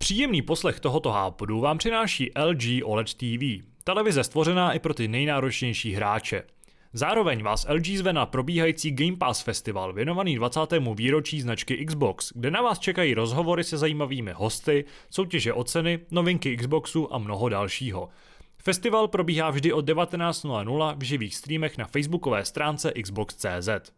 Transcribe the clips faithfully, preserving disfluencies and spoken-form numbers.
Příjemný poslech tohoto hápodu vám přináší L G O L E D T V, televize stvořená i pro ty nejnáročnější hráče. Zároveň vás L G zve na probíhající Game Pass festival věnovaný dvacátému výročí značky Xbox, kde na vás čekají rozhovory se zajímavými hosty, soutěže o ceny, novinky Xboxu a mnoho dalšího. Festival probíhá vždy od devatenáct nula nula v živých streamech na facebookové stránce xbox tečka cé zet.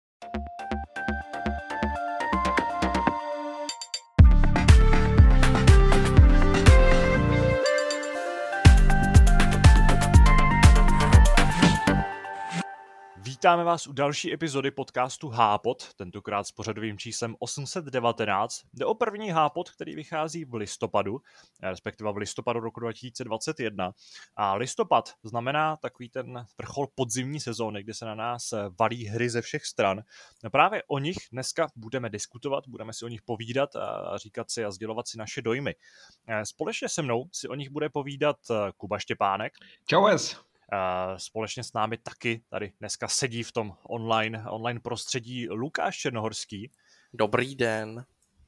Vítáme vás u další epizody podcastu Hápod, tentokrát s pořadovým číslem osm set devatenáct. Jde o první Hápod, který vychází v listopadu, respektive v listopadu roku dva tisíce dvacet jedna. A listopad znamená takový ten vrchol podzimní sezóny, kde se na nás valí hry ze všech stran. A právě o nich dneska budeme diskutovat, budeme si o nich povídat a říkat si a sdělovat si naše dojmy. Společně se mnou si o nich bude povídat Kuba Štěpánek. Čaues. Společně s námi taky tady dneska sedí v tom online, online prostředí Lukáš Černohorský. Dobrý den.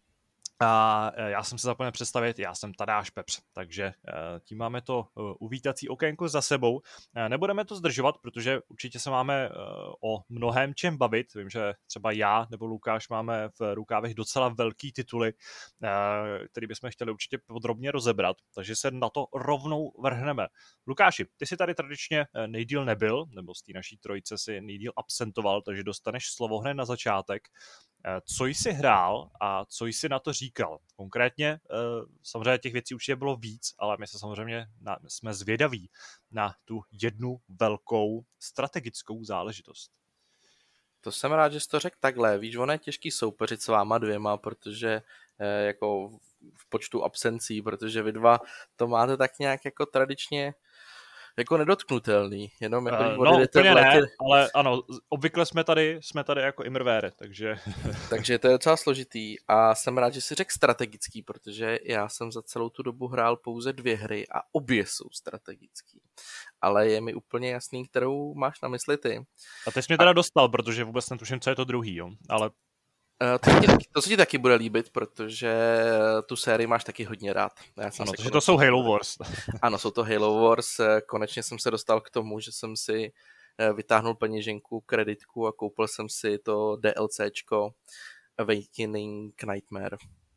A já jsem se zapomněl představit, já jsem Tadáš Pepř, takže tím máme to uvítací okénko za sebou. Nebudeme to zdržovat, protože určitě se máme o mnohém čem bavit. Vím, že třeba já nebo Lukáš máme v rukávech docela velký tituly, který bychom chtěli určitě podrobně rozebrat, takže se na to rovnou vrhneme. Lukáši, ty jsi tady tradičně nejdýl nebyl, nebo z té naší trojice si nejdýl absentoval, takže dostaneš slovo hned na začátek. Co jsi hrál a co jsi na to říkal? Konkrétně, samozřejmě těch věcí určitě bylo víc, ale my se samozřejmě na, jsme zvědaví na tu jednu velkou strategickou záležitost. To jsem rád, že jsi to řekl takhle. Víš, ono je těžký soupeřit s váma dvěma, protože eh, jako v počtu absencí, protože vy dva to máte tak nějak jako tradičně jako nedotknutelný, jenom jako uh, no, úplně ne, ale ano, obvykle jsme tady, jsme tady jako imrvére, takže... takže to je docela složitý a jsem rád, že jsi řekl strategický, protože já jsem za celou tu dobu hrál pouze dvě hry a obě jsou strategický, ale je mi úplně jasný, kterou máš na mysli ty. A ty jsi mě teda a... dostal, protože vůbec netuším, co je to druhý, jo, ale... To se, ti taky, to se ti taky bude líbit, protože tu sérii máš taky hodně rád. Já jsem ano, takže to jsou Halo Wars. Ano, jsou to Halo Wars. Konečně jsem se dostal k tomu, že jsem si vytáhnul peněženku, kreditku a koupil jsem si to DLCčko Awakening Nightmare.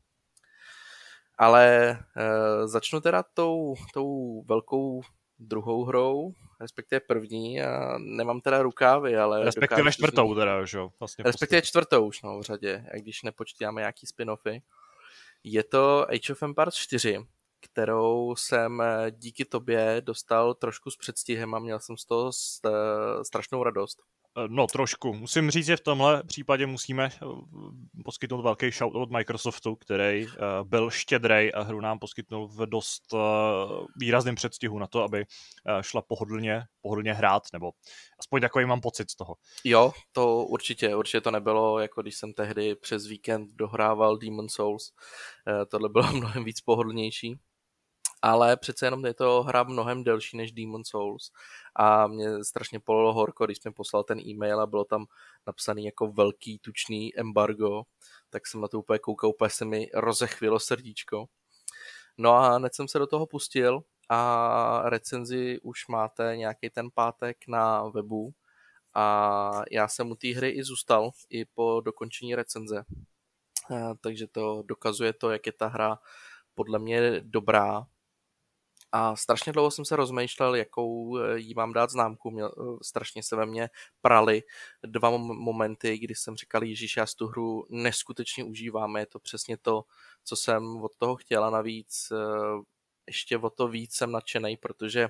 Ale uh, začnu teda tou, tou velkou druhou hrou, respektive první, a nemám teda rukávy, ale... Respektive čtvrtou teda už, jo. Vlastně respektive čtvrtou už, no, v řadě, a když nepočítáme nějaký spin-offy. Je to Age of Empires čtyři, kterou jsem díky tobě dostal trošku s předstihem a měl jsem z toho strašnou radost. No trošku. Musím říct, že v tomhle případě musíme poskytnout velký shout od Microsoftu, který byl štědrej a hru nám poskytnul v dost výrazném předstihu na to, aby šla pohodlně, pohodlně hrát, nebo aspoň takový mám pocit z toho. Jo, to určitě, určitě to nebylo, jako když jsem tehdy přes víkend dohrával Demon's Souls. Tohle bylo mnohem víc pohodlnější. Ale přece jenom je to hra mnohem delší než Demon's Souls a mě strašně polilo horko, když jsem poslal ten e-mail a bylo tam napsaný jako velký tučný embargo, tak jsem na to úplně koukal, úplně se mi rozechvělo srdíčko. No a hned jsem se do toho pustil a recenzi už máte nějaký ten pátek na webu a já jsem u té hry i zůstal, i po dokončení recenze. Takže to dokazuje to, jak je ta hra podle mě dobrá. A strašně dlouho jsem se rozmýšlel, jakou jí mám dát známku. Měl, strašně se ve mně praly dva momenty, kdy jsem říkal, Ježíš, já z tu hru neskutečně užívám. Je to přesně to, co jsem od toho chtěla. Navíc ještě o to víc jsem nadšenej, protože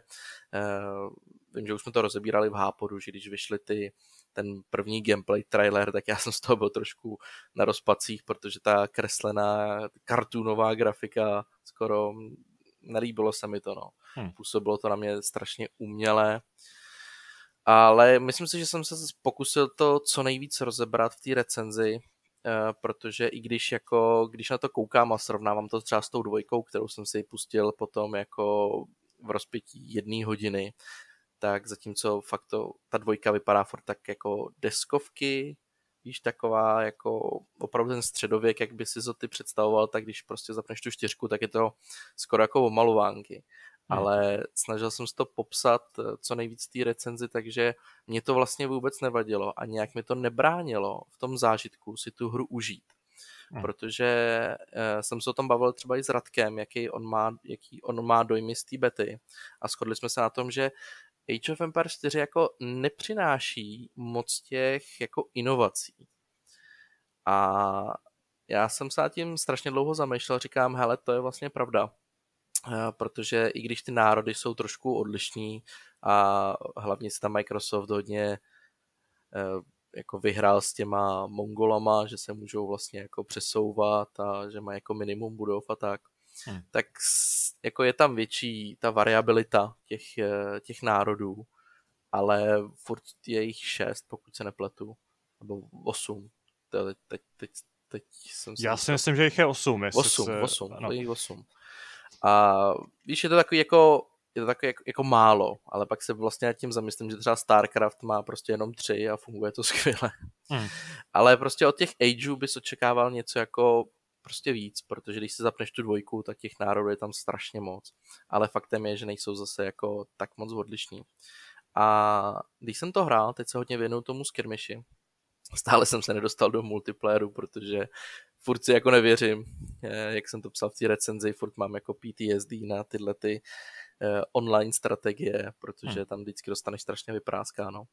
vím, že už jsme to rozebírali v Hápodu, že když vyšly ty, ten první gameplay trailer, tak já jsem z toho byl trošku na rozpacích, protože ta kreslená kartoonová grafika skoro... Nelíbilo se mi to, no. Hmm. Působilo to na mě strašně umělé. Ale myslím si, že jsem se pokusil to co nejvíc rozebrat v té recenzi, protože i když jako, když na to koukám a srovnávám to třeba s tou dvojkou, kterou jsem si pustil potom jako v rozpětí jedné hodiny, tak zatímco fakt to, ta dvojka vypadá furt tak jako deskovky, víš, taková jako opravdu ten středověk, jak by si to ty představoval, tak když prostě zapneš tu čtyřku, tak je to skoro jako omalovánky. Hmm. Ale snažil jsem se to popsat co nejvíc té recenzi, takže mě to vlastně vůbec nevadilo a nějak mi to nebránilo v tom zážitku si tu hru užít. Hmm. Protože eh, jsem se o tom bavil třeba i s Radkem, jaký on má, jaký on má dojmy z té bety a shodli jsme se na tom, že Age of Empires čtyři jako nepřináší moc těch jako inovací. A já jsem se nad tím strašně dlouho zamýšlel, říkám, hele, to je vlastně pravda. Protože i když ty národy jsou trošku odlišní a hlavně si tam Microsoft hodně jako vyhrál s těma Mongolama, že se můžou vlastně jako přesouvat a že má jako minimum budov a tak, hmm. tak jako je tam větší ta variabilita těch, těch národů, ale furt je jich šest, pokud se nepletu, nebo osm. Teď, teď, teď, teď jsem Já si myslím, že jich je osm. Osm, se... osm, no. jich osm. A víš, je to takový jako, je to takový jako, jako málo, ale pak se vlastně nad tím zamyslím, že třeba StarCraft má prostě jenom tři a funguje to skvěle. Hmm. Ale prostě od těch ageů bys očekával něco jako prostě víc, protože když si zapneš tu dvojku, tak těch národů je tam strašně moc. Ale faktem je, že nejsou zase jako tak moc odlišní. A když jsem to hrál, teď se hodně věnuju tomu skirmishi, stále jsem se nedostal do multiplayeru, protože furt si jako nevěřím, jak jsem to psal v té recenzi, furt mám jako P T S D na tyhle ty uh, online strategie, protože hmm. tam vždycky dostaneš strašně vypráskáno.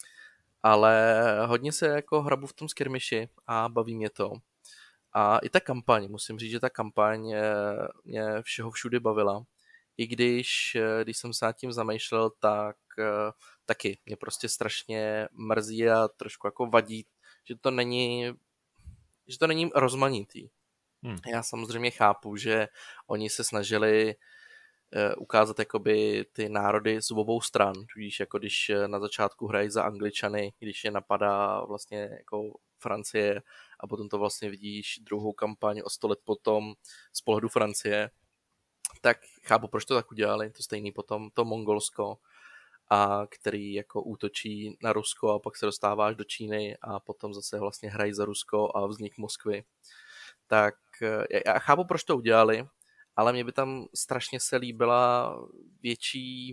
Ale hodně se jako hrabu v tom skirmishi a baví mě to. A i ta kampaň, musím říct, že ta kampaň mě všeho všudy bavila. I když, když jsem se nad tím zamýšlel, tak uh, taky mě prostě strašně mrzí a trošku jako vadí, že to není že to není rozmanitý. Hmm. Já samozřejmě chápu, že oni se snažili uh, ukázat jakoby ty národy z obou stran, tudíž jako když na začátku hrají za Angličany, když je napadá vlastně jako Francie a potom to vlastně vidíš druhou kampaň o sto let potom z pohledu Francie, tak chápu, proč to tak udělali, to stejný potom to Mongolsko, a který jako útočí na Rusko a pak se dostáváš do Číny a potom zase vlastně hrají za Rusko a vznik Moskvy. Tak já chápu, proč to udělali, ale mě by tam strašně se líbila větší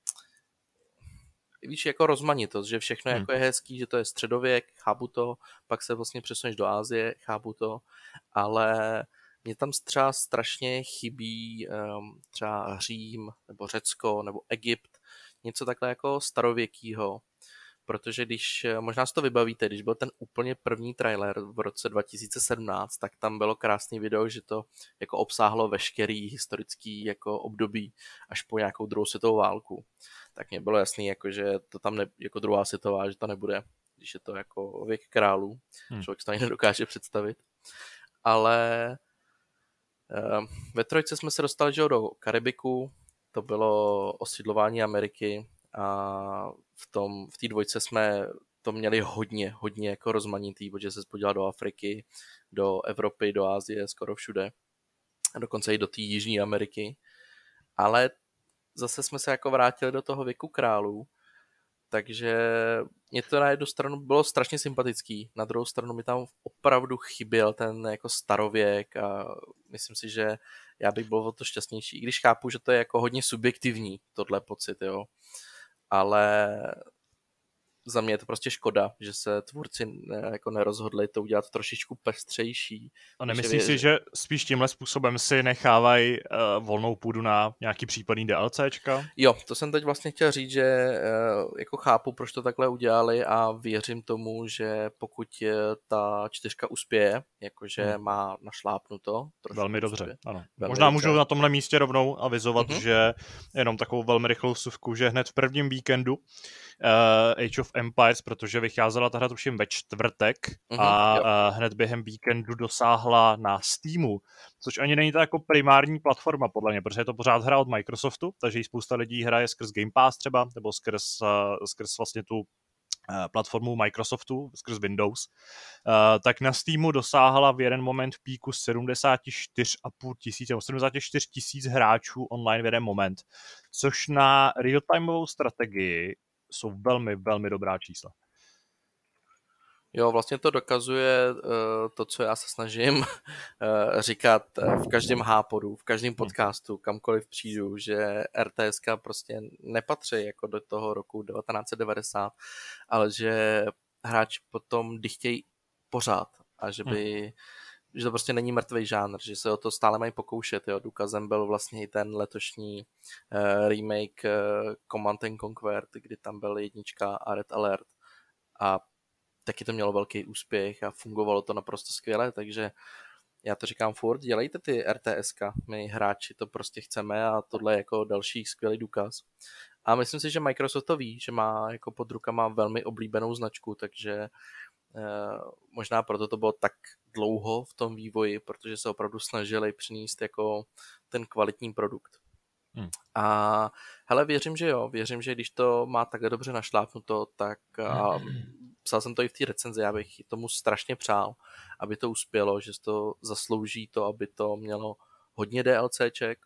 víš, jako rozmanitost, že všechno hmm. jako je hezký, že to je středověk, chápu to, pak se vlastně přesuneš do Asie, chápu to, ale mě tam třeba strašně chybí um, třeba Řím, nebo Řecko, nebo Egypt, něco takhle jako starověkýho, protože když, možná si to vybavíte, když byl ten úplně první trailer v roce dva tisíce sedmnáct, tak tam bylo krásný video, že to jako obsáhlo veškerý historický jako období až po nějakou druhou světovou válku. Tak mě bylo jasný, jako, že to tam ne, jako druhá světová, že to nebude, když je to jako věk králů, hmm. člověk si to ani nedokáže představit. Ale uh, ve trojce jsme se dostali že do Karibiku, to bylo osídlování Ameriky a v tom, v té dvojce jsme to měli hodně, hodně jako rozmanitý, protože se podíval do Afriky, do Evropy, do Asie, skoro všude. A dokonce i do té Jižní Ameriky. Ale zase jsme se jako vrátili do toho věku králů, takže mě to na jednu stranu bylo strašně sympatický, na druhou stranu mi tam opravdu chyběl ten jako starověk a myslím si, že já bych byl o to šťastnější, i když chápu, že to je jako hodně subjektivní, tohle pocit, jo. Ale za mě je to prostě škoda, že se tvůrci ne, jako nerozhodli to udělat trošičku pestřejší. A nemyslíš si, že spíš tímhle způsobem si nechávají uh, volnou půdu na nějaký případný DLCčka? Jo, to jsem teď vlastně chtěl říct, že uh, jako chápu, proč to takhle udělali a věřím tomu, že pokud ta čtyřka uspěje, jakože hmm. má našlápnuto. Velmi dobře, uspěje, ano. Velmi Možná dobře. Můžu na tomhle místě rovnou avizovat, uh-huh. že jenom takovou velmi rychlou vsuvku, že hned v prvním víkendu Uh, Age of Empires, protože vycházela ta hra tuším ve čtvrtek uh-huh, a uh, hned během víkendu dosáhla na Steamu, což ani není to jako primární platforma podle mě, protože je to pořád hra od Microsoftu, takže ji spousta lidí hraje skrz Game Pass třeba, nebo skrz, uh, skrz vlastně tu uh, platformu Microsoftu, skrz Windows, uh, tak na Steamu dosáhla v jeden moment píku sedmdesát čtyři a půl tisíce, sedmdesát čtyři tisíc hráčů online v jeden moment, což na real-timeovou strategii jsou velmi, velmi dobrá čísla. Jo, vlastně to dokazuje uh, to, co já se snažím uh, říkat uh, v každém hápodu, v každém podcastu, kamkoliv přijdu, že RTSka prostě nepatří jako do toho roku devatenáct set devadesát, ale že hráči potom dychtějí pořád a že by že to prostě není mrtvý žánr, že se o to stále mají pokoušet. Jo. Důkazem byl vlastně i ten letošní uh, remake uh, Command and Conquer, kdy tam byl jednička a Red Alert a taky to mělo velký úspěch a fungovalo to naprosto skvěle, takže já to říkám furt, dělejte ty RTSka, my hráči to prostě chceme a tohle je jako další skvělý důkaz. A myslím si, že Microsoft to ví, že má jako pod rukama velmi oblíbenou značku, takže eh, možná proto to bylo tak dlouho v tom vývoji, protože se opravdu snažili přinést jako ten kvalitní produkt. Hmm. A hele, věřím, že jo, věřím, že když to má takhle dobře našlápnuto, tak a psal jsem to i v té recenzi, já bych tomu strašně přál, aby to uspělo, že to zaslouží to, aby to mělo hodně DLCček.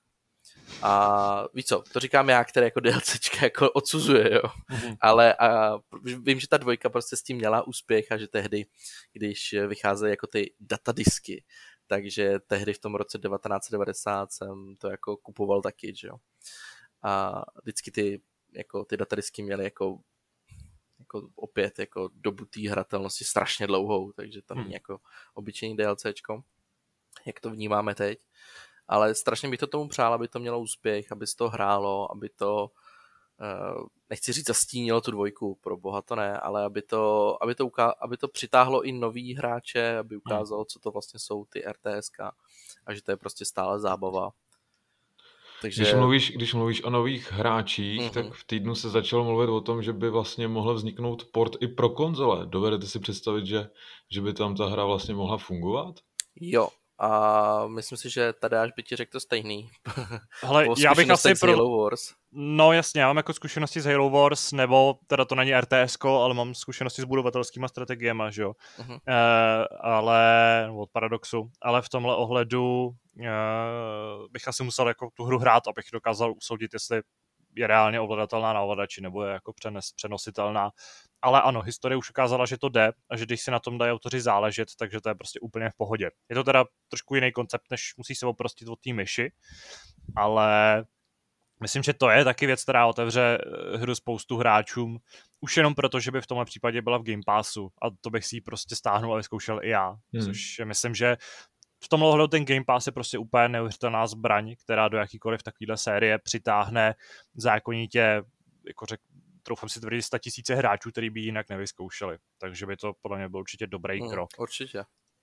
A víš co, to říkám já, který jako DLCčka jako odsuzuje, jo. Mm-hmm. Ale a vím, že ta dvojka prostě s tím měla úspěch a že tehdy, když vycházely jako ty datadisky, takže tehdy v tom roce devatenáct set devadesát jsem to jako kupoval taky, že jo. A vždycky ty, jako ty datadisky měly jako, jako opět jako dobu té hratelnosti strašně dlouhou, takže tam není jako obyčejný DLCčko, jak to vnímáme teď. Ale strašně bych to tomu přál, aby to mělo úspěch, aby se to hrálo, aby to, uh, nechci říct zastínilo tu dvojku, pro boha to ne, ale aby to, aby to, uká- aby to přitáhlo i nový hráče, aby ukázalo, co to vlastně jsou ty RTSka a že to je prostě stále zábava. Takže... Když mluvíš, když mluvíš o nových hráčích, mm-hmm. tak v týdnu se začalo mluvit o tom, že by vlastně mohl vzniknout port i pro konzole. Dovedete si představit, že, že by tam ta hra vlastně mohla fungovat? Jo. A myslím si, že tady až by ti řekl to stejný. Hele, já bych asi pro... Halo Wars. No jasně, já mám jako zkušenosti z Halo Wars, nebo teda to není RTSko, ale mám zkušenosti s budovatelskýma strategiemi, že jo. Uh-huh. E, ale, od Paradoxu, ale v tomhle ohledu e, bych asi musel jako tu hru hrát, abych dokázal usoudit, jestli je reálně ovladatelná na ovladači, nebo je jako přenes, přenositelná. Ale ano, historie už ukázala, že to jde a že když si na tom dají autoři záležet, takže to je prostě úplně v pohodě. Je to teda trošku jiný koncept, než musí se oprostit od té myši, ale myslím, že to je taky věc, která otevře hru spoustu hráčům, už jenom proto, že by v tomhle případě byla v Game Passu a to bych si ji prostě stáhnul a vyzkoušel i já, hmm. což myslím, že v tomhle ohledu ten Game Pass je prostě úplně neuvěřitelná zbraň, která do jakýkoliv takovýhle série přitáhne zákonitě, jako řek, troufám si tvrdit, sta tisíce hráčů, který by jinak nevyzkoušeli. Takže by to podle mě byl určitě dobrý hmm, krok. Určitě.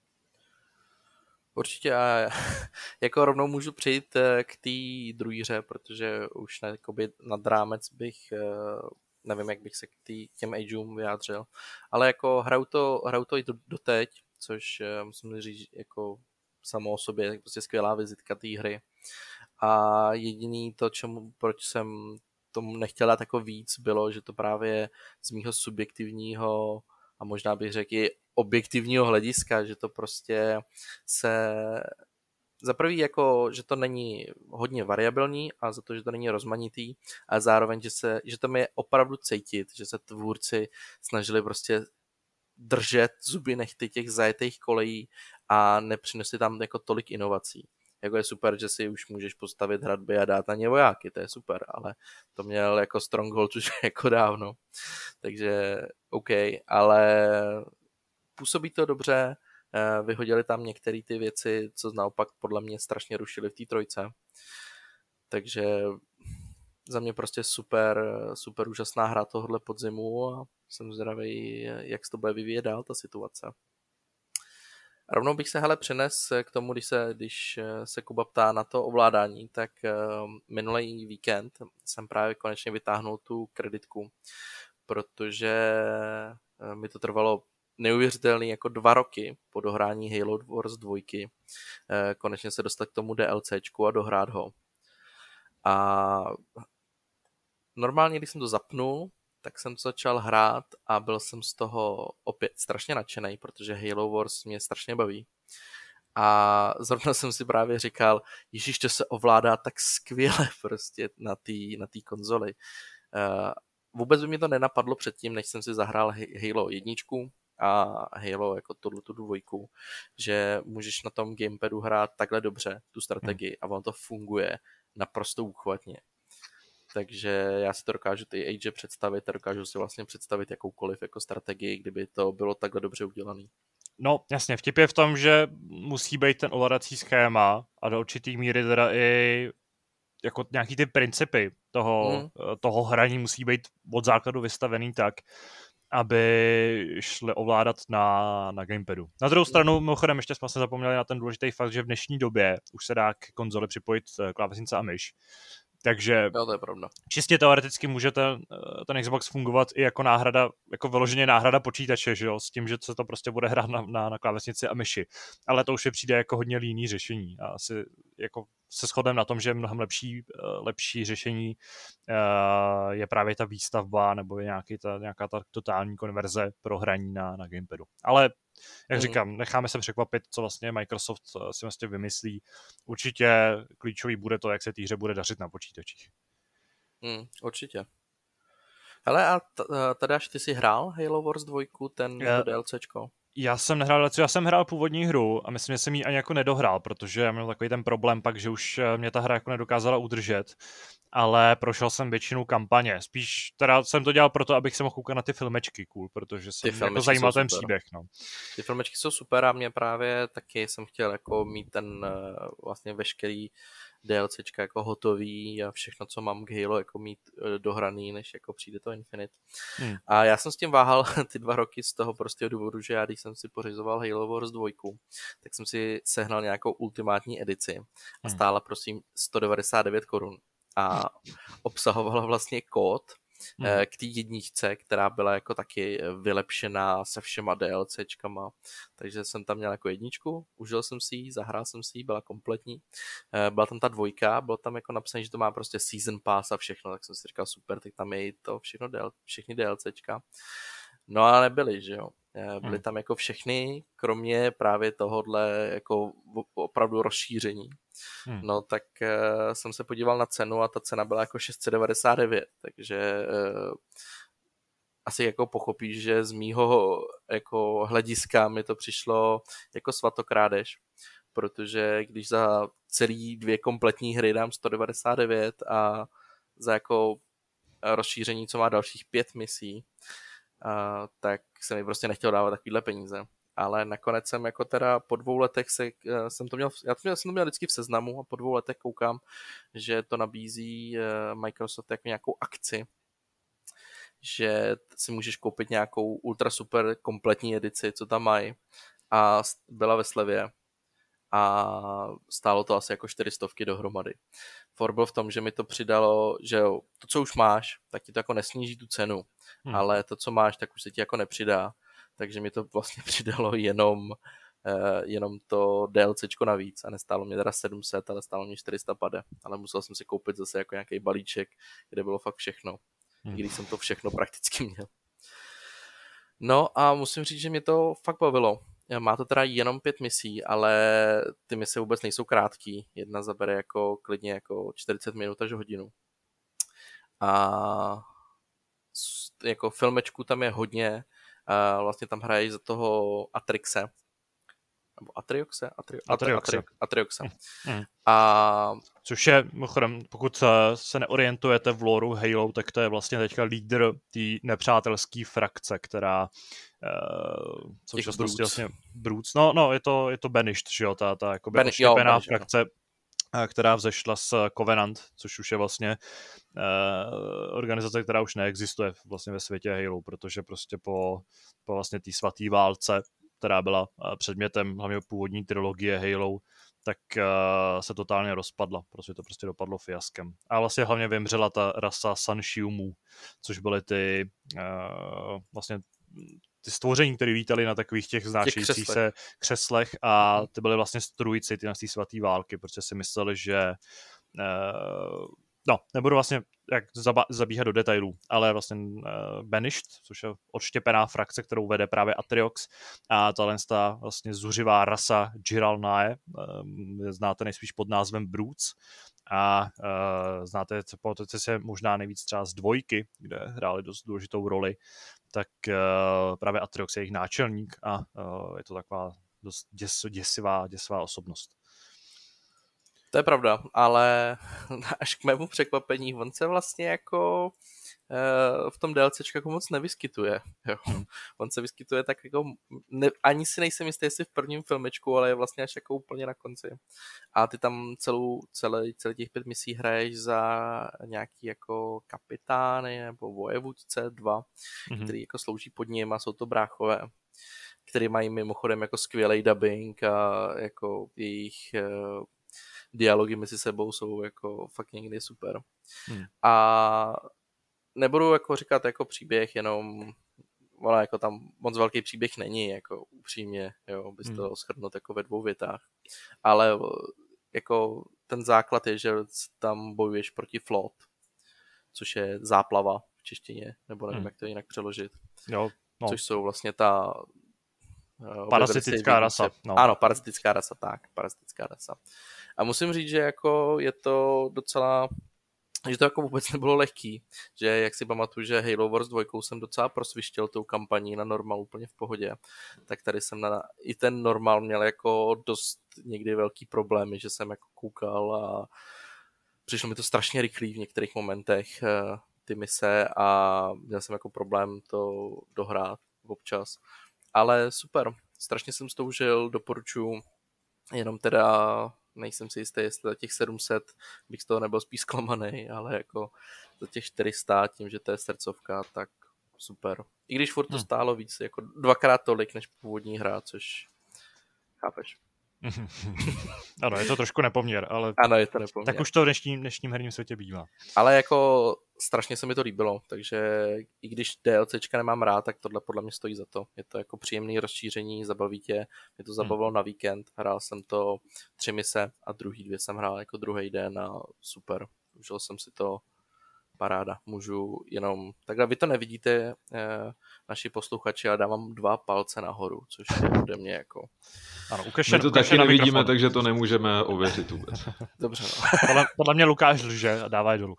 Určitě a jako rovnou můžu přejít k té druhé hře, protože už ne, jakoby nad rámec bych, nevím, jak bych se k tý, těm ageům vyjádřil, ale jako hraju to, hraju to i do, doteď, což musím říct jako samo o sobě je prostě skvělá vizitka té hry. A jediný to, čemu, proč jsem tomu nechtěl dát jako víc, bylo, že to právě z mýho subjektivního a možná bych řekl i objektivního hlediska, že to prostě se za prvý jako, že to není hodně variabilní a za to, že to není rozmanitý a zároveň, že, se, že tam je opravdu cítit, že se tvůrci snažili prostě držet zuby nechty těch zajetých kolejí a nepřinesli tam jako tolik inovací. Jako je super, že si už můžeš postavit hradby a dát na ně vojáky, to je super, ale to měl jako Stronghold už jako dávno. Takže OK, ale působí to dobře, vyhodili tam některé ty věci, co naopak podle mě strašně rušili v té trojce. Takže za mě prostě super, super úžasná hra tohohle podzimu a jsem zvědavý, jak se to bude vyvíjet dál ta situace. Rovnou bych se hele přenes k tomu, když se, když se Kuba ptá na to ovládání, tak minulý víkend jsem právě konečně vytáhnul tu kreditku, protože mi to trvalo neuvěřitelný jako dva roky po dohrání Halo Wars dva konečně se dostat k tomu DLCčku a dohrát ho. A normálně, když jsem to zapnul, tak jsem to začal hrát a byl jsem z toho opět strašně nadšený, protože Halo Wars mě strašně baví. A zrovna jsem si právě říkal, ježiš, to se ovládá tak skvěle prostě na té na té konzoli. Uh, vůbec by mi to nenapadlo předtím, než jsem si zahrál Halo jedničku, a Halo jako tohle tu dvojku, že můžeš na tom gamepadu hrát takhle dobře tu strategii a ono to funguje naprosto úchvatně. Takže já si to dokážu ty Age představit a dokážu si vlastně představit jakoukoliv jako strategii, kdyby to bylo takhle dobře udělané. No jasně, vtip je v tom, že musí být ten ovladací schéma a do určitý míry teda i jako nějaký ty principy toho, mm. toho hraní musí být od základu vystavený tak, aby šli ovládat na, na gamepadu. Na druhou stranu, mimochodem, ještě jsme se zapomněli na ten důležitý fakt, že v dnešní době už se dá k konzoli připojit klávesnice a myš. Takže no, to je pravda. Čistě teoreticky může ten, ten Xbox fungovat i jako náhrada, jako vyloženě náhrada počítače, že jo, s tím, že se to prostě bude hrát na, na, na klávesnici a myši. Ale to už je přijde jako hodně líný řešení. A asi jako se shodneme na tom, že mnohem lepší, lepší řešení je právě ta výstavba nebo je nějaký ta, nějaká ta totální konverze pro hraní na, na gamepadu. Ale jak říkám, necháme se překvapit, co vlastně Microsoft si vlastně vymyslí. Určitě klíčový bude to, jak se té hře bude dařit na počítačích. Hmm, určitě. Hele, a tady až ty si hrál Halo Wars dva, ten já, DLCčko? Já jsem nehrál, já jsem hrál původní hru a myslím, že jsem ji ani jako nedohrál, protože já měl takový ten problém pak, že už mě ta hra jako nedokázala udržet, ale prošel jsem většinu kampaně. Spíš teda jsem to dělal proto, abych se mohl koukat na ty filmečky, cool, protože jsem jako zajímal ten příběh. No. Ty filmečky jsou super a mě právě taky jsem chtěl jako mít ten vlastně veškerý DLCčka jako hotový a všechno, co mám k Halo, jako mít dohraný, než jako přijde to Infinite. Hmm. A já jsem s tím váhal ty dva roky z toho prostého důvodu, že já, když jsem si pořizoval Halo Wars dva, tak jsem si sehnal nějakou ultimátní edici a stála prosím sto devadesát devět korun a obsahovala vlastně kód hmm. k té jedničce, která byla jako taky vylepšená se všema DLCčkama, takže jsem tam měl jako jedničku, užil jsem si ji, zahrál jsem si ji, byla kompletní, byla tam ta dvojka, bylo tam jako napsané, že to má prostě season pass a všechno, tak jsem si říkal super, tak tam je to všechno, všechny DLCčka, no a nebyly, že jo. Byly tam jako všechny, kromě právě tohodle jako opravdu rozšíření. Hmm. No tak uh, jsem se podíval na cenu a ta cena byla jako šest set devadesát devět, takže uh, asi jako pochopíš, že z mýho jako hlediska mi to přišlo jako svatokrádež, protože když za celý dvě kompletní hry dám sto devadesát devět a za jako rozšíření, co má dalších pět misí, Uh, tak se mi prostě nechtěl dávat takovýhle peníze. Ale nakonec jsem jako teda po dvou letech se, uh, jsem to měl, já jsem to měl vždycky v seznamu a po dvou letech koukám, že to nabízí uh, Microsoft jako nějakou akci, že si můžeš koupit nějakou ultra super kompletní edici, co tam mají a byla ve slevě a stálo to asi jako čtyři stovky dohromady. For byl v tom, že mi to přidalo, že jo, to, co už máš, tak ti to jako nesníží tu cenu, hmm. ale to, co máš, tak už se ti jako nepřidá, takže mi to vlastně přidalo jenom, uh, jenom to DLCčko navíc a nestálo mě teda sedm set, ale stálo mě čtyři sta padesát, ale musel jsem si koupit zase jako nějaký balíček, kde bylo fakt všechno, hmm. když jsem to všechno prakticky měl. No a musím říct, že mě to fakt bavilo. Má to teda jenom pět misí, ale ty mise vůbec nejsou krátký. Jedna zabere jako klidně jako čtyřicet minut až hodinu. A jako filmečku tam je hodně. A vlastně tam hrají za toho Atrixe. Nebo Atrioxe? Atri- Atrioxe. Atrioxe. Hmm. A... Což je, mimochodem, pokud se neorientujete v loreu Halo, tak to je vlastně teďka lídr té nepřátelské frakce, která Uh, což je prostě vlastně Brutes. No, no, je to, je to Banished, že jo, ta, ta jakoby ben, oštěpená frakce, jo. která vzešla z Covenant, což už je vlastně uh, organizace, která už neexistuje vlastně ve světě Halo, protože prostě po, po vlastně té svatý válce, která byla předmětem hlavně původní trilogie Halo, tak uh, se totálně rozpadla, protože to prostě dopadlo fiaskem. A vlastně hlavně vymřela ta rasa Sanshiumů, což byly ty uh, vlastně ty stvoření, které vítali na takových těch znášejících se křeslech a ty byly vlastně strůjci ty na té svatý války, protože si mysleli, že uh, no, nebudu vlastně jak zaba- zabíhat do detailů, ale vlastně uh, Banished, což je odštěpená frakce, kterou vede právě Atriox a tahle vlastně zuřivá rasa Jiralnae, uh, znáte nejspíš pod názvem Brutes a uh, znáte, pamatujete se možná nejvíc třeba z dvojky, kde hráli dost důležitou roli, tak právě Atriox je jejich náčelník a je to taková dost děs, děsivá, děsivá osobnost. To je pravda, ale až k mému překvapení, on se vlastně jako v tom DLCčku jako moc nevyskytuje. Jo. On se vyskytuje tak jako, ne, ani si nejsem jistý, jestli v prvním filmečku, ale je vlastně až jako úplně na konci. A ty tam celou, celý, celý těch pět misí hraješ za nějaký jako kapitány nebo vojevůdce dva, mm-hmm. který jako slouží pod ním a jsou to bráchové, který mají mimochodem jako skvělej dubbing a jako jejich uh, dialogy mezi sebou jsou jako fakt někdy super. Hmm. A nebudu jako říkat jako příběh, jenom ono jako tam moc velký příběh není, jako upřímně, jo, bys to hmm. shrnout jako ve dvou větách. Ale jako ten základ je, že tam bojuješ proti flot, což je záplava v češtině, nebo nevím, hmm. jak to jinak přeložit. Jo, no. Což jsou vlastně ta Parazitická rasa. No. Ano, parazitická rasa, tak, parazitická rasa. A musím říct, že jako je to docela, že to jako vůbec nebylo lehký, že jak si pamatuju, že Halo Wars dva jsem docela prosvištěl tou kampaní na normál úplně v pohodě, tak tady jsem na, i ten normál měl jako dost někdy velký problémy, že jsem jako koukal a přišlo mi to strašně rychlý v některých momentech ty mise a měl jsem jako problém to dohrát občas. Ale super, strašně jsem s tou žil, doporučuji, jenom teda nejsem si jistý, jestli za těch sedm set bych z toho nebyl spíš zklamaný, ale jako za těch čtyři sta, tím, že to je srdcovka, tak super. I když furt to stálo víc, jako dvakrát tolik než původní hra, což chápeš. Ano, je to trošku nepoměr, ale ano, je to nepoměr. Tak už to v dnešním, dnešním herním světě bývá. Ale jako strašně se mi to líbilo, takže i když DLCčka nemám rád, tak tohle podle mě stojí za to. Je to jako příjemné rozšíření, zabaví tě, mě to zabavilo hmm. na víkend, hrál jsem to tři mise a druhý dvě jsem hrál jako druhý den a super, užil jsem si to, paráda, můžu jenom, takhle vy to nevidíte, eh, naši posluchači, ale dávám dva palce nahoru, což je ode mě jako... Ano, ukažen, my to taky nevidíme, mikrofon. Takže to nemůžeme ověřit vůbec. Dobře, no. podle, podle mě Lukáš lže a dává je dolů.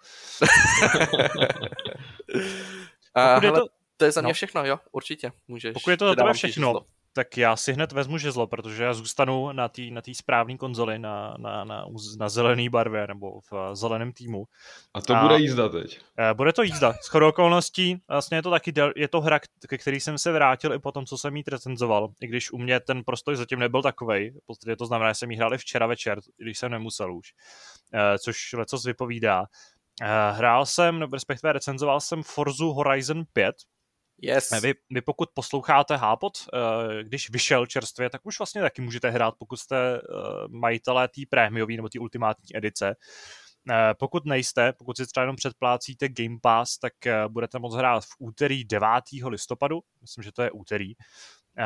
a, hele, to... to je za mě no. všechno, jo, určitě, můžeš. Pokud je to za tebe všechno, tak já si hned vezmu žezlo, protože já zůstanu na té na správné konzoli, na, na, na, na zelený barvě nebo v zeleném týmu. A to a bude jízda teď. Bude to jízda. Shodou okolností, vlastně je to taky, del, je to hra, ke který jsem se vrátil i po tom, co jsem jí recenzoval, i když u mě ten prostoj zatím nebyl takovej, protože to znamená, že jsem jí hrál i včera večer, když jsem nemusel už, což lecos vypovídá. Hrál jsem, nebo respektive recenzoval jsem Forzu Horizon pět. Yes. Vy, vy pokud posloucháte Hápot, když vyšel čerstvě, tak už vlastně taky můžete hrát, pokud jste majitelé té prémiové nebo té ultimátní edice. Pokud nejste, pokud si třeba jenom předplácíte Game Pass, tak budete moct hrát v úterý devátého listopadu, myslím, že to je úterý. Uh,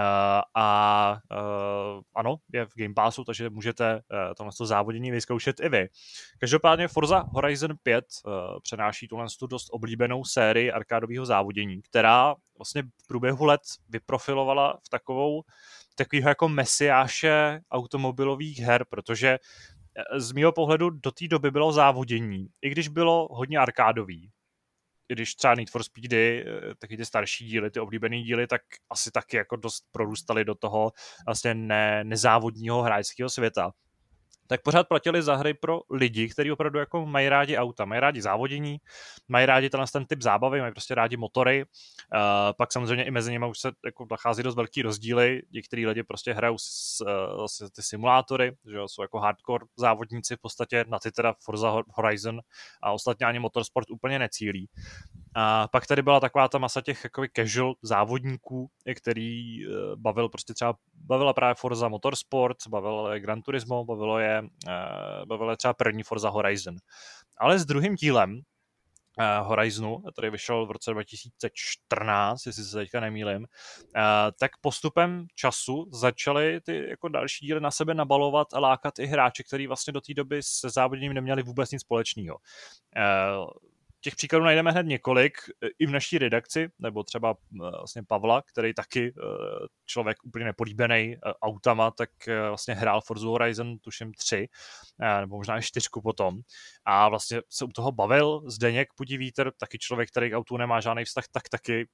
a uh, ano, je v Game Passu, takže můžete uh, tohle závodění vyzkoušet i vy. Každopádně Forza Horizon pět uh, přenáší tuhle dost oblíbenou sérii arkádového závodění, která vlastně v průběhu let vyprofilovala v takovou takovýho jako mesiáše automobilových her, protože z mýho pohledu do té doby bylo závodění, i když bylo hodně arkádový. Když třeba Need for Speedy, taky ty starší díly, ty oblíbený díly, tak asi taky jako dost prorůstaly do toho vlastně ne, nezávodního hráčského světa. Tak pořád platili za hry pro lidi, kteří opravdu jako mají rádi auta, mají rádi závodění, mají rádi tenhle ten typ zábavy, mají prostě rádi motory. Uh, pak samozřejmě i mezi nimi už se jako nachází dost velký rozdíly. Některý lidi prostě hrajou s, uh, ty simulátory, že jsou jako hardcore závodníci v podstatě, na ty teda Forza Horizon a ostatně ani Motorsport úplně necílí. A pak tady byla taková ta masa těch jako casual závodníků, který uh, bavil prostě třeba, bavila právě Forza Motorsport, bavil je Gran Turismo, bavilo je, uh, bavilo je třeba první Forza Horizon. Ale s druhým dílem uh, Horizonu, který vyšel v roce dva tisíce čtrnáct, jestli se teďka nemýlim, uh, tak postupem času začaly ty jako další díly na sebe nabalovat a lákat i hráče, kteří vlastně do té doby se závoděním neměli vůbec nic společného. Uh, Těch příkladů najdeme hned několik i v naší redakci, nebo třeba vlastně Pavla, který taky člověk úplně nepolíbený autama, tak vlastně hrál Forza Horizon tuším tři, nebo možná i čtyřku potom. A vlastně se u toho bavil. Zdeněk Pudivítr, taky člověk, který k autu nemá žádný vztah, tak taky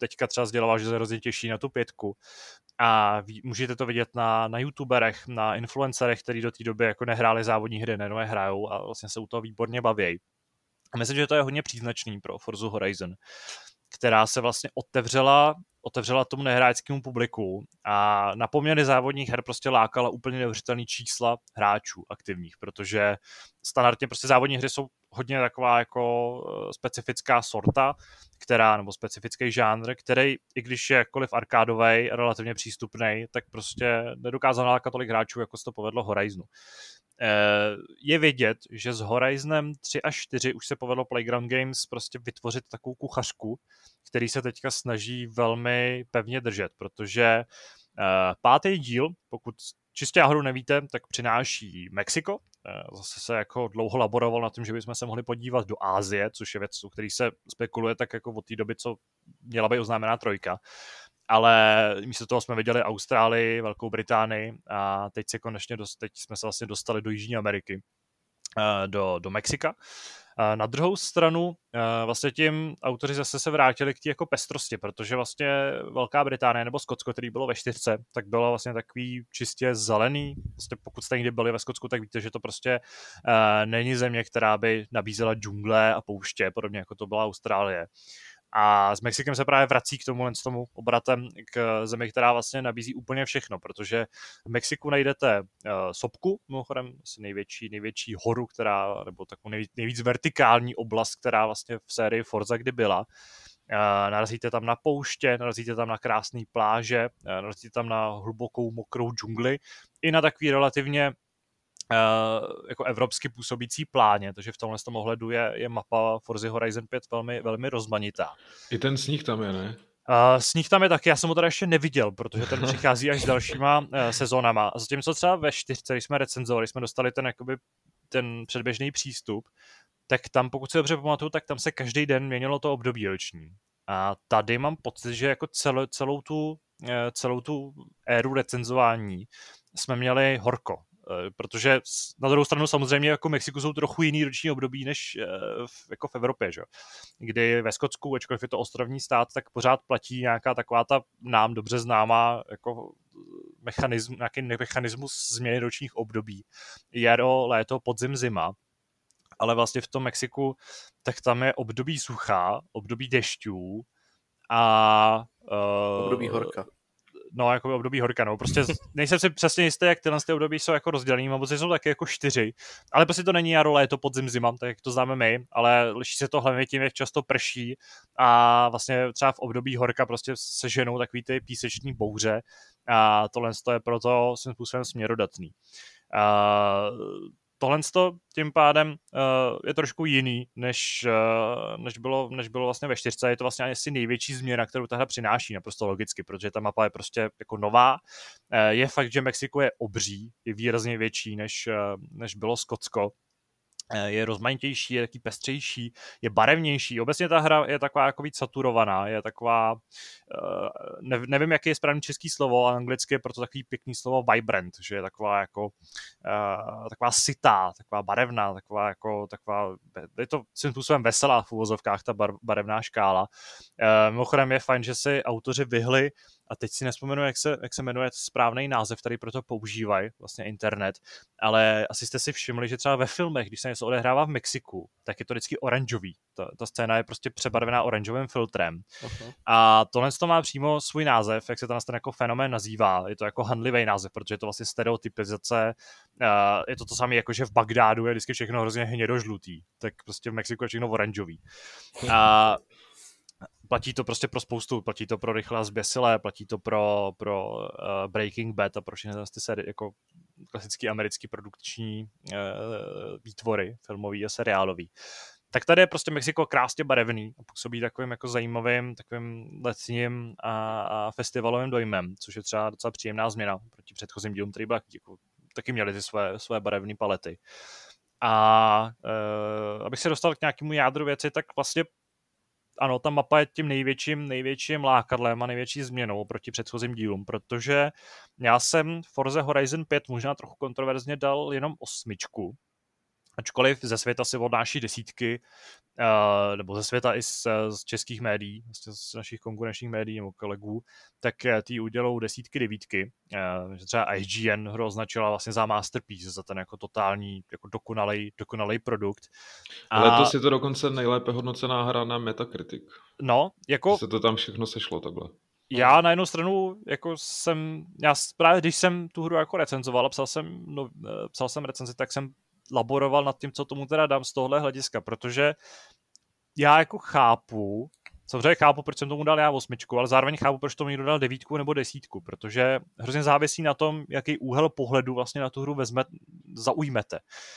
teďka třeba sděloval, že se hrozně těší na tu pětku. A ví, můžete to vidět na, na youtuberech, na influencerech, kteří do té doby jako nehráli závodní hry, nejenom je hrajou a vlastně se u toho výborně baví. A myslím, že to je hodně příznačný pro Forzu Horizon, která se vlastně otevřela, otevřela tomu nehráčskému publiku a na poměry závodních her prostě lákala úplně neuvěřitelný čísla hráčů aktivních, protože standardně prostě závodní hry jsou hodně taková jako specifická sorta, která, nebo specifický žánr, který, i když je jakkoliv arkádový, relativně přístupný, tak prostě nedokázal nalákat tolik hráčů, jako se to povedlo Horizonu. Je vidět, že s Horizonem tři a čtyři už se povedlo Playground Games prostě vytvořit takovou kuchařku, který se teďka snaží velmi pevně držet, protože pátý díl, pokud čistě náhodou nevíte, tak přináší Mexiko. Zase se jako dlouho laboroval na tom, že bychom se mohli podívat do Asie, což je věc, o který se spekuluje tak jako od té doby, co měla být oznámená trojka. Ale místo toho jsme viděli Austrálii, Velkou Británii a teď, se konečně dost, teď jsme se vlastně dostali do Jižní Ameriky, do, do Mexika. Na druhou stranu vlastně tím autoři zase se vrátili k té jako pestrosti, protože vlastně Velká Británie nebo Skotsko, který bylo ve čtyřce, tak bylo vlastně takový čistě zelený. Vlastně pokud jste někdy byli ve Skotsku, tak víte, že to prostě uh, není země, která by nabízela džungle a pouště, podobně jako to byla Austrálie. A s Mexikem se právě vrací k tomu, s tomu obratem k zemi, která vlastně nabízí úplně všechno, protože v Mexiku najdete uh, sopku, mimochodem asi největší, největší horu, která, nebo takovou nejvíc, nejvíc vertikální oblast, která vlastně v sérii Forza kdy byla. Uh, narazíte tam na pouště, narazíte tam na krásné pláže, uh, narazíte tam na hlubokou mokrou džungli i na takový relativně Uh, jako evropsky působící pláně, takže v tomhle tom ohledu je, je mapa Forza Horizon pět velmi, velmi rozmanitá. I ten sníh tam je, ne? Uh, sníh tam je taky, já jsem ho teda ještě neviděl, protože ten přichází až s dalšíma uh, sezónama. A zatímco třeba ve čtyřce, když jsme recenzovali, jsme dostali ten, jakoby, ten předběžný přístup, tak tam, pokud si dobře pamatuju, tak tam se každý den měnilo to období roční. A tady mám pocit, že jako celou, celou, tu, celou tu éru recenzování jsme měli horko. Protože na druhou stranu samozřejmě jako Mexiku jsou trochu jiný roční období než v, jako v Evropě, že? Kdy ve Skotsku, ačkoliv je to ostrovní stát, tak pořád platí nějaká taková ta nám dobře známá jako mechanism, nějaký mechanismus změny ročních období. Jaro, léto, podzim, zima. Ale vlastně v tom Mexiku tak tam je období sucha, období dešťů a uh, období horka. No, jako období horka, no. Prostě nejsem si přesně jistý, jak tyhle ty období jsou jako rozdělený, mám pocit, jsou taky jako čtyři. Ale prostě to není jaro, léto, podzim, zima, tak jak to známe my, ale liší se to hlavně tím, jak často prší a vlastně třeba v období horka prostě se ženou takový ty píseční bouře a tohle je proto svým způsobem směrodatný. Uh, Tohle tím pádem uh, je trošku jiný, než, uh, než, bylo, než bylo vlastně ve čtyřce. Je to vlastně asi největší změna, kterou ta hra přináší, naprosto logicky, protože ta mapa je prostě jako nová. Uh, je fakt, že Mexiko je obří, je výrazně větší, než, uh, než bylo Skotsko. Je rozmanitější, je taky pestřejší, je barevnější. Obecně ta hra je taková jako víc saturovaná, je taková, ne, nevím, jaký je správný český slovo, ale anglicky je proto takový pěkný slovo vibrant, že je taková jako taková sytá, taková barevná, taková jako taková, je to svým způsobem veselá v uvozovkách ta bar, barevná škála. Mimochodem je fajn, že si autoři vyhli, a teď si nespomenu, jak se, jak se jmenuje správný název, který proto používají, vlastně internet, ale asi jste si všimli, že třeba ve filmech, když se něco odehrává v Mexiku, tak je to vždycky oranžový. Ta, ta scéna je prostě přebarvená oranžovým filtrem. Uh-huh. A tohle to má přímo svůj název, jak se ten jako fenomén nazývá. Je to jako hanlivý název, protože je to vlastně stereotypizace. Uh, je to to samé, jako že v Bagdádu je vždycky všechno hrozně hnědožlutý. Tak prostě v Mexiku je všechno oranžový. A uh, platí to prostě pro spoustu, platí to pro Rychle a zběsilé, platí to pro, pro uh, Breaking Bad a pro všechny ty série, jako klasický americký produkční uh, výtvory, filmový a seriálový. Tak tady je prostě Mexiko krásně barevný a působí takovým jako zajímavým, takovým letním a, a festivalovým dojmem, což je třeba docela příjemná změna proti předchozím dílům, který byl jako, taky měli ty své, své barevné palety. A uh, abych se dostal k nějakému jádru věci, tak vlastně ano, ta mapa je tím největším, největším lákadlem a největší změnou proti předchozím dílům, protože já jsem Forza Horizon pět možná trochu kontroverzně dal jenom osmičku, ačkoliv ze světa si odnáší desítky, Uh, nebo ze světa i z, z českých médií, z, z našich konkurenčních médií nebo kolegů, tak ty udělou desítky, devítky. Uh, že třeba I G N ho označila vlastně za masterpiece, za ten jako totální, jako dokonalej, dokonalej produkt. A letos je to dokonce nejlépe hodnocená hra na Metacritic. No, jako... Se to tam všechno sešlo takhle. Já na jednu stranu, jako jsem, já právě když jsem tu hru jako recenzoval a psal jsem, no, psal jsem recenzi, tak jsem laboroval nad tím, co tomu teda dám z tohohle hlediska, protože já jako chápu, samozřejmě chápu, proč jsem tomu dal já osmičku, ale zároveň chápu, proč tomu někdo dal devítku nebo desítku, protože hrozně závisí na tom, jaký úhel pohledu vlastně na tu hru vezme, zaujmete.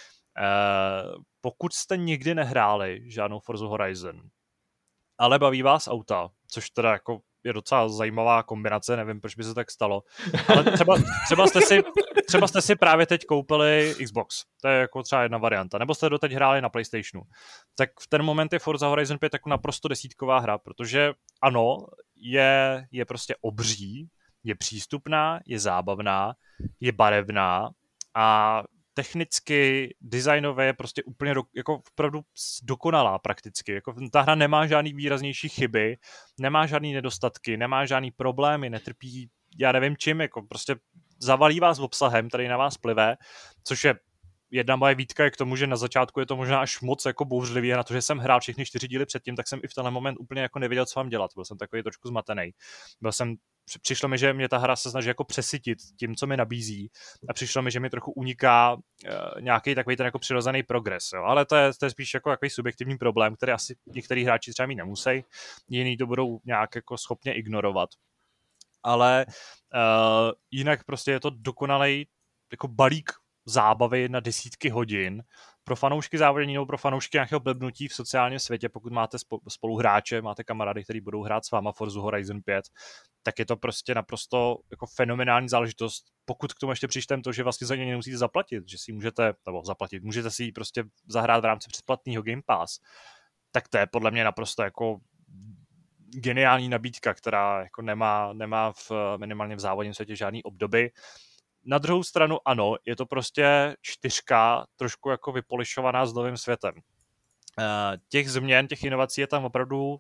Eh, pokud jste nikdy nehráli žádnou Forza Horizon, ale baví vás auta, což teda jako je docela zajímavá kombinace, nevím, proč by se tak stalo. Ale třeba, třeba, jste si, třeba jste si právě teď koupili Xbox, to je jako třeba jedna varianta, nebo jste doteď hráli na PlayStationu. Tak v ten moment je Forza Horizon pět jako naprosto desítková hra, protože ano, je, je prostě obří, je přístupná, je zábavná, je barevná a technicky, designově je prostě úplně do, jako opravdu dokonalá prakticky. Jako ta hra nemá žádný výraznější chyby, nemá žádný nedostatky, nemá žádný problémy, netrpí, já nevím čím, jako prostě zavalí vás obsahem, který na vás plive, což je jedna moje výtka je k tomu, že na začátku je to možná až moc jako bouřlivý a na to, že jsem hrál všechny čtyři díly předtím, tak jsem i v tenhle moment úplně jako nevěděl, co mám dělat. Byl jsem takový trošku zmatený. Byl jsem Přišlo mi, že mě ta hra se snaží jako přesytit tím, co mi nabízí a přišlo mi, že mi trochu uniká uh, nějaký takový ten jako přirozený progres, jo. Ale to je, to je spíš jako takový subjektivní problém, který asi některý hráči třeba mít nemusí, jiný to budou nějak jako schopně ignorovat. Ale uh, jinak prostě je to dokonalej jako balík zábavy na desítky hodin pro fanoušky závodní nebo pro fanoušky nějakého blbnutí v sociálním světě, pokud máte spoluhráče, máte kamarády, kteří budou hrát s váma Forza Horizon pět, tak je to prostě naprosto jako fenomenální záležitost, pokud k tomu ještě přičtem to, že vlastně za ně nemusíte zaplatit, že si můžete, nebo zaplatit, můžete si ji prostě zahrát v rámci předplatného Game Pass, tak to je podle mě naprosto jako geniální nabídka, která jako nemá, nemá v, minimálně v závodním světě žádný obdoby. Na druhou stranu ano, je to prostě čtyřka trošku jako vypolišovaná s novým světem. Těch změn, těch inovací je tam opravdu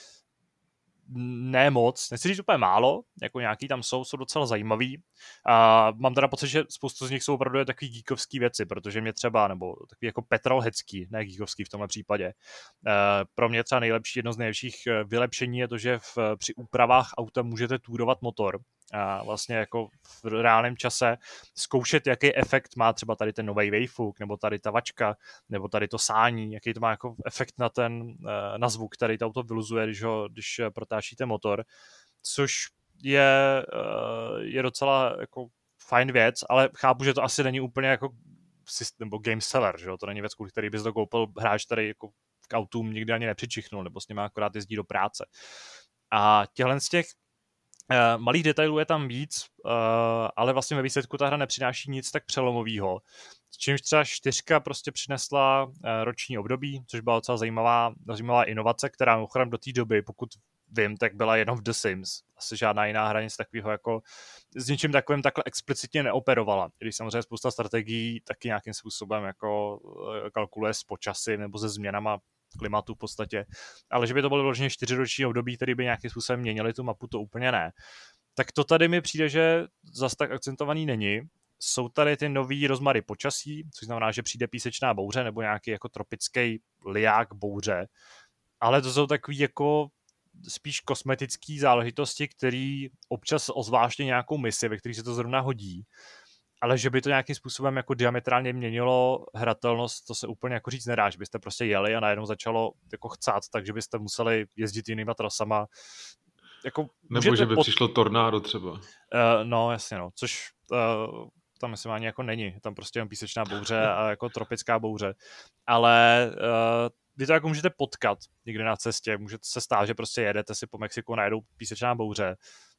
ne moc, nechci říct úplně málo, jako nějaký tam jsou, jsou docela zajímavý. A mám teda pocit, že spoustu z nich jsou opravdu takový geekovský věci, protože mě třeba, nebo takový jako petrolheadský, ne geekovský v tomhle případě. Pro mě třeba nejlepší, jedno z nejlepších vylepšení je to, že v, při úpravách auta můžete túrovat motor a vlastně jako v reálném čase zkoušet, jaký efekt má třeba tady ten nový wavefuk, nebo tady ta vačka, nebo tady to sání, jaký to má jako efekt na ten, na zvuk, který to auto vyluzuje, když ho, když protáčíte motor, což je, je docela jako fajn věc, ale chápu, že to asi není úplně jako systém, nebo game seller, že jo? To není věc, který bys to koupil hráč, který jako k autům nikdy ani nepřičichnul, nebo s nimi akorát jezdí do práce. A těchhle z těch Uh, malých detailů je tam víc, uh, ale vlastně ve výsledku ta hra nepřináší nic tak přelomového. S čímž třeba čtyřka prostě přinesla uh, roční období, což byla docela zajímavá, zajímavá inovace, která mimochodem do té doby, pokud vím, tak byla jenom v The Sims. Asi žádná jiná hra nic takového jako s ničím takovým takhle explicitně neoperovala. Když samozřejmě spousta strategií taky nějakým způsobem jako uh, kalkuluje s počasím nebo se změnama klimatu v podstatě, ale že by to bylo vloženě čtyřiroční období, který by nějakým způsobem měnili tu mapu, to úplně ne. Tak to tady mi přijde, že zas tak akcentovaný není. Jsou tady ty nový rozmary počasí, což znamená, že přijde písečná bouře nebo nějaký jako tropický liák bouře, ale to jsou takový jako spíš kosmetický záležitosti, který občas ozvláště nějakou misi, ve který se to zrovna hodí. Ale že by to nějakým způsobem jako diametrálně měnilo hratelnost, to se úplně jako říct nedá, že byste prostě jeli a najednou začalo jako chcát, takže byste museli jezdit jinýma trasama. Jako, nebo že by pod... přišlo tornádo třeba. Uh, no jasně no, což uh, tam myslím ani jako není, tam prostě jen písečná bouře a jako tropická bouře. Ale uh, vy to jako můžete potkat někde na cestě, můžete se stát, že prostě jedete si po Mexiku, najedou písečná bouře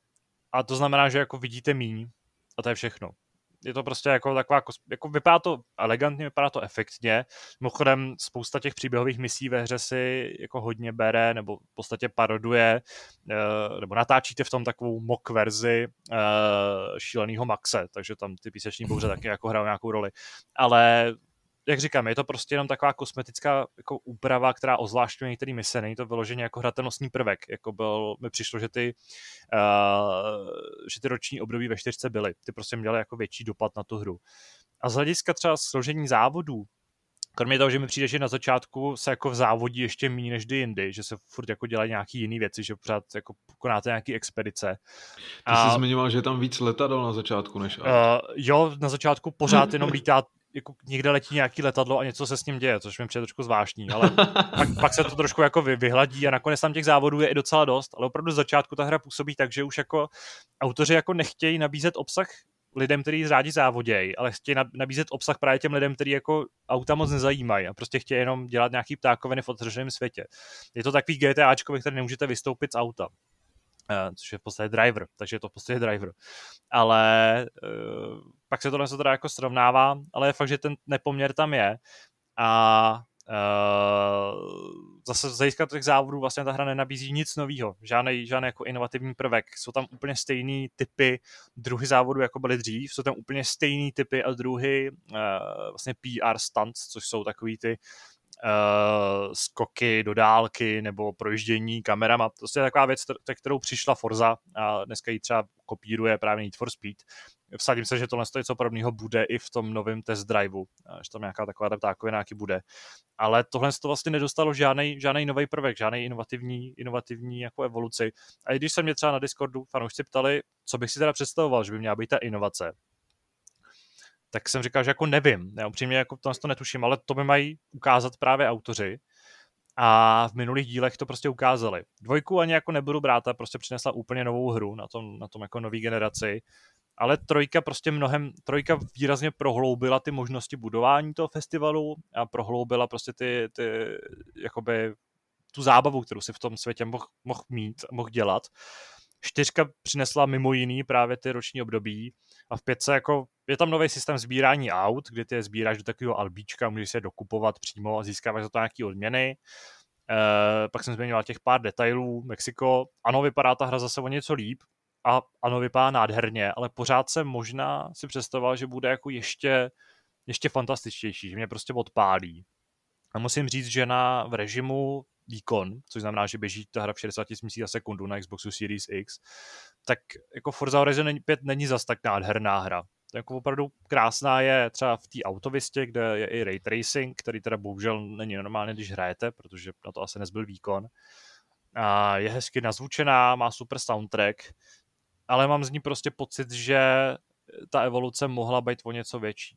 a to znamená, že jako vidíte míň a to je všechno. Je to prostě jako taková, jako vypadá to elegantně, vypadá to efektně. Mimochodem spousta těch příběhových misí ve hře si jako hodně bere, nebo v podstatě paroduje, nebo natáčíte v tom takovou mock verzi šílenýho Maxe, takže tam ty píseční bouře taky jako hrajou nějakou roli. Ale jak říkám, je to prostě jenom taková kosmetická jako úprava, která ozvláštňuje některé mise, není to vyloženě jako hratelnostní prvek, jako byl, mi přišlo, že ty, uh, že ty roční období ve čtyřce byly, ty prostě měly jako větší dopad na tu hru. A z hlediska třeba složení závodů, kromě toho, že mi přijde, že na začátku se jako v závodí ještě méně než kdy jindy, že se furt jako dělají nějaký jiný věci, že pořád jako konáte nějaký expedice. Ty a... jsi zmiňoval, že je tam víc letadel na začátku než uh, jo, na začátku pořád jenom lítá, jako někde letí nějaký letadlo a něco se s ním děje, což mi přijde trošku zvláštní, ale pak, pak se to trošku jako vy, vyhladí a nakonec tam těch závodů je i docela dost, ale opravdu z začátku ta hra působí tak, že už jako autoři jako nechtějí nabízet obsah lidem, kteří rádi závodějí, ale chtějí nabízet obsah právě těm lidem, kteří jako auta moc nezajímají a prostě chtějí jenom dělat nějaký ptákoviny v otevřeném světě. Je to takový GTAčko, ve kterém nemůžete vystoupit z auta, uh, což je v podstatě driver, takže je to v podstatě driver. Ale uh, pak se tohle se teda jako srovnává, ale je fakt, že ten nepoměr tam je a Uh, zase z hlediska těch závodů vlastně ta hra nenabízí nic novýho, žádný, žádný jako inovativní prvek, jsou tam úplně stejný typy druhy závodů, jako byly dřív, jsou tam úplně stejný typy a druhy uh, vlastně P R stunts, což jsou takový ty uh, skoky do dálky nebo projíždění kamerama, to je taková věc, kterou přišla Forza a dneska ji třeba kopíruje právě Need for Speed. Vsadím se, že tohle něco podobného bude i v tom novém test driveu, že tam nějaká taková ptákovina nějaký bude. Ale tohle to vlastně nedostalo žádný, žádný nový prvek, žádný inovativní, inovativní jako evoluci. A i když se mě třeba na Discordu fanoušci ptali, co bych si teda představoval, že by měla být ta inovace, tak jsem říkal, že jako nevím. Já upřímně jako tohle to netuším, ale to by mají ukázat právě autoři. A v minulých dílech to prostě ukázali. Dvojku ani jako nebudu brát, a prostě přinesla úplně novou hru na tom, na tom jako nový generaci. Ale trojka prostě mnohem, trojka výrazně prohloubila ty možnosti budování toho festivalu a prohloubila prostě ty, ty jakoby tu zábavu, kterou si v tom světě mohl, mohl mít, mohl dělat. Čtyřka přinesla mimo jiný právě ty roční období a v pětce jako je tam nový systém sbírání aut, kdy ty je sbíráš do takového albíčka, můžeš se dokupovat přímo a získáváš za to nějaké odměny. E, pak jsem změnil těch pár detailů. Mexiko, ano, vypadá ta hra zase o něco líp a ano, vypadá nádherně, ale pořád jsem možná si představoval, že bude jako ještě, ještě fantastičtější, že mě prostě odpálí. A musím říct, že na v režimu výkon, což znamená, že běží ta hra v šedesát tisíc za sekundu na Xboxu Series X, tak jako Forza Horizon pět není zas tak nádherná hra. To jako opravdu krásná je třeba v té autovistě, kde je i ray tracing, který teda bohužel není normálně, když hrajete, protože na to asi nezbyl výkon. A je hezky nazvučená, má super soundtrack, ale mám z ní prostě pocit, že ta evoluce mohla být o něco větší.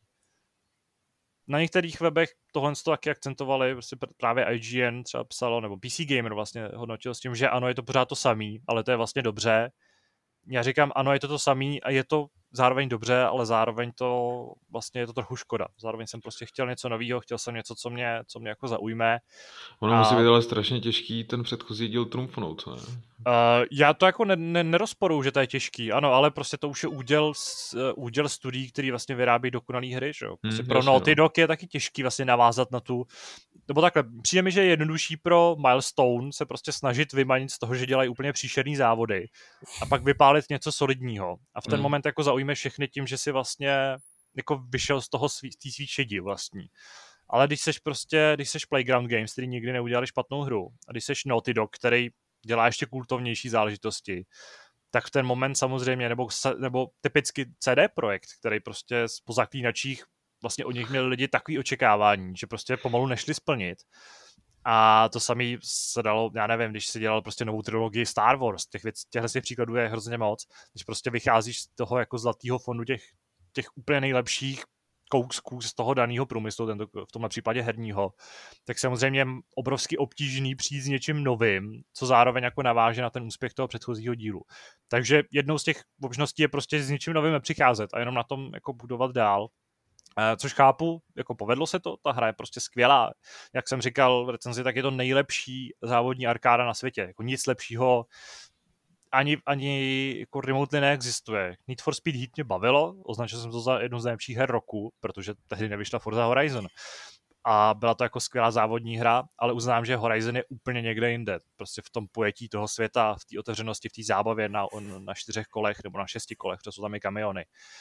Na některých webech tohle to taky akcentovali, prostě právě I G N třeba psalo, nebo P C Gamer vlastně hodnotil s tím, že ano, je to pořád to samý, ale to je vlastně dobře. Já říkám, ano, je to to samý a je to zároveň dobře, ale zároveň to vlastně je to trochu škoda. Zároveň jsem prostě chtěl něco nového, chtěl jsem něco, co mě, co mě jako zaujme. Ono a... musí být ale strašně těžký ten předchozí díl trumfnout, ne? Uh, já to jako ne, ne, nerozporuju, že to je těžký, ano, ale prostě to už je úděl, uh, úděl studií, který vlastně vyrábí dokonalý hry, že jo. Prostě hmm, pro Naughty Dog je taky těžký vlastně navázat na tu, nebo takhle, přijde mi, že je jednodušší pro Milestone se prostě snažit vymanit z toho, že dělají úplně příšerný závody a pak vypálit něco solidního a v ten hmm. moment jako zaujme všechny tím, že si vlastně jako vyšel z toho svý, tý svý šedi vlastní. Ale když seš prostě, když seš Playground Games, který nikdy neudělali špatnou hru a když seš Naughty Dog, který dělá ještě kultovnější záležitosti, tak v ten moment samozřejmě, nebo, nebo typicky C D Projekt, který prostě po Zaklínačích vlastně od nich měli lidi takový očekávání, že prostě pomalu nešli splnit. A to samé se dalo, já nevím, když si dělal prostě novou trilogii Star Wars, těch věc, těchhle těch příkladů je hrozně moc, když prostě vycházíš z toho jako zlatého fondu těch, těch úplně nejlepších kousků z toho daného průmyslu, tento, v tomhle případě herního, tak samozřejmě je obrovsky obtížný přijít s něčím novým, co zároveň jako naváže na ten úspěch toho předchozího dílu. Takže jednou z těch možností je prostě s něčím novým nepřicházet a jenom na tom jako budovat dál. Což chápu, jako povedlo se to, ta hra je prostě skvělá. Jak jsem říkal v recenzi, tak je to nejlepší závodní arkáda na světě. Jako nic lepšího ani, ani jako remotely neexistuje. Need for Speed Heat mě bavilo, označil jsem to za jednu z nejlepších her roku, protože tehdy nevyšla Forza Horizon. A byla to jako skvělá závodní hra, ale uznám, že Horizon je úplně někde jinde. Prostě v tom pojetí toho světa, v té otevřenosti, v té zábavě na, na čtyřech kolech nebo na šesti kolech, protože jsou tam i kamiony.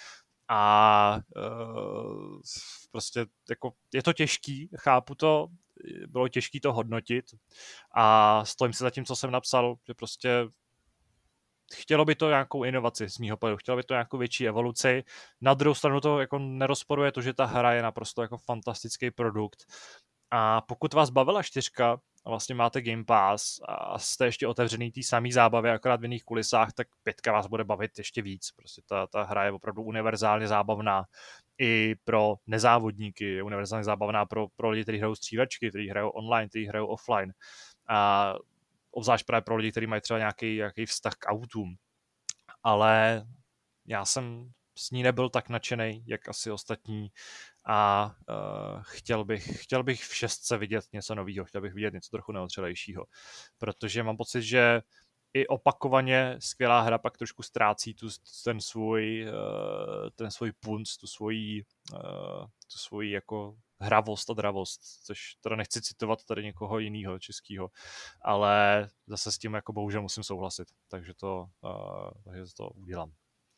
a uh, prostě jako je to těžký, chápu to, bylo těžký to hodnotit a stojím si za tím, co jsem napsal, že prostě chtělo by to nějakou inovaci z mýho pohledu, chtělo by to nějakou větší evoluci. Na druhou stranu to jako nerozporuje to, že ta hra je naprosto jako fantastický produkt. A pokud vás bavila čtyřka a vlastně máte Game Pass a jste ještě otevřený té samé zábavě, akorát v jiných kulisách, tak pětka vás bude bavit ještě víc. Prostě ta, ta hra je opravdu univerzálně zábavná i pro nezávodníky, je univerzálně zábavná pro, pro lidi, kteří hrajou střílečky, kteří hrajou online, kteří hrajou offline. A obzvlášť právě pro lidi, kteří mají třeba nějaký, nějaký vztah k autům. Ale já jsem s ní nebyl tak nadšenej, jak asi ostatní a uh, chtěl bych, chtěl bych v šestce vidět něco nového, chtěl bych vidět něco trochu neotřelejšího, protože mám pocit, že i opakovaně skvělá hra pak trošku ztrácí tu, ten svůj uh, ten svůj punc, tu svoji uh, tu svoji jako hravost a dravost, což teda nechci citovat tady někoho jiného českého, ale zase s tím jako bohužel musím souhlasit, takže to, uh, takže to udělám.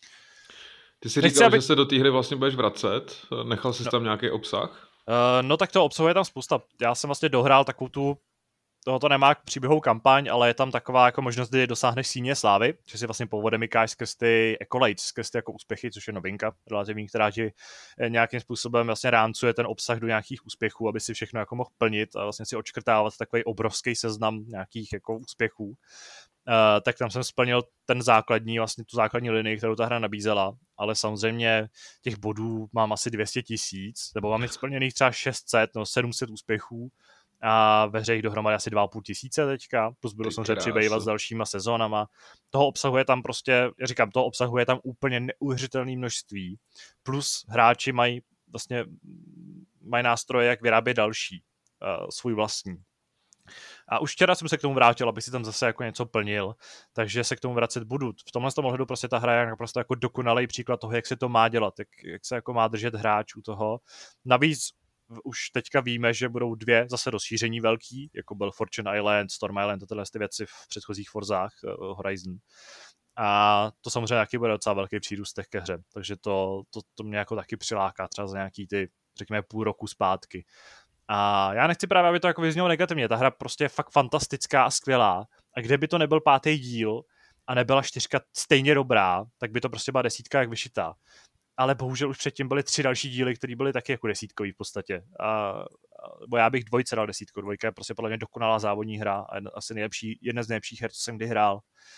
Ty jsi Nechci, říkal, aby... že se do té hry vlastně budeš vracet, nechal jsi no. tam nějaký obsah? Uh, no tak to obsahuje tam spousta. Já jsem vlastně dohrál takovou tu, tohoto nemá příběhovou kampaň, ale je tam taková jako možnost, kdy dosáhneš síně slávy, že si vlastně povodemikáš skrz ty accolades, skrz ty jako úspěchy, což je novinka relativní, která ti nějakým způsobem vlastně rámcuje ten obsah do nějakých úspěchů, aby si všechno jako mohl plnit a vlastně si odškrtávat takový obrovský seznam nějakých jako úspěchů. Uh, tak tam jsem splnil ten základní, vlastně tu základní linii, kterou ta hra nabízela, ale samozřejmě těch bodů mám asi dvě stě tisíc, nebo mám jich splněných třeba šest set, no sedm set úspěchů a ve hře jich dohromady asi dva a půl tisíce teďka, plus budu samozřejmě přibývat s dalšíma sezónama. Toho obsahuje tam prostě, já říkám, toho obsahuje tam úplně neuvěřitelné množství, plus hráči mají vlastně mají nástroje, jak vyrábět další, uh, svůj vlastní. A už včera jsem se k tomu vrátil, abych si tam zase jako něco plnil, takže se k tomu vracet budu. V tomhle tom ohledu prostě ta hra je naprosto jako dokonalý příklad toho, jak se to má dělat, jak, jak se jako má držet hráčů toho. Navíc už teďka víme, že budou dvě zase rozšíření velký, jako byl Fortune Island, Storm Island a tyhle ty věci v předchozích Forzách uh, Horizon. A to samozřejmě taky bude docela velký přírůstek ke hře, takže to, to, to mě jako taky přiláká třeba za nějaký ty, řekněme, půl roku zpátky. A já nechci právě, aby to jako vyznělo negativně. Ta hra prostě je fakt fantastická a skvělá. A kde by to nebyl pátý díl a nebyla čtyřka stejně dobrá, tak by to prostě byla desítka jak vyšitá. Ale bohužel už předtím byly tři další díly, které byly taky jako desítkový v podstatě. A, bo já bych dvojce dal desítku. Dvojka je prostě podle mě dokonalá závodní hra a asi nejlepší, jedna z nejlepších her, co jsem kdy hrál.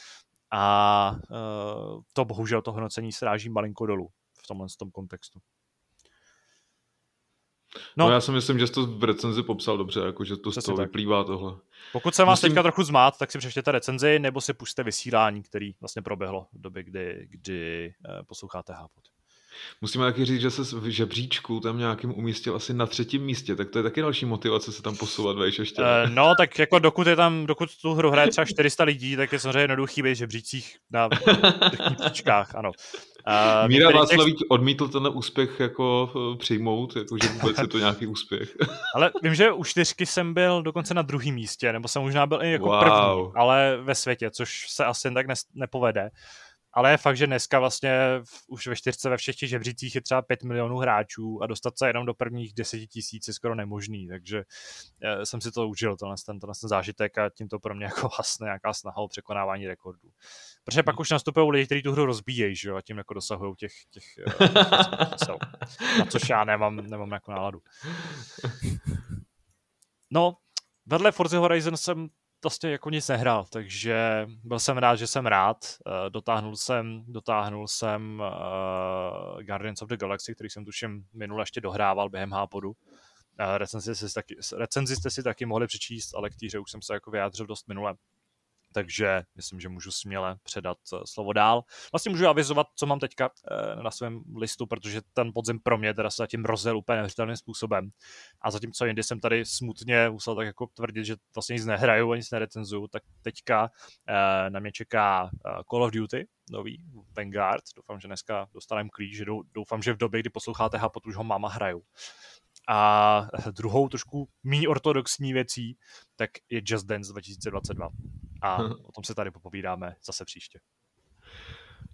A uh, to bohužel to hodnocení sráží malinko dolů v tomhle tom kontextu. No, no já si myslím, že jsi to v recenzi popsal dobře, jako že to z toho vyplývá tohle. Pokud se vás Musím... teďka trochu zmát, tak si přečtěte recenzi, nebo si pusťte vysílání, který vlastně proběhlo v době, kdy, kdy eh, posloucháte Hápot. Musíme taky říct, že se v žebříčku tam nějakým umístil asi na třetím místě, tak to je taky další motivace se tam posouvat, vejš ještě. Uh, no, tak jako dokud je tam, dokud tu hru hraje třeba čtyři sta lidí, tak je samozřejmě jednoduchý být v žebřících na těch příčkách, ano. Uh, Míra Václavík těch... odmítl ten úspěch jako přijmout, jako že vůbec je to nějaký úspěch. Ale vím, že u čtyřky jsem byl dokonce na druhém místě, nebo jsem možná byl i jako wow. první, ale ve světě, což se asi tak ne- nepovede. Ale je fakt, že dneska vlastně v, už ve čtyřce ve všech těch žebřících je třeba pět milionů hráčů a dostat se jenom do prvních deset tisíc je skoro nemožný, takže e, jsem si to užil, tenhle ten, tenhle ten zážitek a tím to pro mě jako vlastně nějaká snaha o překonávání rekordů. Protože pak už nastupují lidi, kteří tu hru rozbíjejí, že jo, a tím jako dosahují těch, těch, těch čísel. Na což já nemám, nemám jako náladu. No, vedle Forza Horizon jsem vlastně jako nic nehrál, takže byl jsem rád, že jsem rád. Uh, dotáhnul jsem, dotáhnul jsem uh, Guardians of the Galaxy, který jsem tuším minule ještě dohrával během Hápodu. Uh, recenzi, jste si taky, recenzi jste si taky mohli přečíst, ale k týře už jsem se jako vyjádřil dost minule. Takže myslím, že můžu směle předat slovo dál. Vlastně můžu avizovat, co mám teďka na svém listu, protože ten podzim pro mě teda se zatím rozjel úplně neuvěřitelným způsobem. A zatímco jindy jsem tady smutně musel tak jako tvrdit, že vlastně nic nehraju a nic nerecenzuju, tak teďka na mě čeká Call of Duty, nový Vanguard. Doufám, že dneska dostaneme klíč, že doufám, že v době, kdy posloucháte Hápot, už ho máma hraju. A druhou trošku méně ortodoxní věcí, tak je Just Dance dva tisíce dvacet dva. A o tom se tady popovídáme zase příště.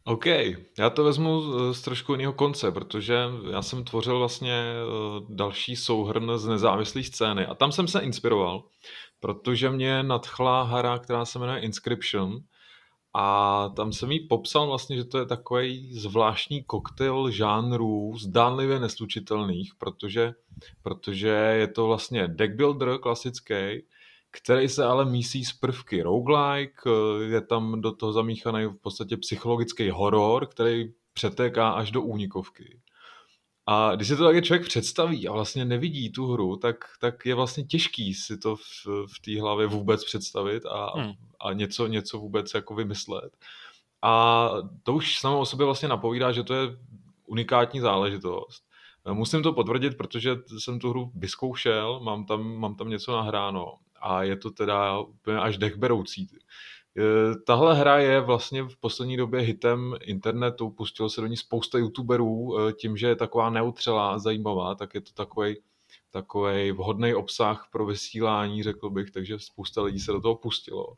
OK, já to vezmu z trošku jiného konce, protože já jsem tvořil vlastně další souhrn z nezávislé scény a tam jsem se inspiroval, protože mě nadchla hra, která se jmenuje Inscription a tam jsem jí popsal vlastně, že to je takový zvláštní koktejl žánrů zdánlivě neslučitelných, protože, protože je to vlastně deck builder klasický, který se ale mísí z prvky roguelike, je tam do toho zamíchaný v podstatě psychologický horor, který přetéká až do únikovky. A když se to také člověk představí a vlastně nevidí tu hru, tak, tak je vlastně těžký si to v, v té hlavě vůbec představit a, hmm. a něco, něco vůbec jako vymyslet. A to už samo o sobě vlastně napovídá, že to je unikátní záležitost. Musím to potvrdit, protože jsem tu hru vyzkoušel, mám tam, mám tam něco nahráno a je to teda úplně až dechberoucí. Tahle hra je vlastně v poslední době hitem internetu, pustilo se do ní spousta youtuberů, tím, že je taková neotřelá, zajímavá, tak je to takovej, takovej vhodný obsah pro vysílání, řekl bych, takže spousta lidí se do toho pustilo.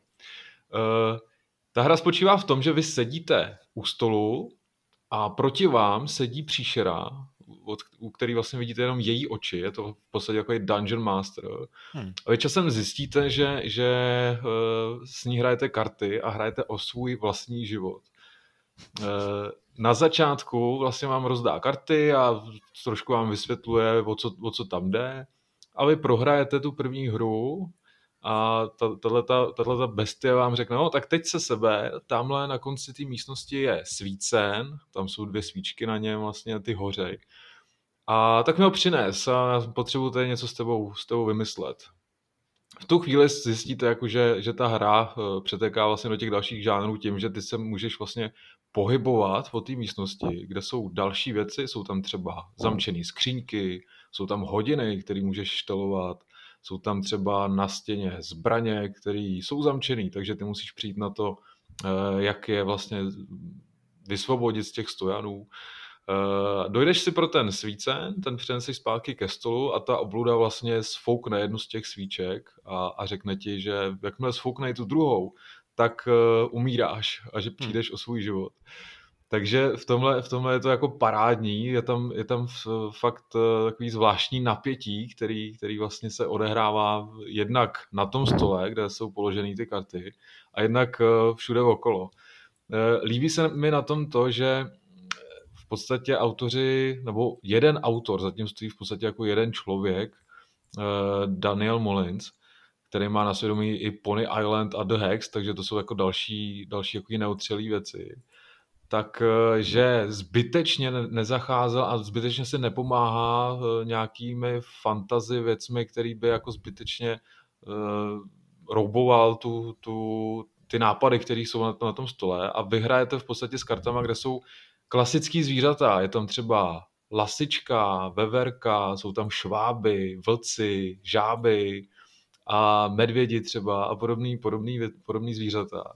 Ta hra spočívá v tom, že vy sedíte u stolu a proti vám sedí příšera, od, u který vlastně vidíte jenom její oči, je to v podstatě jako Dungeon Master. Hmm. A vy časem zjistíte, že, že uh, s ní hrajete karty a hrajete o svůj vlastní život. Uh, na začátku vlastně vám rozdá karty a trošku vám vysvětluje, o co, o co tam jde. A vy prohrajete tu první hru a tato bestie vám řekne, no tak teď se sebe, tamhle na konci té místnosti je svícen, tam jsou dvě svíčky na něm, vlastně ty hořej. A tak mi ho přines a potřebuji tady něco s tebou, s tebou vymyslet. V tu chvíli zjistíte, jako že, že ta hra přetéká vlastně do těch dalších žánrů tím, že ty se můžeš vlastně pohybovat po té místnosti, kde jsou další věci, jsou tam třeba zamčené skříňky, jsou tam hodiny, které můžeš štelovat, jsou tam třeba na stěně zbraně, které jsou zamčené, takže ty musíš přijít na to, jak je vlastně vysvobodit z těch stojanů. Dojdeš si pro ten svícen, ten přineseš zpátky ke stolu a ta obluda vlastně sfoukne jednu z těch svíček a, a řekne ti, že jakmile sfoukne tu druhou, tak umíráš a že přijdeš hmm. o svůj život. Takže v tomhle, v tomhle je to jako parádní, je tam, je tam fakt takový zvláštní napětí, který, který vlastně se odehrává jednak na tom stole, kde jsou položené ty karty, a jednak všude okolo. Líbí se mi na tom to, že v podstatě autoři, nebo jeden autor, zatím stojí v podstatě jako jeden člověk, Daniel Mullins, který má na svědomí i Pony Island a The Hex, takže to jsou jako další, další jako neotřelý věci. Takže zbytečně nezacházel a zbytečně si nepomáhá nějakými fantasy věcmi, který by jako zbytečně uh, rouboval tu, tu, ty nápady, které jsou na, na tom stole a vyhrajete v podstatě s kartama, kde jsou klasický zvířata. Je tam třeba lasička, veverka, jsou tam šváby, vlci, žáby a medvědi třeba a podobný, podobný, podobný zvířata.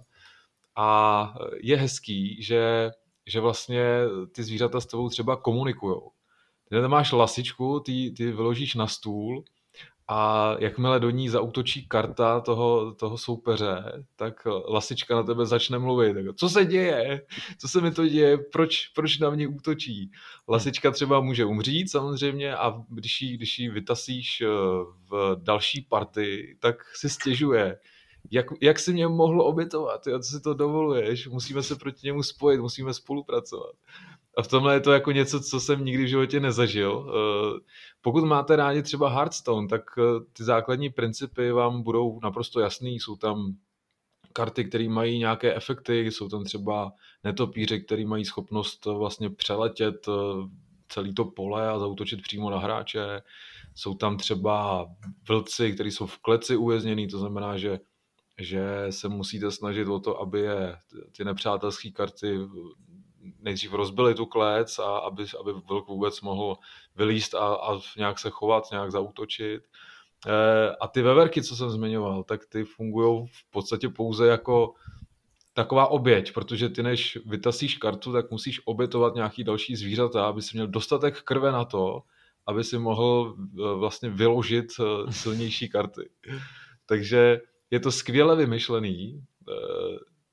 A je hezký, že, že vlastně ty zvířata s tebou třeba komunikujou. Ty tam máš lasičku, ty, ty vyložíš na stůl a jakmile do ní zaútočí karta toho, toho soupeře, tak lasička na tebe začne mluvit. Tak, co se děje? Co se mi to děje? Proč, proč na mě útočí? Lasička třeba může umřít samozřejmě a když ji, když ji vytasíš v další partii, tak si stěžuje. Jak, jak jsi mě mohl obětovat? Jo? Co si to dovoluješ? Musíme se proti němu spojit, musíme spolupracovat. A v tomhle je to jako něco, co jsem nikdy v životě nezažil. Pokud máte rádi třeba Hearthstone, tak ty základní principy vám budou naprosto jasný. Jsou tam karty, které mají nějaké efekty, jsou tam třeba netopíři, který mají schopnost vlastně přeletět celý to pole a zaútočit přímo na hráče. Jsou tam třeba vlci, kteří jsou v kleci uvězněný, to znamená, že že se musíte snažit o to, aby je ty nepřátelské karty nejdřív rozbily tu klec a aby, aby vlk vůbec mohl vylízt a, a nějak se chovat, nějak zaútočit. E, a ty veverky, co jsem zmiňoval, tak ty fungují v podstatě pouze jako taková oběť, protože ty než vytasíš kartu, tak musíš obětovat nějaký další zvířata, aby si měl dostatek krve na to, aby si mohl vlastně vyložit silnější karty. Takže je to skvěle vymyšlený.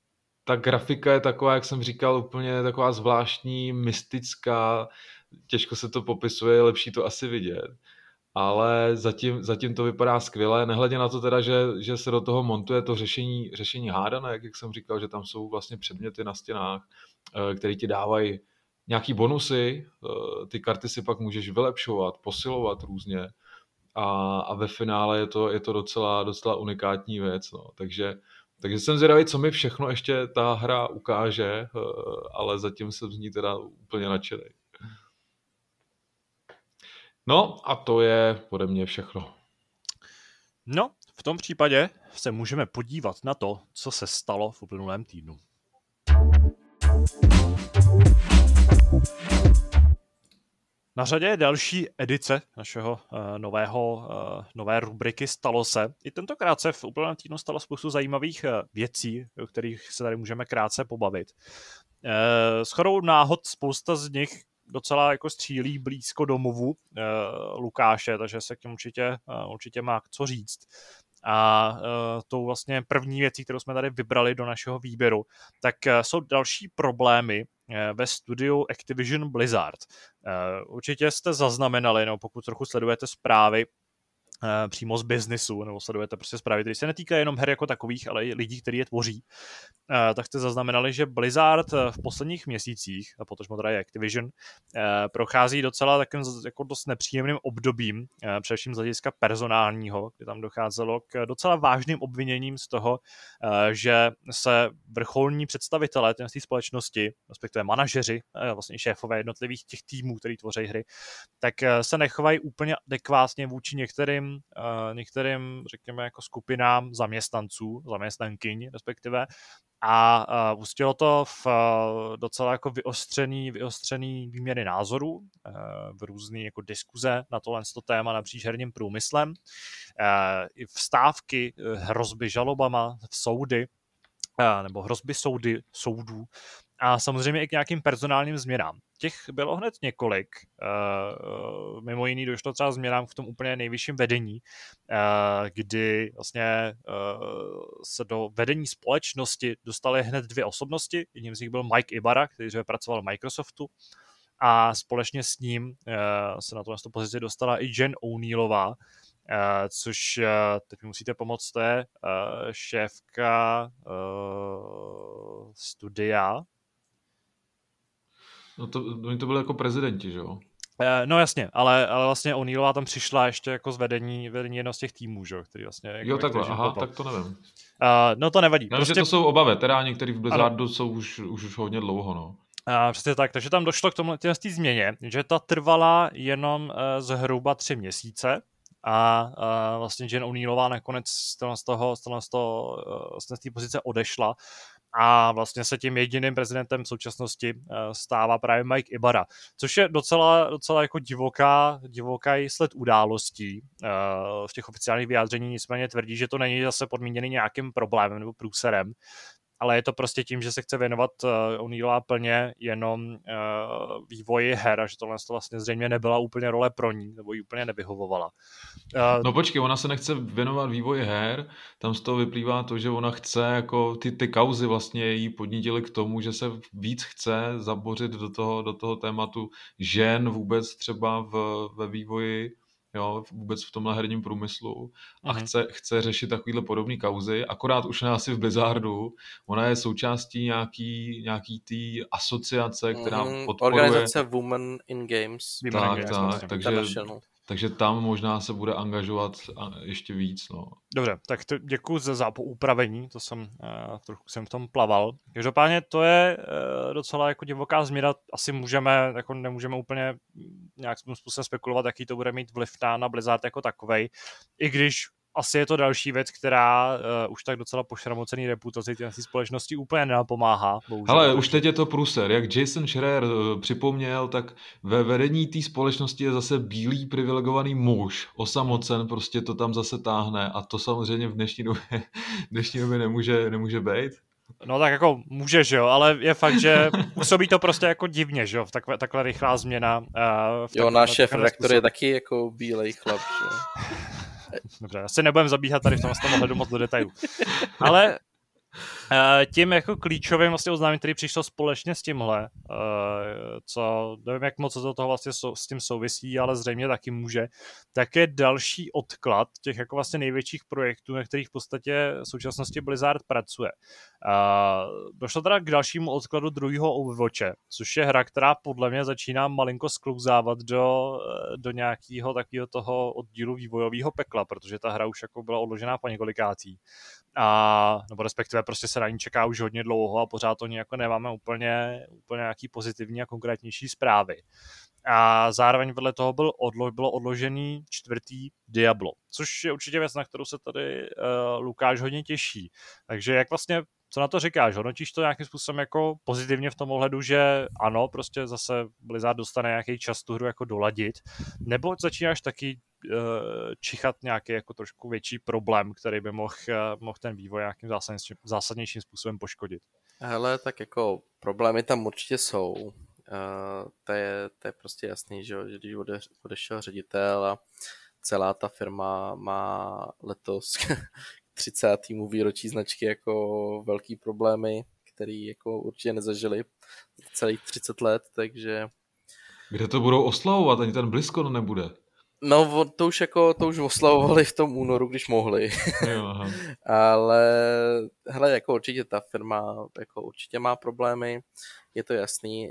ta grafika je taková, jak jsem říkal, úplně taková zvláštní, mystická, těžko se to popisuje, je lepší to asi vidět. Ale zatím, zatím to vypadá skvěle, nehledě na to teda, že, že se do toho montuje to řešení, řešení hádané, jak, jak jsem říkal, že tam jsou vlastně předměty na stěnách, které ti dávají nějaký bonusy, ty karty si pak můžeš vylepšovat, posilovat různě a, a ve finále je to, je to docela, docela unikátní věc, no. takže, takže jsem zvědavý, co mi všechno ještě ta hra ukáže, ale zatím jsem z ní teda úplně nadšený. No a to je ode mě všechno. No, v tom případě se můžeme podívat na to, co se stalo v uplynulém týdnu. Na řadě je další edice našeho uh, nového, uh, nové rubriky Stalo se. I tentokrát se v uplynulém týdnu stalo spoustu zajímavých uh, věcí, o kterých se tady můžeme krátce pobavit. Uh, shodou náhod spousta z nich docela jako střílí blízko domovu uh, Lukáše, takže se k němu určitě, uh, určitě má co říct. A uh, tou vlastně první věcí, kterou jsme tady vybrali do našeho výběru, tak uh, jsou další problémy uh, ve studiu Activision Blizzard. Uh, určitě jste zaznamenali, no, pokud trochu sledujete zprávy uh, přímo z biznisu, nebo sledujete prostě zprávy, které se netýkají jenom her jako takových, ale i lidí, kteří je tvoří, uh, tak jste zaznamenali, že Blizzard v posledních měsících, a potažmo teda je Activision, uh, prochází docela takovým jako dost nepříjemným obdobím, uh, především z hlediska personálního, kdy tam docházelo k docela vážným obviněním z toho, uh, že se vrcholní představitelé té společnosti, respektive manažeři, uh, vlastně šéfové jednotlivých těch týmů, který tvoří hry, tak uh, se nechovají úplně adekvátně vůči některým, uh, některým, řekněme, jako skupinám zaměstnanců, zaměstnankyň, respektive, a uh, pustilo to v uh, docela jako vyostřený, vyostřený výměny názorů, uh, v různý jako diskuze na tohle téma napříč herním průmyslem, uh, i vstávky, uh, hrozby žalobama v soudy, uh, nebo hrozby soudy, soudů, a samozřejmě i k nějakým personálním změnám. Těch bylo hned několik. Uh, mimo jiný došlo třeba změnám v tom úplně nejvyšším vedení, uh, kdy vlastně uh, se do vedení společnosti dostaly hned dvě osobnosti. Jedním z nich byl Mike Ibarra, který pracoval v Microsoftu, a společně s ním uh, se na tuhle pozici dostala i Jen O'Neillová, uh, což uh, teď mi musíte pomoct, to je uh, šéfka uh, studia. No to, oni to byli jako prezidenti, že jo? No jasně, ale, ale vlastně O'Neillová tam přišla ještě jako z vedení, vedení jednoho z těch týmů, že? Který vlastně... Jako jo, takhle, aha, popal. Tak to nevím. Uh, no to nevadí. No, prostě... že to jsou oba veteráni, který v Blizzardu ano. jsou už, už, už hodně dlouho, no. Uh, přesně tak, takže tam došlo k tomu té změně, že ta trvala jenom uh, zhruba tři měsíce a uh, vlastně Jen O'Neillová nakonec z toho, z toho, z toho, z té pozice odešla. A vlastně se tím jediným prezidentem v současnosti stává právě Mike Ibarra, což je docela, docela jako divoká, divoká sled událostí v těch oficiálních vyjádření, nicméně tvrdí, že to není zase podmíněný nějakým problémem nebo průserem, ale je to prostě tím, že se chce věnovat uh, O'Neillová plně jenom uh, vývoji her a že tohle vlastně zřejmě nebyla úplně role pro ní, nebo jí úplně nevyhovovala. Uh, no počkej, ona se nechce věnovat vývoji her, tam z toho vyplývá to, že ona chce, jako ty, ty kauzy vlastně jí podnítily k tomu, že se víc chce zabořit do toho, do toho tématu žen vůbec třeba v, ve vývoji, jo, vůbec v tomhle herním průmyslu a uh-huh. chce, chce řešit takovýhle podobný kauzy, akorát už ne asi v Blizzardu, ona je součástí nějaký, nějaký tý asociace, která uh-huh. podporuje... Organizace Women in Games. Tak, tak, tak vlastně. takže, takže tam možná se bude angažovat ještě víc, no. Dobře, tak to děkuji za, za poupravení, to jsem, uh, trochu jsem v tom plaval. Každopádně to je uh, docela jako divoká změna, asi můžeme, jako nemůžeme úplně nějakým způsobem spekulovat, jaký to bude mít vliv na Blizzard jako takovej, i když asi je to další věc, která uh, už tak docela pošramocený reputaci té společnosti úplně nenapomáhá. Ale už teď je to průser. Jak Jason Schreier uh, připomněl, tak ve vedení té společnosti je zase bílý privilegovaný muž. Osamocen, prostě to tam zase táhne a to samozřejmě v dnešní době, dnešní době nemůže, nemůže být. No tak jako může, že jo, ale je fakt, že působí to prostě jako divně, že jo, takhle, takhle rychlá změna. Uh, jo, náš šéf redaktor je taky jako bílej chlap, že jo. Dobře, asi nebudem zabíhat tady v tom ohledu moc do detailů. Ale Tím jako klíčovým vlastně oznámením, který přišlo společně s tímhle, co nevím, jak moc to toho vlastně s tím souvisí, ale zřejmě taky může, tak je další odklad těch jako vlastně největších projektů, na kterých v podstatě v současnosti Blizzard pracuje. Došlo teda k dalšímu odkladu druhého Overwatche, což je hra, která podle mě začíná malinko sklouzávat do, do nějakého takového toho oddílu vývojového pekla, protože ta hra už jako byla odložená po několikátý. A, nebo respektive prostě se na ní čeká už hodně dlouho a pořád to jako nemáme úplně, úplně nějaký pozitivní a konkrétnější zprávy. A zároveň vedle toho byl odlo, bylo odložený čtvrtý Diablo, což je určitě věc, na kterou se tady uh, Lukáš hodně těší. Takže jak vlastně, co na to říkáš? Hodnotíš to nějakým způsobem jako pozitivně v tom ohledu, že ano, prostě zase Blizzard dostane nějaký čas tu hru jako doladit, nebo začínáš taky čichat nějaký jako trošku větší problém, který by mohl, mohl ten vývoj nějakým zásadnějším způsobem poškodit? Hele, tak jako problémy tam určitě jsou. Uh, to, je, to je prostě jasný, že když ode, odešel ředitel a celá ta firma má letos k třicátému výročí značky jako velký problémy, který jako určitě nezažili celých třicet let, takže... Kde to budou oslavovat? Ani ten BlizzCon nebude. No, to už jako, to už oslavovali v tom únoru, když mohli. Jo, aha. Ale hele, jako určitě ta firma jako určitě má problémy, je to jasný.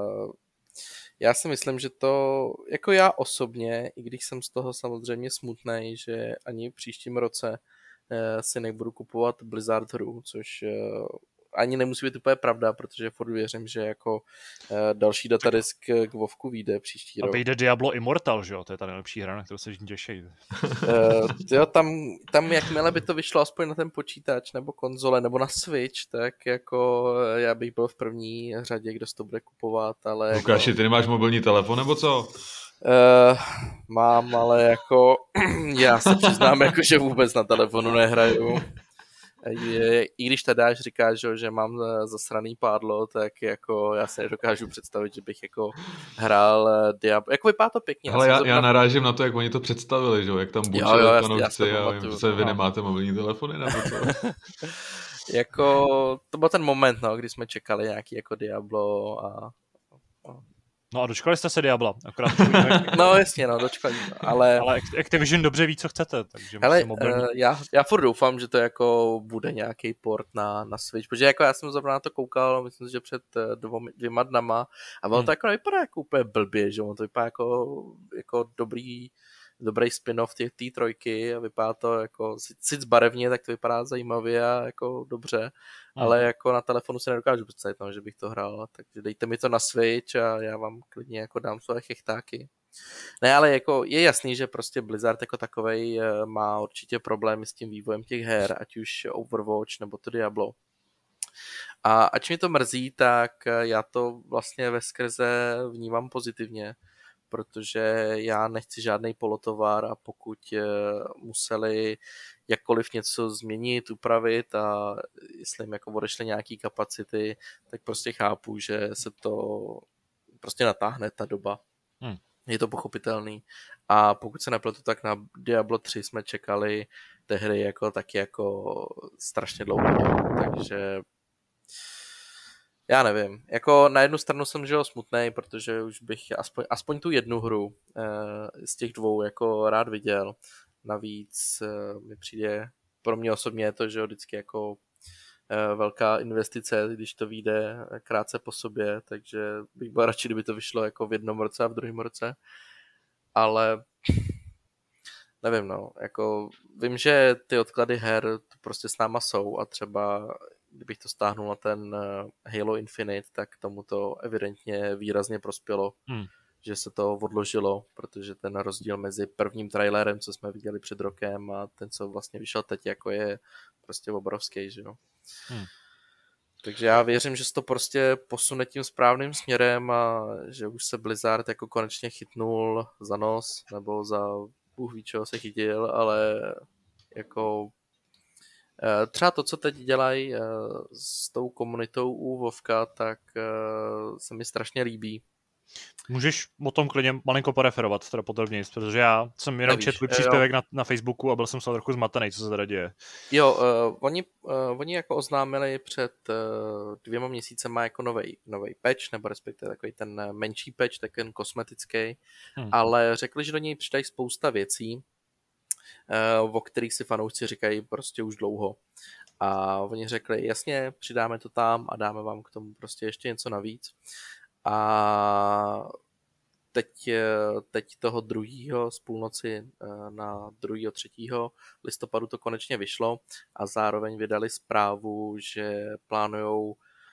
Já si myslím, že to, jako já osobně, i když jsem z toho samozřejmě smutnej, že ani v příštím roce si nebudu kupovat Blizzard hru, což ani nemusí být úplně pravda, protože furt věřím, že jako další datadisk k WoWku vyjde příští rok. A vyjde Diablo Immortal, že jo? To je ta nejlepší hra, na kterou se všichni těší. uh, jo, tam, tam jakmile by to vyšlo aspoň na ten počítač, nebo konzole, nebo na Switch, tak jako já bych byl v první řadě, kdo si to bude kupovat, ale... Lukáši, jako... ty nemáš mobilní telefon, nebo co? Uh, mám, ale jako já se přiznám, jako, že vůbec na telefonu nehraju. Je, i když Tadáš říká, že, že mám zasraný pádlo, tak jako já se nedokážu představit, že bych jako hrál Diablo. Jako vypadá to pěkně. Ale já, já, zrovna... já narážím na to, jak oni to představili, že? Jak tam bučili fanoušci a vím, se vy nemáte mobilní telefony nebo co? Jako to byl ten moment, no, kdy jsme čekali nějaký jako Diablo a... No a dočkali jste se Diabla, akorát. No jasně, no, dočkali. Ale, ale Activision dobře ví, co chcete, takže hele, mobilní... já, já furt doufám, že to jako bude nějaký port na, na Switch, protože jako já jsem zrovna na to koukal, myslím, že před dvou, dvěma dnama a ono hmm. to jako nevypadá jako úplně blbě, že ono to vypadá jako, jako dobrý, dobrý spin-off těch té trojky a vypadá to jako, sice barevně, tak to vypadá zajímavě a jako dobře, hmm. ale jako na telefonu se nedokážu představit, no, že bych to hrál, takže dejte mi to na Switch a já vám klidně jako dám svoje chechtáky. Ne, ale jako je jasný, že prostě Blizzard jako takovej má určitě problémy s tím vývojem těch her, ať už Overwatch nebo to Diablo. A ač mě to mrzí, tak já to vlastně veskrze vnímám pozitivně, protože já nechci žádný polotovar a pokud museli jakkoliv něco změnit, upravit a jestli jim jako odešly nějaký kapacity, tak prostě chápu, že se to prostě natáhne ta doba. Hmm. Je to pochopitelný. A pokud se nepletu, tak na Diablo tři jsme čekali tehdy jako taky jako strašně dlouho, takže já nevím. Jako na jednu stranu jsem žil smutnej, protože už bych aspoň, aspoň tu jednu hru eh, z těch dvou jako rád viděl. Navíc eh, mi přijde, pro mě osobně je to, že vždycky jako eh, velká investice, když to vyjde krátce po sobě, takže bych byl radši, kdyby to vyšlo jako v jednom roce a v druhém roce. Ale nevím, no, jako vím, že ty odklady her prostě s náma jsou a třeba kdybych to stáhnul na ten Halo Infinite, tak tomu to evidentně výrazně prospělo, hmm. že se to odložilo, protože ten rozdíl mezi prvním trailerem, co jsme viděli před rokem a ten, co vlastně vyšel teď, jako je prostě obrovský, že jo. Hmm. Takže já věřím, že se to prostě posune tím správným směrem a že už se Blizzard jako konečně chytnul za nos, nebo za bůh ví, čeho se chytil, ale jako třeba to, co teď dělají s tou komunitou u Vovka, tak se mi strašně líbí. Můžeš o tom klidně malinko poreferovat, teda podrobněji, protože já jsem jenom četl tvůj příspěvek na, na Facebooku a byl jsem se trochu zmatený, co se tady děje. Jo, uh, oni, uh, oni jako oznámili před uh, dvěma měsícema jako nový patch, nebo respektive takový ten menší patch, tak ten kosmetický, hmm. ale řekli, že do něj přidají spousta věcí, uh, o kterých si fanoušci říkají prostě už dlouho. A oni řekli, jasně, přidáme to tam a dáme vám k tomu prostě ještě něco navíc. A teď, teď toho druhého z půlnoci na druhého třetího listopadu to konečně vyšlo a zároveň vydali zprávu, že plánujou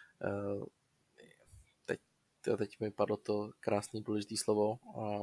teď, teď mi padlo to krásný důležitý slovo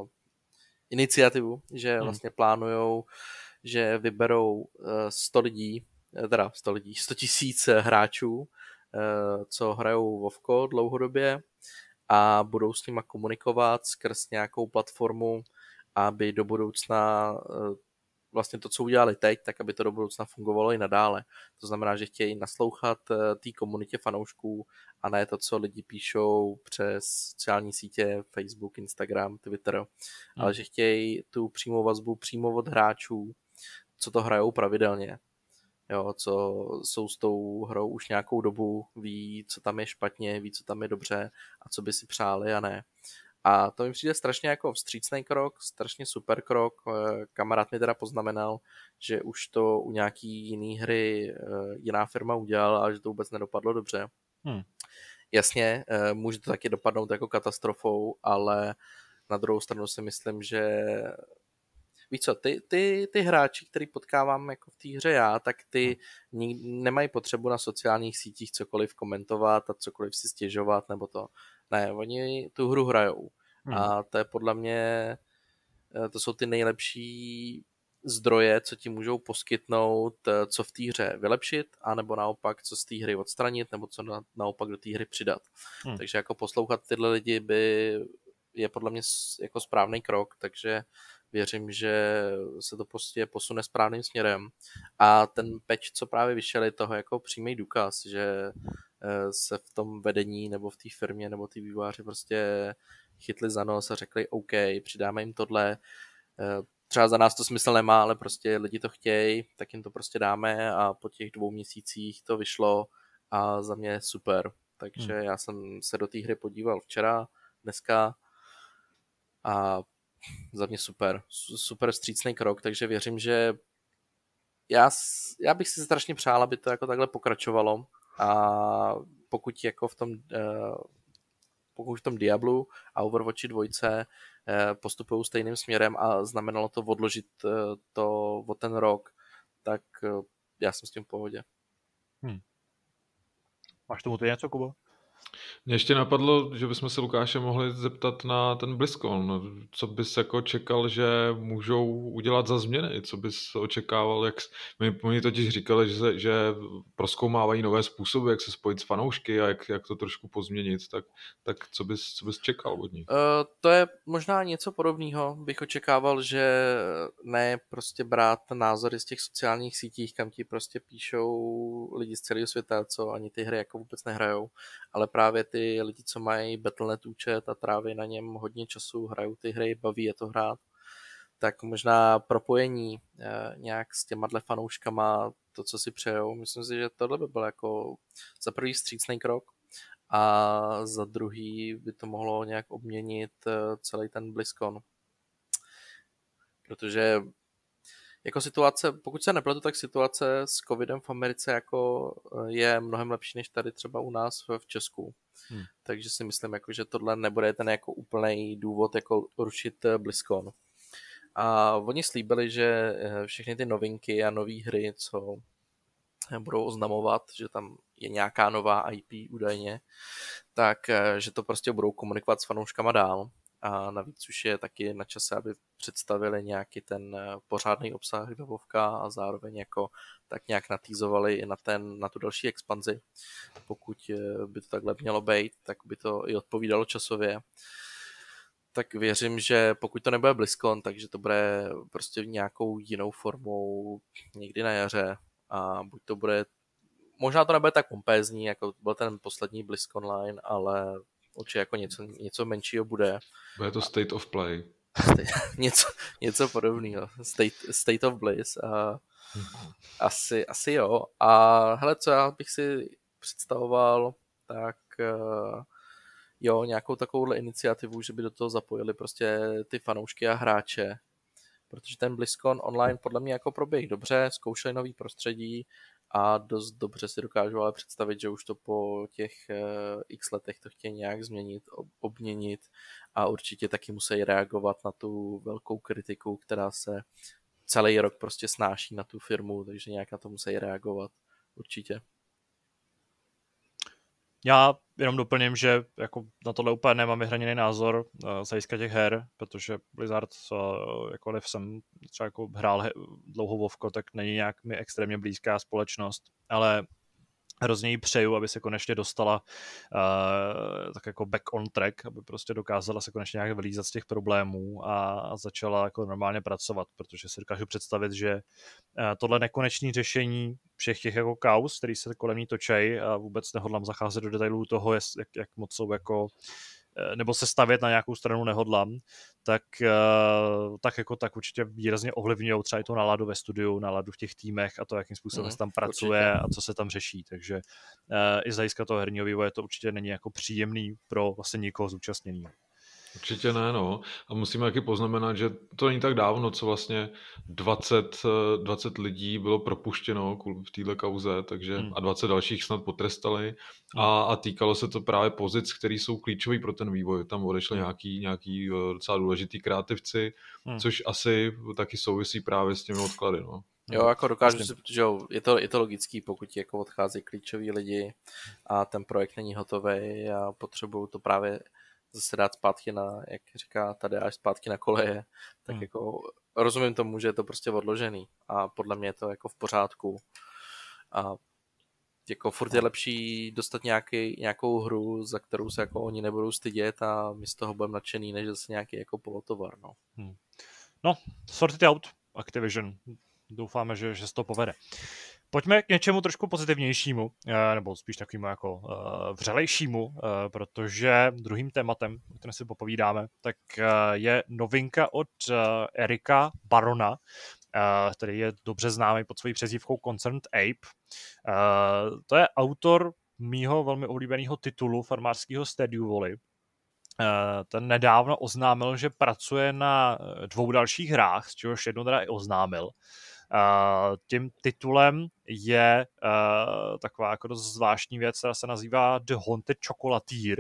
iniciativu, že vlastně plánujou, že vyberou sto lidí, teda sto lidí, sto tisíc hráčů, co hrajou WoWko dlouhodobě a budou s nima komunikovat skrz nějakou platformu, aby do budoucna vlastně to, co udělali teď, tak aby to do budoucna fungovalo i nadále. To znamená, že chtějí naslouchat té komunitě fanoušků a ne to, co lidi píšou přes sociální sítě, Facebook, Instagram, Twitter, hmm. ale že chtějí tu přímou vazbu přímo od hráčů, co to hrajou pravidelně. Jo, co jsou s tou hrou už nějakou dobu, ví, co tam je špatně, ví, co tam je dobře a co by si přáli a ne. A to mi přijde strašně jako vstřícný krok, strašně super krok. Kamarád mi teda poznamenal, že už to u nějaký jiný hry jiná firma udělala a že to vůbec nedopadlo dobře. Hmm. Jasně, může to taky dopadnout jako katastrofou, ale na druhou stranu si myslím, že víš co, ty, ty, ty hráči, který potkávám jako v té hře já, tak ty nik, nemají potřebu na sociálních sítích cokoliv komentovat a cokoliv si stěžovat nebo to. Ne, oni tu hru hrajou. Hmm. A to je podle mě, to jsou ty nejlepší zdroje, co ti můžou poskytnout, co v té hře vylepšit, anebo naopak, co z té hry odstranit, nebo co na, naopak do té hry přidat. Hmm. Takže jako poslouchat tyhle lidi by je podle mě jako správný krok, takže věřím, že se to prostě posune správným směrem. A ten patch, co právě vyšel, je toho jako přímý důkaz, že se v tom vedení nebo v té firmě nebo ty vývojáři prostě chytli za nos a řekli OK, přidáme jim tohle. Třeba za nás to smysl nemá, ale prostě lidi to chtějí, tak jim to prostě dáme a po těch dvou měsících to vyšlo a za mě super. Takže hmm. já jsem se do té hry podíval včera, dneska a za mě super, super vstřícný krok, takže věřím, že já, já bych si strašně přál, aby to jako takhle pokračovalo a pokud jako v tom uh, pokud v tom Diablu a Overwatchi dvojce uh, postupují stejným směrem a znamenalo to odložit uh, to o ten rok, tak uh, já jsem s tím v pohodě. Hmm. Máš tomu ty něco, Kubo? Mně ještě napadlo, že bychom se Lukáše mohli zeptat na ten BlizzCon. Co bys jako čekal, že můžou udělat za změny? Co bys očekával? Jak... My, my totiž říkali, že, se, že prozkoumávají nové způsoby, jak se spojit s fanoušky a jak, jak to trošku pozměnit. Tak, tak co, bys, co bys čekal od nich? Uh, to je možná něco podobného. Bych očekával, že ne prostě brát názory z těch sociálních sítích, kam ti prostě píšou lidi z celého světa, co ani ty hry jako vůbec nehrajou, ale právě ty lidi, co mají Battle dot net účet a tráví na něm hodně času, hrajou ty hry, baví je to hrát, tak možná propojení eh, nějak s těma fanouškama, to, co si přejou. Myslím si, že tohle by byl jako za prvý vstřícný krok a za druhý by to mohlo nějak obměnit eh, celý ten BlizzCon. Protože jako situace, pokud se nepletu, tak situace s covidem v Americe jako je mnohem lepší než tady třeba u nás v Česku. Hmm. Takže si myslím, jako, že tohle nebude ten jako úplný důvod jako rušit BlizzCon. A oni slíbili, že všechny ty novinky a nové hry, co budou oznamovat, že tam je nějaká nová í pé údajně, tak že to prostě budou komunikovat s fanouškama dál. A navíc už je taky na čase, aby představili nějaký ten pořádný obsah do WoWka a zároveň jako tak nějak natýzovali i na, ten, na tu další expanzi. Pokud by to takhle mělo být, tak by to i odpovídalo časově. Tak věřím, že pokud to nebude BlizzCon, takže to bude prostě nějakou jinou formou někdy na jaře. A buď to bude, možná to nebude tak pompézní, jako byl ten poslední BlizzCon line, ale určitě jako něco, něco menšího bude. Bude to State of Play. něco, něco podobného. State, state of Bliss. A asi, asi jo. A hele, co já bych si představoval, tak uh, jo, nějakou takovouhle iniciativu, že by do toho zapojili prostě ty fanoušky a hráče. Protože ten BlizzCon online podle mě jako proběh dobře, zkoušeli nový prostředí a dost dobře si dokážu ale představit, že už to po těch uh, x letech to chtějí nějak změnit, ob- obměnit a určitě taky musí reagovat na tu velkou kritiku, která se celý rok prostě snáší na tu firmu, takže nějak na to musí reagovat. Určitě. Já jenom doplním, že jako na tohle úplně nemám vyhraněný názor uh, z hlediska těch her, protože Blizzard, uh, jakkoliv jsem třeba jako hrál he- dlouho Vovko, tak není nějak mi extrémně blízká společnost, ale hrozně jí přeju, aby se konečně dostala uh, tak jako back on track, aby prostě dokázala se konečně nějak vylízat z těch problémů a, a začala jako normálně pracovat, protože si dokážu představit, že uh, tohle nekonečné řešení všech těch jako kauz, který se kolem ní točí a vůbec nehodlám zacházet do detailů toho, jak, jak moc jsou jako nebo se stavět na nějakou stranu nehodlám, tak, tak jako tak určitě výrazně ovlivňují třeba i tu náladu ve studiu, náladu v těch týmech a to, jakým způsobem mm, se tam pracuje určitě. A co se tam řeší. Takže i z hlediska toho herního vývoje to určitě není jako příjemný pro vlastně nikoho zúčastněného. Určitě ne, no. A musíme taky poznamenat, že to není tak dávno, co vlastně dvacet, dvacet lidí bylo propuštěno v této kauze, takže hmm. a dvacet dalších snad potrestali. Hmm. A, a týkalo se to právě pozic, které jsou klíčové pro ten vývoj. Tam odešli hmm. nějaký, nějaký docela důležitý kreativci, hmm. což asi taky souvisí právě s těmi odklady, no. Jo, jako dokážu si, že jo, je to, je to logický, pokud jako odchází klíčoví lidi a ten projekt není hotový a potřebují to právě zase dát zpátky na, jak říká tady, až zpátky na koleje, tak hmm. jako rozumím tomu, že je to prostě odložený a podle mě je to jako v pořádku a jako furt je lepší dostat nějaký, nějakou hru, za kterou se jako oni nebudou stydět a my z toho budeme nadšený, než zase nějaký jako polotovar, no. Hmm. No, sort it out, Activision. Doufáme, že, že se to povede. Pojďme k něčemu trošku pozitivnějšímu, nebo spíš takovému jako uh, vřelejšímu, uh, protože druhým tématem, o kterém si popovídáme, tak uh, je novinka od uh, Erika Barona, uh, který je dobře známý pod svojí přezdívkou Concerned Ape. Uh, to je autor mýho velmi oblíbeného titulu farmářského Stardew Valley. Uh, ten nedávno oznámil, že pracuje na dvou dalších hrách, z čehož jednu teda i oznámil. Uh, tím titulem je uh, taková jako dost zvláštní věc, která se nazývá The Haunted Chocolatier,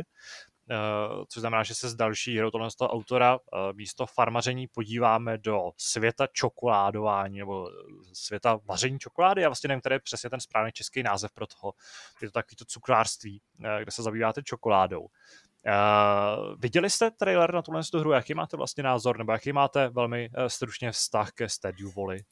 uh, což znamená, že se s další hrou tohle z toho autora uh, místo farmaření podíváme do světa čokoládování nebo světa vaření čokolády. Já vlastně nevím, který je přesně ten správný český název pro toho. Je to takový to cukrářství, uh, kde se zabýváte čokoládou. Uh, viděli jste trailer na tuhle hru? Jaký máte vlastně názor? Nebo jaký máte velmi uh, stručně vztah ke Stardew Valley?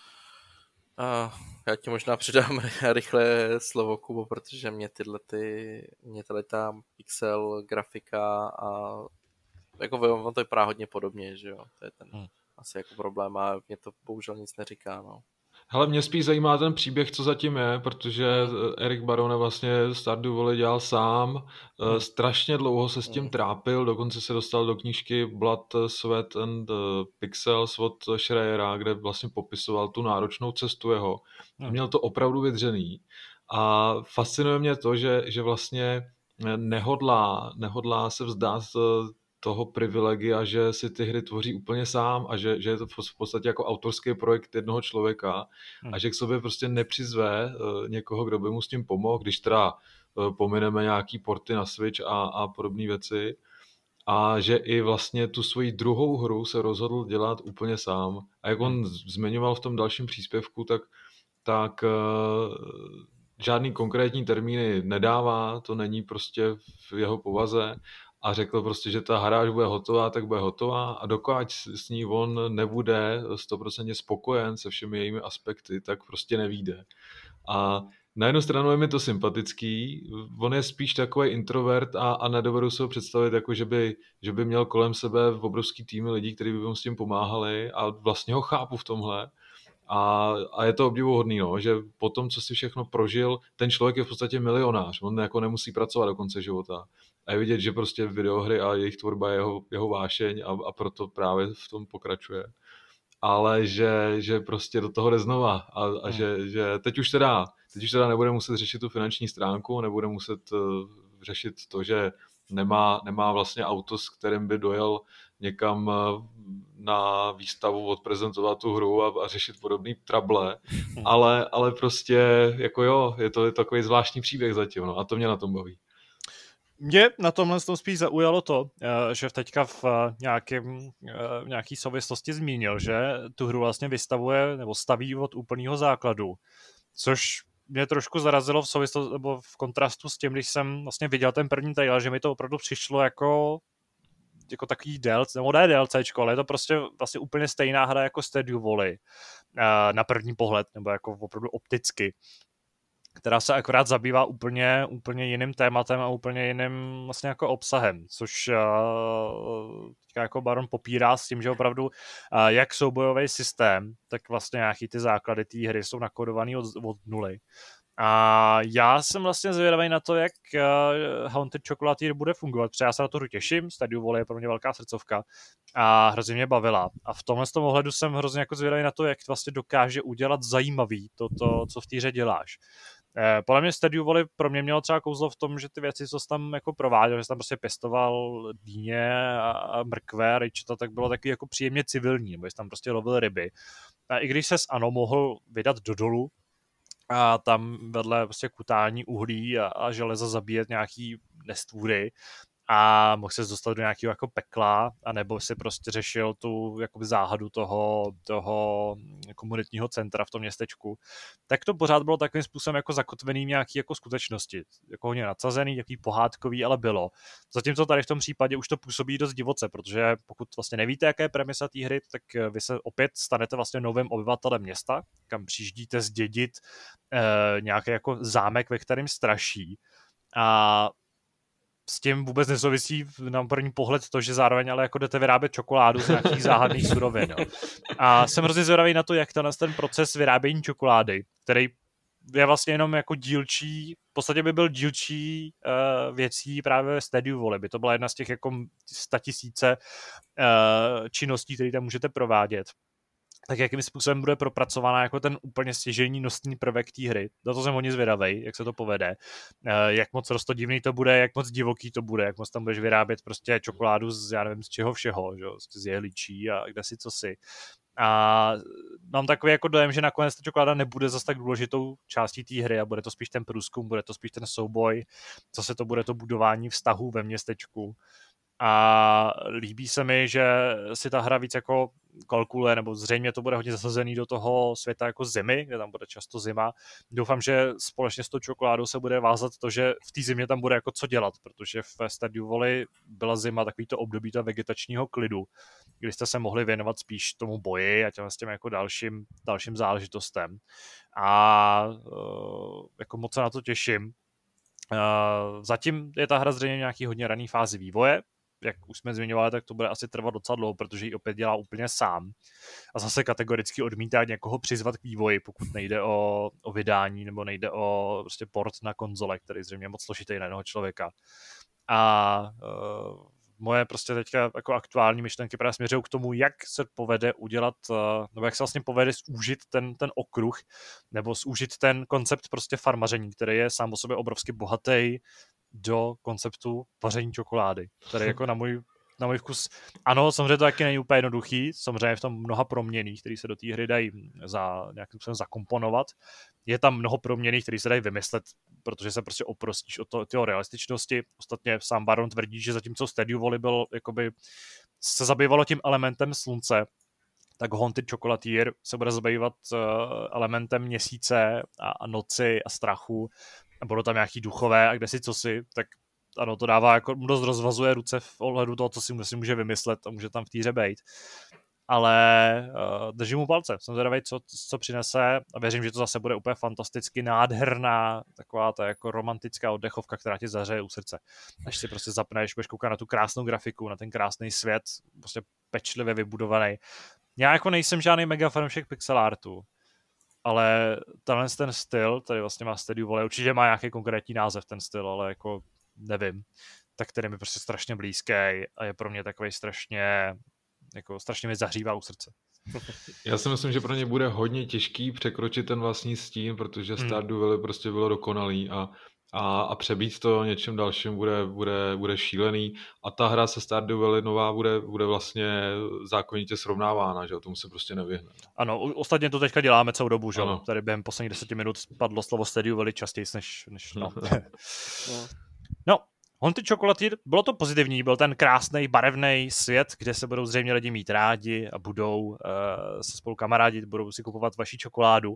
Uh, já ti možná přidám rychle slovo, Kubo, protože mě tyhle ty, mě tady ta pixel grafika a jako on to vypadá hodně podobně, že jo, to je ten hmm. asi jako problém a mě to bohužel nic neříká, no. Hele, mě spíš zajímá ten příběh, co zatím je, protože Erik Barone vlastně Stardew Valley dělal sám, hmm. strašně dlouho se s tím trápil, dokonce se dostal do knížky Blood, Sweat and Pixels od Schreiera, kde vlastně popisoval tu náročnou cestu jeho. Hmm. Měl to opravdu vydřený a fascinuje mě to, že, že vlastně nehodlá, nehodlá se vzdát toho privilegia, že si ty hry tvoří úplně sám a že, že je to v podstatě jako autorský projekt jednoho člověka hmm. a že k sobě prostě nepřizve uh, někoho, kdo by mu s tím pomohl, když teda uh, pomineme nějaký porty na Switch a, a podobné věci. A že i vlastně tu svoji druhou hru se rozhodl dělat úplně sám. A jak on zmiňoval v tom dalším příspěvku, tak, tak uh, žádný konkrétní termíny nedává, to není prostě v jeho povaze. A řekl prostě, že ta hra, až bude hotová, tak bude hotová a dokud s ní on nebude sto procent spokojen se všemi jejími aspekty, tak prostě nevyjde. A na jednu stranu je mi to sympatický, on je spíš takový introvert a, a nedovedu se ho představit, jako že by, že by měl kolem sebe obrovský týmy lidí, kteří by mu s tím pomáhali a vlastně ho chápu v tomhle. A, a je to obdivuhodný, no, že po tom, co si všechno prožil, ten člověk je v podstatě milionář, on jako nemusí pracovat do konce života. A je vidět, že prostě videohry a jejich tvorba je jeho, jeho vášeň a, a proto právě v tom pokračuje. Ale že, že prostě do toho jde znova a, a hmm. že, že teď už teda, teď už teda nebude muset řešit tu finanční stránku, nebude muset uh, řešit to, že nemá, nemá vlastně auto, s kterým by dojel někam uh, na výstavu odprezentovat tu hru a, a řešit podobný trable, hmm. ale, ale prostě jako jo, je to takový zvláštní příběh zatím, no, a to mě na tom baví. Mě na tomhle tom spíš zaujalo to, že teďka v nějakém, nějaký souvislosti zmínil, že tu hru vlastně vystavuje nebo staví od úplného základu, což mě trošku zarazilo v souvislosti nebo v kontrastu s tím, když jsem vlastně viděl ten první trailer, že mi to opravdu přišlo jako jako takový D L C, nebo ne DLCčko, ale je to prostě vlastně úplně stejná hra jako Stardew Valley na první pohled, nebo jako opravdu opticky, která se akorát zabývá úplně, úplně jiným tématem a úplně jiným vlastně jako obsahem, což uh, jako Baron popírá s tím, že opravdu uh, jak soubojový systém, tak vlastně nějaký ty základy té hry jsou nakodovaný od, od nuly. A já jsem vlastně zvědavý na to, jak uh, Haunted Chocolatier bude fungovat, protože já se na to hru těším, Stardew Valley je pro mě velká srdcovka a hrozně mě bavila. A v tomhle tom ohledu jsem hrozně jako zvědavý na to, jak vlastně dokáže udělat zajímavý to, to co v té hře děláš. Eh, podle mě Stardew Valley pro mě mělo třeba kouzlo v tom, že ty věci, co jsi tam jako prováděl, že jsi tam prostě pěstoval dýně a, a mrkve, ryčta, tak bylo taky jako příjemně civilní, nebo jsi tam prostě lovil ryby. A i když ses ano mohl vydat do dolu a tam vedle prostě kutání uhlí a, a železa zabíjet nějaký nestvůry, a mohl se dostat do nějakého jako pekla, anebo si prostě řešil tu jakoby záhadu toho, toho komunitního centra v tom městečku, tak to pořád bylo takovým způsobem jako zakotvený v nějaký jako skutečnosti. Jako hodně nadsazený, jaký pohádkový, ale bylo. Zatímco tady v tom případě už to působí dost divoce, protože pokud vlastně nevíte, jaké je premisa té hry, tak vy se opět stanete vlastně novým obyvatelem města, kam přijíždíte zdědit eh, nějaký jako zámek, ve kterém straší. A s tím vůbec nesouvisí na první pohled to, že zároveň ale jako jdete vyrábět čokoládu z nějakých záhadných surovin. Jo. A jsem hrozně zvědavý na to, jak ten, ten proces vyrábění čokolády, který je vlastně jenom jako dílčí, v podstatě by byl dílčí uh, věcí právě ve Stardew Valley. By to byla jedna z těch jako statisíce uh, činností, které tam můžete provádět. Tak jakým způsobem bude propracovaná jako ten úplně stěžejní nosný prvek té hry. Na to jsem hodně zvědavej, jak se to povede. Jak moc roztodivný to bude, jak moc divoký to bude, jak moc tam budeš vyrábět prostě čokoládu z, já nevím, z čeho všeho, že? Z jehličí a kde si co si. A mám takový jako dojem, že nakonec ta čokoláda nebude zase tak důležitou částí té hry a bude to spíš ten průzkum, bude to spíš ten souboj, co se to bude to budování vztahů ve městečku. A líbí se mi, že si ta hra víc jako kalkuluje, nebo zřejmě to bude hodně zasazený do toho světa jako zimy, kde tam bude často zima. Doufám, že společně s tou čokoládou se bude vázat to, že v té zimě tam bude jako co dělat, protože v Stardew Valley byla zima takový to období toho vegetačního klidu, kdy jste se mohli věnovat spíš tomu boji a těm, s těm jako dalším, dalším záležitostem. A uh, jako moc se na to těším. Uh, zatím je ta hra zřejmě nějaký hodně raný fázi vývoje, jak už jsme zmiňovali, tak to bude asi trvat docela dlouho, protože ji opět dělá úplně sám. A zase kategoricky odmítá někoho přizvat k vývoji, pokud nejde o, o vydání nebo nejde o prostě port na konzole, který zřejmě je moc složitý na jednoho člověka. A uh, moje prostě teďka jako aktuální myšlenky právě směřují k tomu, jak se povede udělat, uh, nebo jak se vlastně povede zúžit ten, ten okruh, nebo zúžit ten koncept prostě farmaření, který je sám o sobě obrovsky bohatý, do konceptu vaření čokolády, který jako na můj, na můj vkus, ano, samozřejmě to taky není úplně jednoduchý, samozřejmě v tom mnoha proměnných, které se do té hry dají za, nějakým způsobem zakomponovat. Je tam mnoho proměnných, které se dají vymyslet, protože se prostě oprostíš od toho realističnosti. Ostatně sám Baron tvrdí, že zatímco Stardew Valley byl, jakoby, se zabývalo tím elementem slunce, tak Haunted Chocolatier se bude zabývat uh, elementem měsíce a, a noci a strachu, a budou tam nějaký duchové a kde si co si, tak ano, to dává jako dost rozvazuje ruce v ohledu toho, co si, si může vymyslet a může tam v týře bejt. Ale uh, držím mu palce, jsem zvědavý, co, co přinese a věřím, že to zase bude úplně fantasticky nádherná, taková ta jako romantická oddechovka, která ti zahřeje u srdce. Až si prostě zapneš, budeš koukat na tu krásnou grafiku, na ten krásný svět, prostě pečlivě vybudovaný. Já jako nejsem žádný mega fanoušek pixel artu, ale tenhle ten styl, tady vlastně má Stardew Valley, určitě má nějaký konkrétní název ten styl, ale jako nevím, tak který mi prostě strašně blízký a je pro mě takovej strašně, jako strašně mi zahřívá u srdce. Já si myslím, že pro ně bude hodně těžký překročit ten vlastní stín, protože Stardew Valley prostě bylo dokonalý a, a, a přebít to něčem dalším bude, bude, bude šílený. A ta hra se Stardew Valley nová bude, bude vlastně zákonitě srovnávána, že tomu se prostě nevyhne. Ano, ostatně to teďka děláme celou dobu, že? Tady během posledních deseti minut padlo slovo Stardew Valley častěji než, než no. No, Haunted Chocolatier, bylo to pozitivní, byl ten krásný, barevný svět, kde se budou zřejmě lidi mít rádi a budou uh, se spolu kamarádit, budou si kupovat vaši čokoládu. Uh,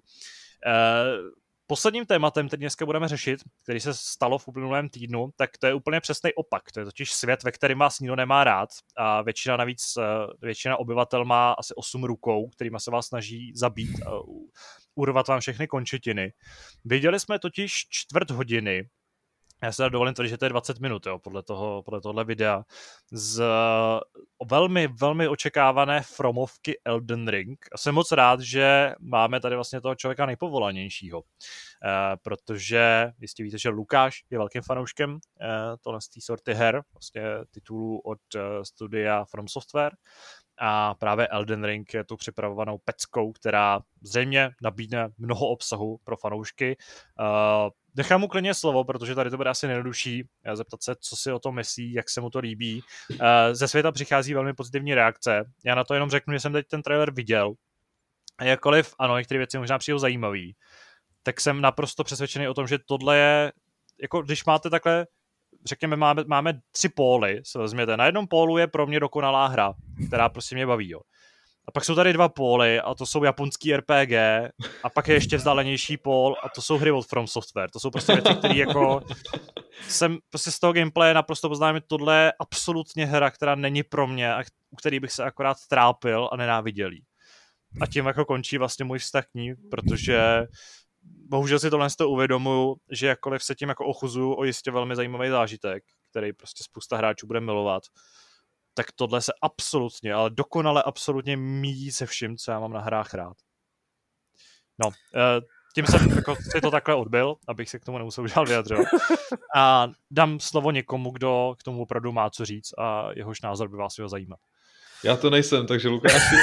posledním tématem, který dneska budeme řešit, který se stalo v uplynulém týdnu, tak to je úplně přesný opak. To je totiž svět, ve kterém vás nikdo nemá rád a většina navíc, uh, většina obyvatel má asi osm rukou, kterýma se vás snaží zabít a urvat vám všechny končetiny. Viděli jsme totiž čtvrt hodiny, já se dovolím tvrdit, že to je dvacet minut, jo, podle toho, podle tohle videa, z velmi, velmi očekávané fromovky Elden Ring. A jsem moc rád, že máme tady vlastně toho člověka nejpovolanějšího, eh, protože jistě víte, že Lukáš je velkým fanouškem eh, tohle z té sorty her, vlastně titulů od eh, studia From Software. A právě Elden Ring je tu připravovanou peckou, která zřejmě nabídne mnoho obsahu pro fanoušky. Uh, nechám mu klidně slovo, protože tady to bude asi nejjednodušší zeptat se, co si o tom myslí, jak se mu to líbí. Uh, ze světa přichází velmi pozitivní reakce. Já na to jenom řeknu, že jsem teď ten trailer viděl. A jakkoliv, ano, některé věci možná přijdou zajímavý, tak jsem naprosto přesvědčený o tom, že tohle je, jako když máte takhle, řekněme, máme, máme tři póly, se vezměte. Na jednom pólu je pro mě dokonalá hra, která prostě mě baví, jo. A pak jsou tady dva póly a to jsou japonský R P G a pak je ještě vzdálenější pól a to jsou hry od From Software. To jsou prostě věci, které jako jsem prostě z toho gameplaye naprosto poznám, že tohle je absolutně hra, která není pro mě a u který bych se akorát trápil a nenáviděl jí. A tím jako končí vlastně můj vztah k ní, protože bohužel si tohle z toho uvědomuju, že jakkoliv se tím jako ochuzuju o jistě velmi zajímavý zážitek, který prostě spousta hráčů bude milovat, tak tohle se absolutně, ale dokonale absolutně míjí se vším, co já mám na hrách rád. No, tím jsem jako si to takhle odbil, abych se k tomu nemusel už dál vyjadřovat. A dám slovo někomu, kdo k tomu opravdu má co říct a jehož názor by vás měl zajímat. Já to nejsem, takže Lukáši.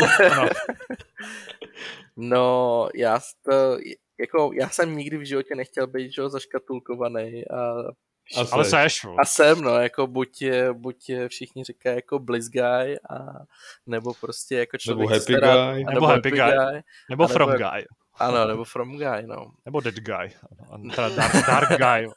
No, já to, jako, já jsem nikdy v životě nechtěl být, že, zaškatulkovaný a A ale seš. A jsem, no, jako buď, buď všichni říkají jako Bliss Guy, a, nebo prostě jako člověk, nebo Happy Guy, nebo, nebo Happy Guy, guy nebo From nebo, Guy. Ano, nebo From Guy, no. Nebo Dead Guy, teda Dark, dark Guy.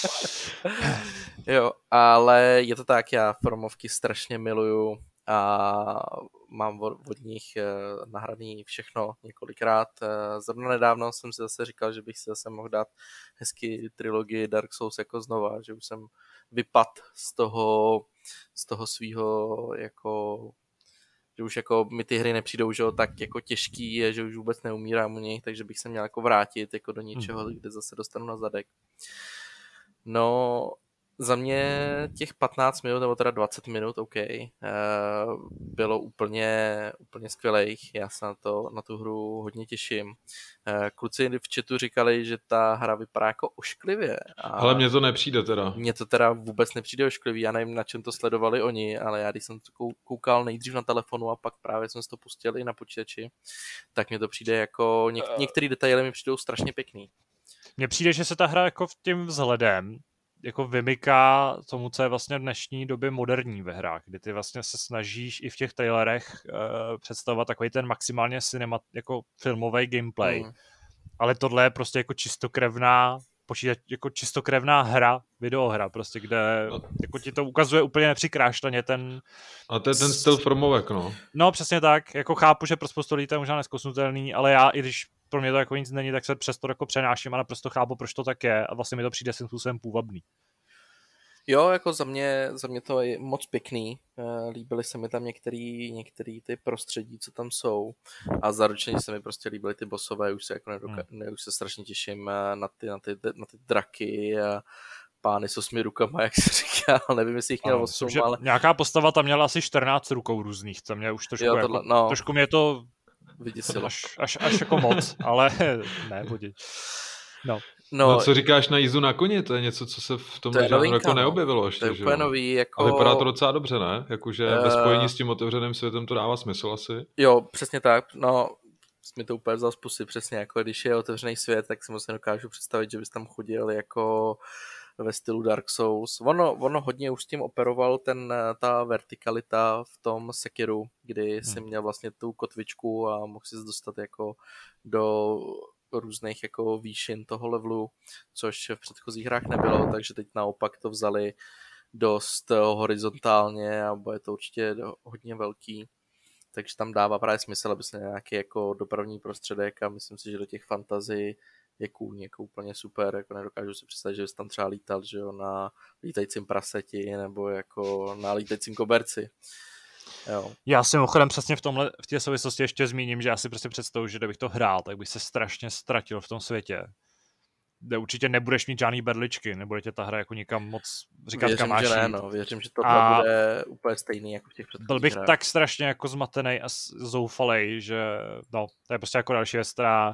Jo, ale je to tak, já Fromovky strašně miluju a mám od nich nahraný všechno několikrát. Zrovna nedávno jsem si zase říkal, že bych si zase mohl dát hezky trilogii Dark Souls jako znova, že už jsem vypad z toho, z toho svýho jako, že už jako mi ty hry nepřijdou, že tak jako těžký je, že už vůbec neumírám u nich, takže bych se měl jako vrátit jako do něčeho, hmm. kde zase dostanu na zadek. No, za mě těch patnáct minut, nebo teda dvacet minut, OK, bylo úplně, úplně skvělejch. Já se na, to, na tu hru hodně těším. Kluci v chatu říkali, že ta hra vypadá jako ošklivě. Ale mně to nepřijde teda. Mně to teda vůbec nepřijde ošklivý. Já nevím, na čem to sledovali oni, ale já když jsem to koukal nejdřív na telefonu a pak právě jsem si to pustil i na počítači, tak mně to přijde jako, něk- některé detaily mi přijdou strašně pěkný. Mně přijde, že se ta hra jako v tím vzhledem jako vymyká tomu, co je vlastně v dnešní době moderní ve hrách, kdy ty vlastně se snažíš i v těch trailerech uh, představovat takový ten maximálně cinemat, jako filmový gameplay. Mm. Ale tohle je prostě jako čistokrevná, počítat, jako čistokrevná hra, videohra, prostě, kde no. jako ti to ukazuje úplně nepřikrášleně ten... A to je ten styl formovek, no. No, přesně tak. Jako chápu, že pro spoustu lidí to je možná neskosnutelný, ale já, i když pro mě to jako nic není, tak se přesto jako přenáším a naprosto chápu, proč to tak je a vlastně mi to přijde svým způsobem půvabný. Jo, jako za mě, za mě to je moc pěkný. Líbily se mi tam některý, některý ty prostředí, co tam jsou a zaručeně se mi prostě líbily ty bossové, už se jako nedoka- hmm. ne, už se strašně těším na ty, na ty, na ty draky a pány s osmi rukama, jak se říká, nevím, jestli jich měl osm, ale... Nějaká postava tam měla asi čtrnáct rukou různých, to mě už trošku, jo, tohle, jako, no. trošku mě to vyděsilo. Až, až, až jako moc, ale ne, budí. No. No, no co říkáš na jízdu na koni? To je něco, co se v tomhle to žánru jako neobjevilo ještě, to je že úplně nový, jako... A vypadá to docela dobře, ne? Jakože uh... ve spojení s tím otevřeným světem to dává smysl asi. Jo, přesně tak. No, mi to úplně vzal z pusy, přesně jako když je otevřený svět, tak si moc nedokážu představit, že bys tam chodil jako ve stylu Dark Souls. Ono, ono hodně už s tím operoval ten, ta vertikalita v tom Sekiru, kdy hmm. si měl vlastně tu kotvičku a mohl si dostat jako do různých jako výšin toho levelu, což v předchozích hrách nebylo, takže teď naopak to vzali dost horizontálně a bude to určitě hodně velký. Takže tam dává právě smysl, aby se nějaký jako dopravní prostředek a myslím si, že do těch fantazí je kůň jako úplně super, jako nedokážu si představit, že bys tam třeba lítal, že jo, na lítajícím praseti nebo jako na lítajícím koberci. Jo. Já si mimochodem přesně v tomhle, v té souvislosti ještě zmíním, že já si prostě představuji, že kdybych to hrál, tak bych se strašně ztratil v tom světě. Kde určitě nebudeš mít žádný berličky, nebude tě ta hra jako nikam moc říkat, věřím, kam máš že ne, jít. no. Věřím, že to a bude úplně stejný jako v těch předchozích byl bych hrách. tak strašně jako zmatený a zoufalej, že no, to je prostě jako další věc, která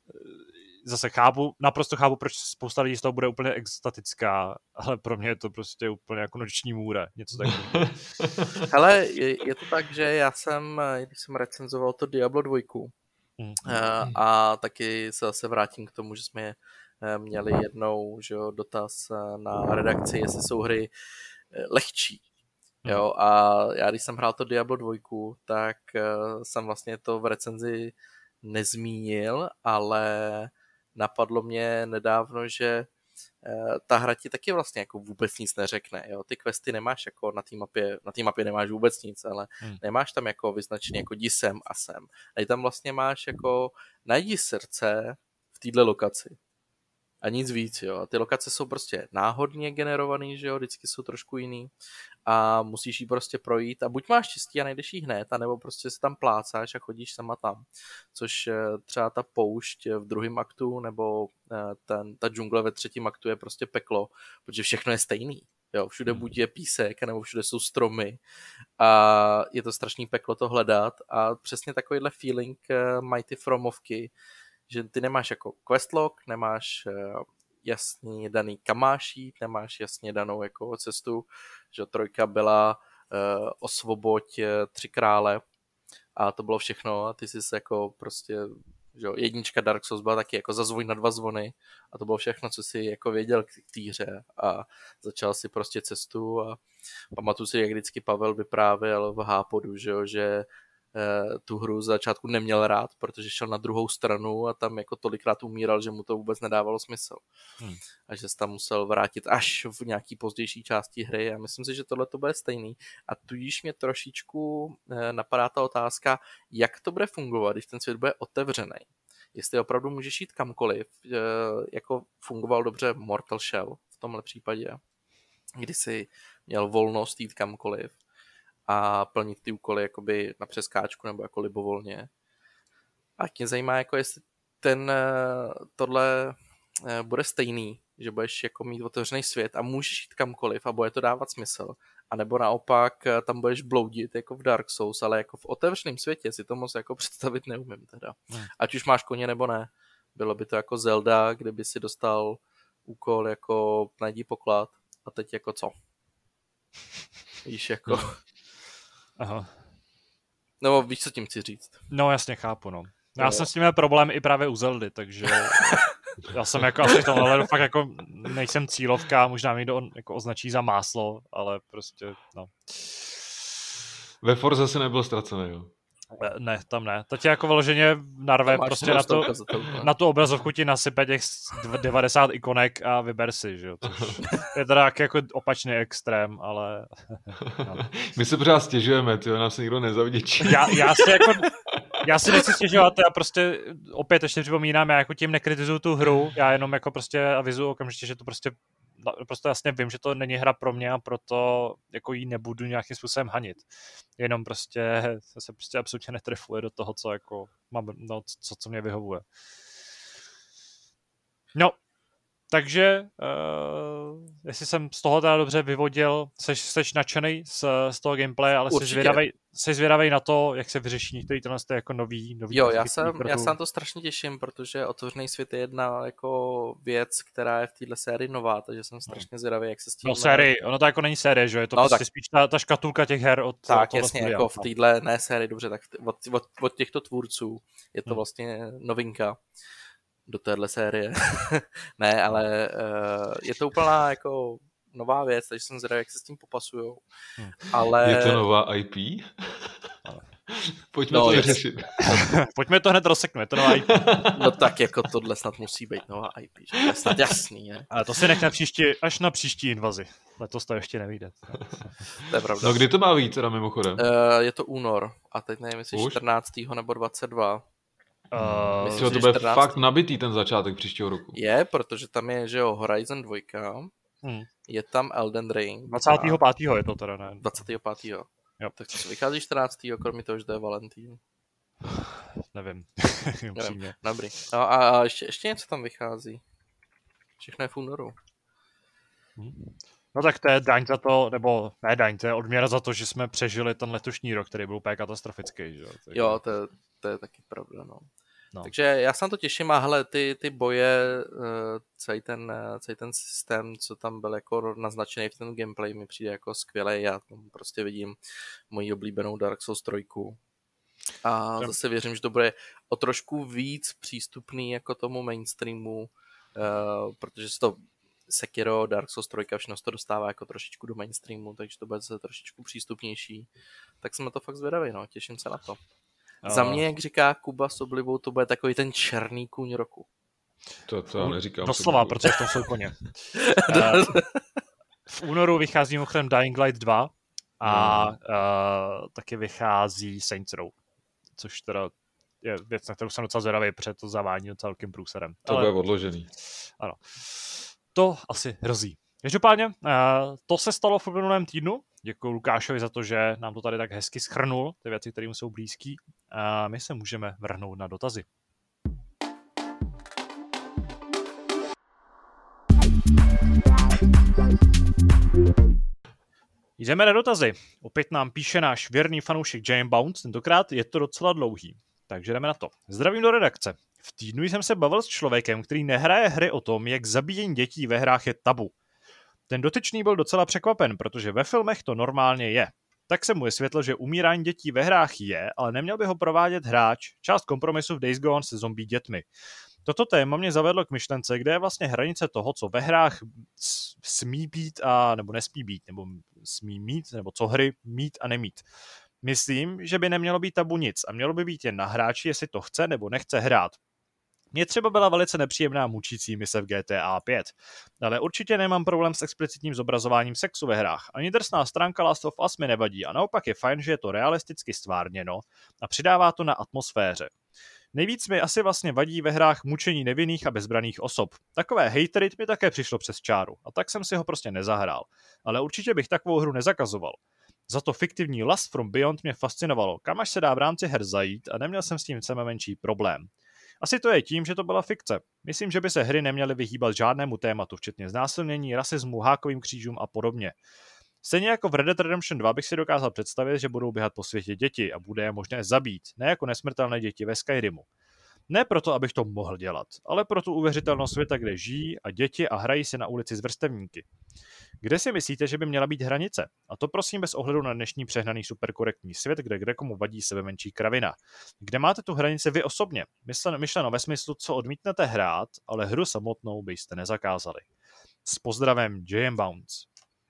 zase chápu, naprosto chápu, proč spousta lidí z toho bude úplně extatická, ale pro mě je to prostě úplně jako noční můra, něco takového. Hele, je, je to tak, že já jsem, když jsem recenzoval to Diablo dva mm. a, a taky se zase vrátím k tomu, že jsme měli jednou, že jo, dotaz na redakci, jestli jsou hry lehčí. Jo, a já když jsem hrál to Diablo dva, tak jsem vlastně to v recenzi nezmínil, ale napadlo mě nedávno, že ta hra ti taky vlastně jako vůbec nic neřekne. Jo? Ty questy nemáš jako na té mapě, na té mapě nemáš vůbec nic, ale hmm. nemáš tam jako vyznačený jako jdi sem a sem. A tam vlastně máš jako najdi srdce v této lokaci. A nic víc, jo. A ty lokace jsou prostě náhodně generovaný, že jo, vždycky jsou trošku jiný a musíš jí prostě projít a buď máš štěstí a najdeš jí hned, anebo prostě se tam plácáš a chodíš sama tam. Což třeba ta poušť v druhém aktu nebo ten, ta džungle ve třetím aktu je prostě peklo, protože všechno je stejný. Jo, všude buď je písek, nebo všude jsou stromy a je to strašný peklo to hledat a přesně takovýhle feeling Mighty Fromovky, že ty nemáš jako questlog, nemáš uh, jasně daný kam máš jít, nemáš jasně danou jako cestu, že trojka byla uh, osvoboď uh, tři krále a to bylo všechno a ty jsi se jako prostě, že jednička Dark Souls byla taky jako zazvoň na dva zvony a to bylo všechno, co jsi jako věděl k té hře a začal si prostě cestu a pamatuju si, jak vždycky Pavel vyprávěl v Hápodu, že jo, že tu hru z začátku neměl rád, protože šel na druhou stranu a tam jako tolikrát umíral, že mu to vůbec nedávalo smysl. Hmm. A že se tam musel vrátit až v nějaký pozdější části hry a myslím si, že tohle to bude stejný. A tudíž mě trošičku napadá ta otázka, jak to bude fungovat, když ten svět bude otevřený. Jestli opravdu můžeš jít kamkoliv, jako fungoval dobře Mortal Shell v tomhle případě, kdy si měl volnost jít kamkoliv a plnit ty úkoly jakoby na přeskáčku nebo jako libovolně. A mě zajímá, jako jestli ten, tohle bude stejný, že budeš jako mít otevřený svět a můžeš jít kamkoliv a bude to dávat smysl. A nebo naopak tam budeš bloudit jako v Dark Souls, ale jako v otevřeném světě si to moc jako představit neumím teda. Hmm. Ať už máš koně nebo ne. Bylo by to jako Zelda, kde by si dostal úkol jako najdi poklad a teď jako co? Víš, jako... Hmm. Aha. No víš, co tím chci říct. No jasně, chápu, no. Já no. jsem s tím měl problém i právě u Zeldy, takže já jsem jako asi to, ale fakt jako nejsem cílovka, možná mě to jako označí za máslo, ale prostě, no. Ve Forze si nebyl ztracený, jo? Ne, tam ne. To tě jako vyloženě narve prostě na, to, na tu obrazovku ti nasype těch devadesát ikonek a vyber si, že jo. Což je teda jako opačný extrém, ale... No. My se pořád stěžujeme, tyjo, nám se nikdo nezavděčí. Já, já si jako... Já si nechci stěžovat, já prostě opět ještě připomínám, já jako tím nekritizuju tu hru, já jenom jako prostě avizuju okamžitě, že to prostě prostě jasně vím, že to není hra pro mě a proto jako jí nebudu nějakým způsobem hanit. Jenom prostě se prostě absolutně netrefuje do toho, co jako mám, no, co, co mě vyhovuje. No, takže uh, jestli jsem z toho teda dobře vyvodil, seš, seš nadšenej z, z toho gameplay, ale jsi zvědavej, jsi zvědavý na to, jak se vyřeší některý tenhle jako nový, nový Jo, já jsem, já se na to strašně těším, protože Otevřený svět je jedna jako věc, která je v téhle sérii nová, takže jsem strašně zvědavý, jak se s tím... No série, ono to jako není série, že je to no, prostě tak... spíš ta, ta škatulka těch her od... Tak, jasně, studia, jako v téhle, ne sérii, dobře, tak od, od, od těchto tvůrců je to hmm. vlastně novinka do téhle série. Ne, ale uh, je to úplná jako nová věc, takže jsem zvědavý, jak se s tím popasujou. Hmm. Ale... Je to nová I P? Pojďme no, to vyřešit. Pojďme to hned rozseknout, je to nová I P. No tak jako tohle snad musí být nová I P, že? To je snad jasný, ne? Ale to si nech na příští, až na příští invazi. Letos to ještě nevyjde. To je pravda. No kdy to má být teda mimochodem? Uh, je to únor a teď nevím, jestli čtrnáctého nebo dvacet dva. Uh, Myslím, že to bude čtrnáctého fakt nabitý ten začátek příštího roku. Je, protože tam je, že jo, Horizon dva, hmm. je tam Elden Ring. dvacátého pátého je to teda, ne? dvacátého pátého Jo. Tak co vychází čtrnáctého kromě toho, že to je Valentín? Nevím. Nevím. Dobrý. No a, a ještě, ještě něco tam vychází. Všechno je v únoru. No tak to je daň za to, nebo ne daň, to je odměra za to, že jsme přežili ten letošní rok, který byl úplně katastrofický. Že? Tak... Jo, to je, to je taky pravda, no. No. Takže já se na to těším a hele, ty, ty boje, celý ten, celý ten systém, co tam byl jako naznačený v ten gameplay, mi přijde jako skvělej. Já tam prostě vidím moji oblíbenou Dark Souls tři. A zase věřím, že to bude o trošku víc přístupný jako tomu mainstreamu, protože se to Sekiro, Dark Souls tři, všechno se to dostává jako trošičku do mainstreamu, takže to bude zase trošičku přístupnější. Tak jsem na to fakt zvědavý, no, těším se na to. Uh, Za mě, jak říká Kuba s oblibou, to bude takový ten černý kůň roku. To, to já neříkám. Doslova, protože v tom jsou koně. uh, v únoru vychází mimochodem Dying Light dva a uh, taky vychází Saints Row, což teda je věc, na kterou jsem docela zvědavý, protože to zavání docela velkým průserem. To bude odložený. Ano. To asi hrozí. Každopádně, uh, to se stalo v minulém týdnu. Děkuji Lukášovi za to, že nám to tady tak hezky shrnul, ty věci, které mu jsou blízký. A my se můžeme vrhnout na dotazy. Jdeme na dotazy. Opět nám píše náš věrný fanoušek Giant Bounce, tentokrát je to docela dlouhý. Takže jdeme na to. Zdravím do redakce. V týdnu jsem se bavil s člověkem, který nehraje hry o tom, jak zabíjení dětí ve hrách je tabu. Ten dotyčný byl docela překvapen, protože ve filmech to normálně je. Tak jsem mu vysvětlil, že umírání dětí ve hrách je, ale neměl by ho provádět hráč. Část kompromisu v Days Gone se zombie dětmi. Toto téma mě zavedlo k myšlence, kde je vlastně hranice toho, co ve hrách smí být a nebo nesmí být, nebo smí mít, nebo co hry mít a nemít. Myslím, že by nemělo být tabu nic a mělo by být jen na hráči, jestli to chce nebo nechce hrát. Mně třeba byla velice nepříjemná mučící mise v G T A pět, ale určitě nemám problém s explicitním zobrazováním sexu ve hrách. Ani drsná stránka Last of Us mi nevadí a naopak je fajn, že je to realisticky stvárněno a přidává to na atmosféře. Nejvíc mi asi vlastně vadí ve hrách mučení nevinných a bezbraných osob. Takové hatery mi také přišlo přes čáru a tak jsem si ho prostě nezahrál. Ale určitě bych takovou hru nezakazoval. Za to fiktivní Last from Beyond mě fascinovalo, kam až se dá v rámci her zajít a neměl jsem s tím sebe menší problém. Asi to je tím, že to byla fikce. Myslím, že by se hry neměly vyhýbat žádnému tématu, včetně znásilnění, rasismu, hákovým křížům a podobně. Stejně jako v Red Dead Redemption dva bych si dokázal představit, že budou běhat po světě děti a bude je možné zabít, ne jako nesmrtelné děti ve Skyrimu. Ne proto, abych to mohl dělat, ale pro tu uvěřitelnost světa, kde žijí a děti a hrají si na ulici s vrstevníky. Kde si myslíte, že by měla být hranice? A to prosím bez ohledu na dnešní přehnaný superkorektní svět, kde kdekomu vadí sebe menší kravina. Kde máte tu hranici vy osobně? Myšleno ve smyslu, co odmítnete hrát, ale hru samotnou byste nezakázali. S pozdravem J M Bounce.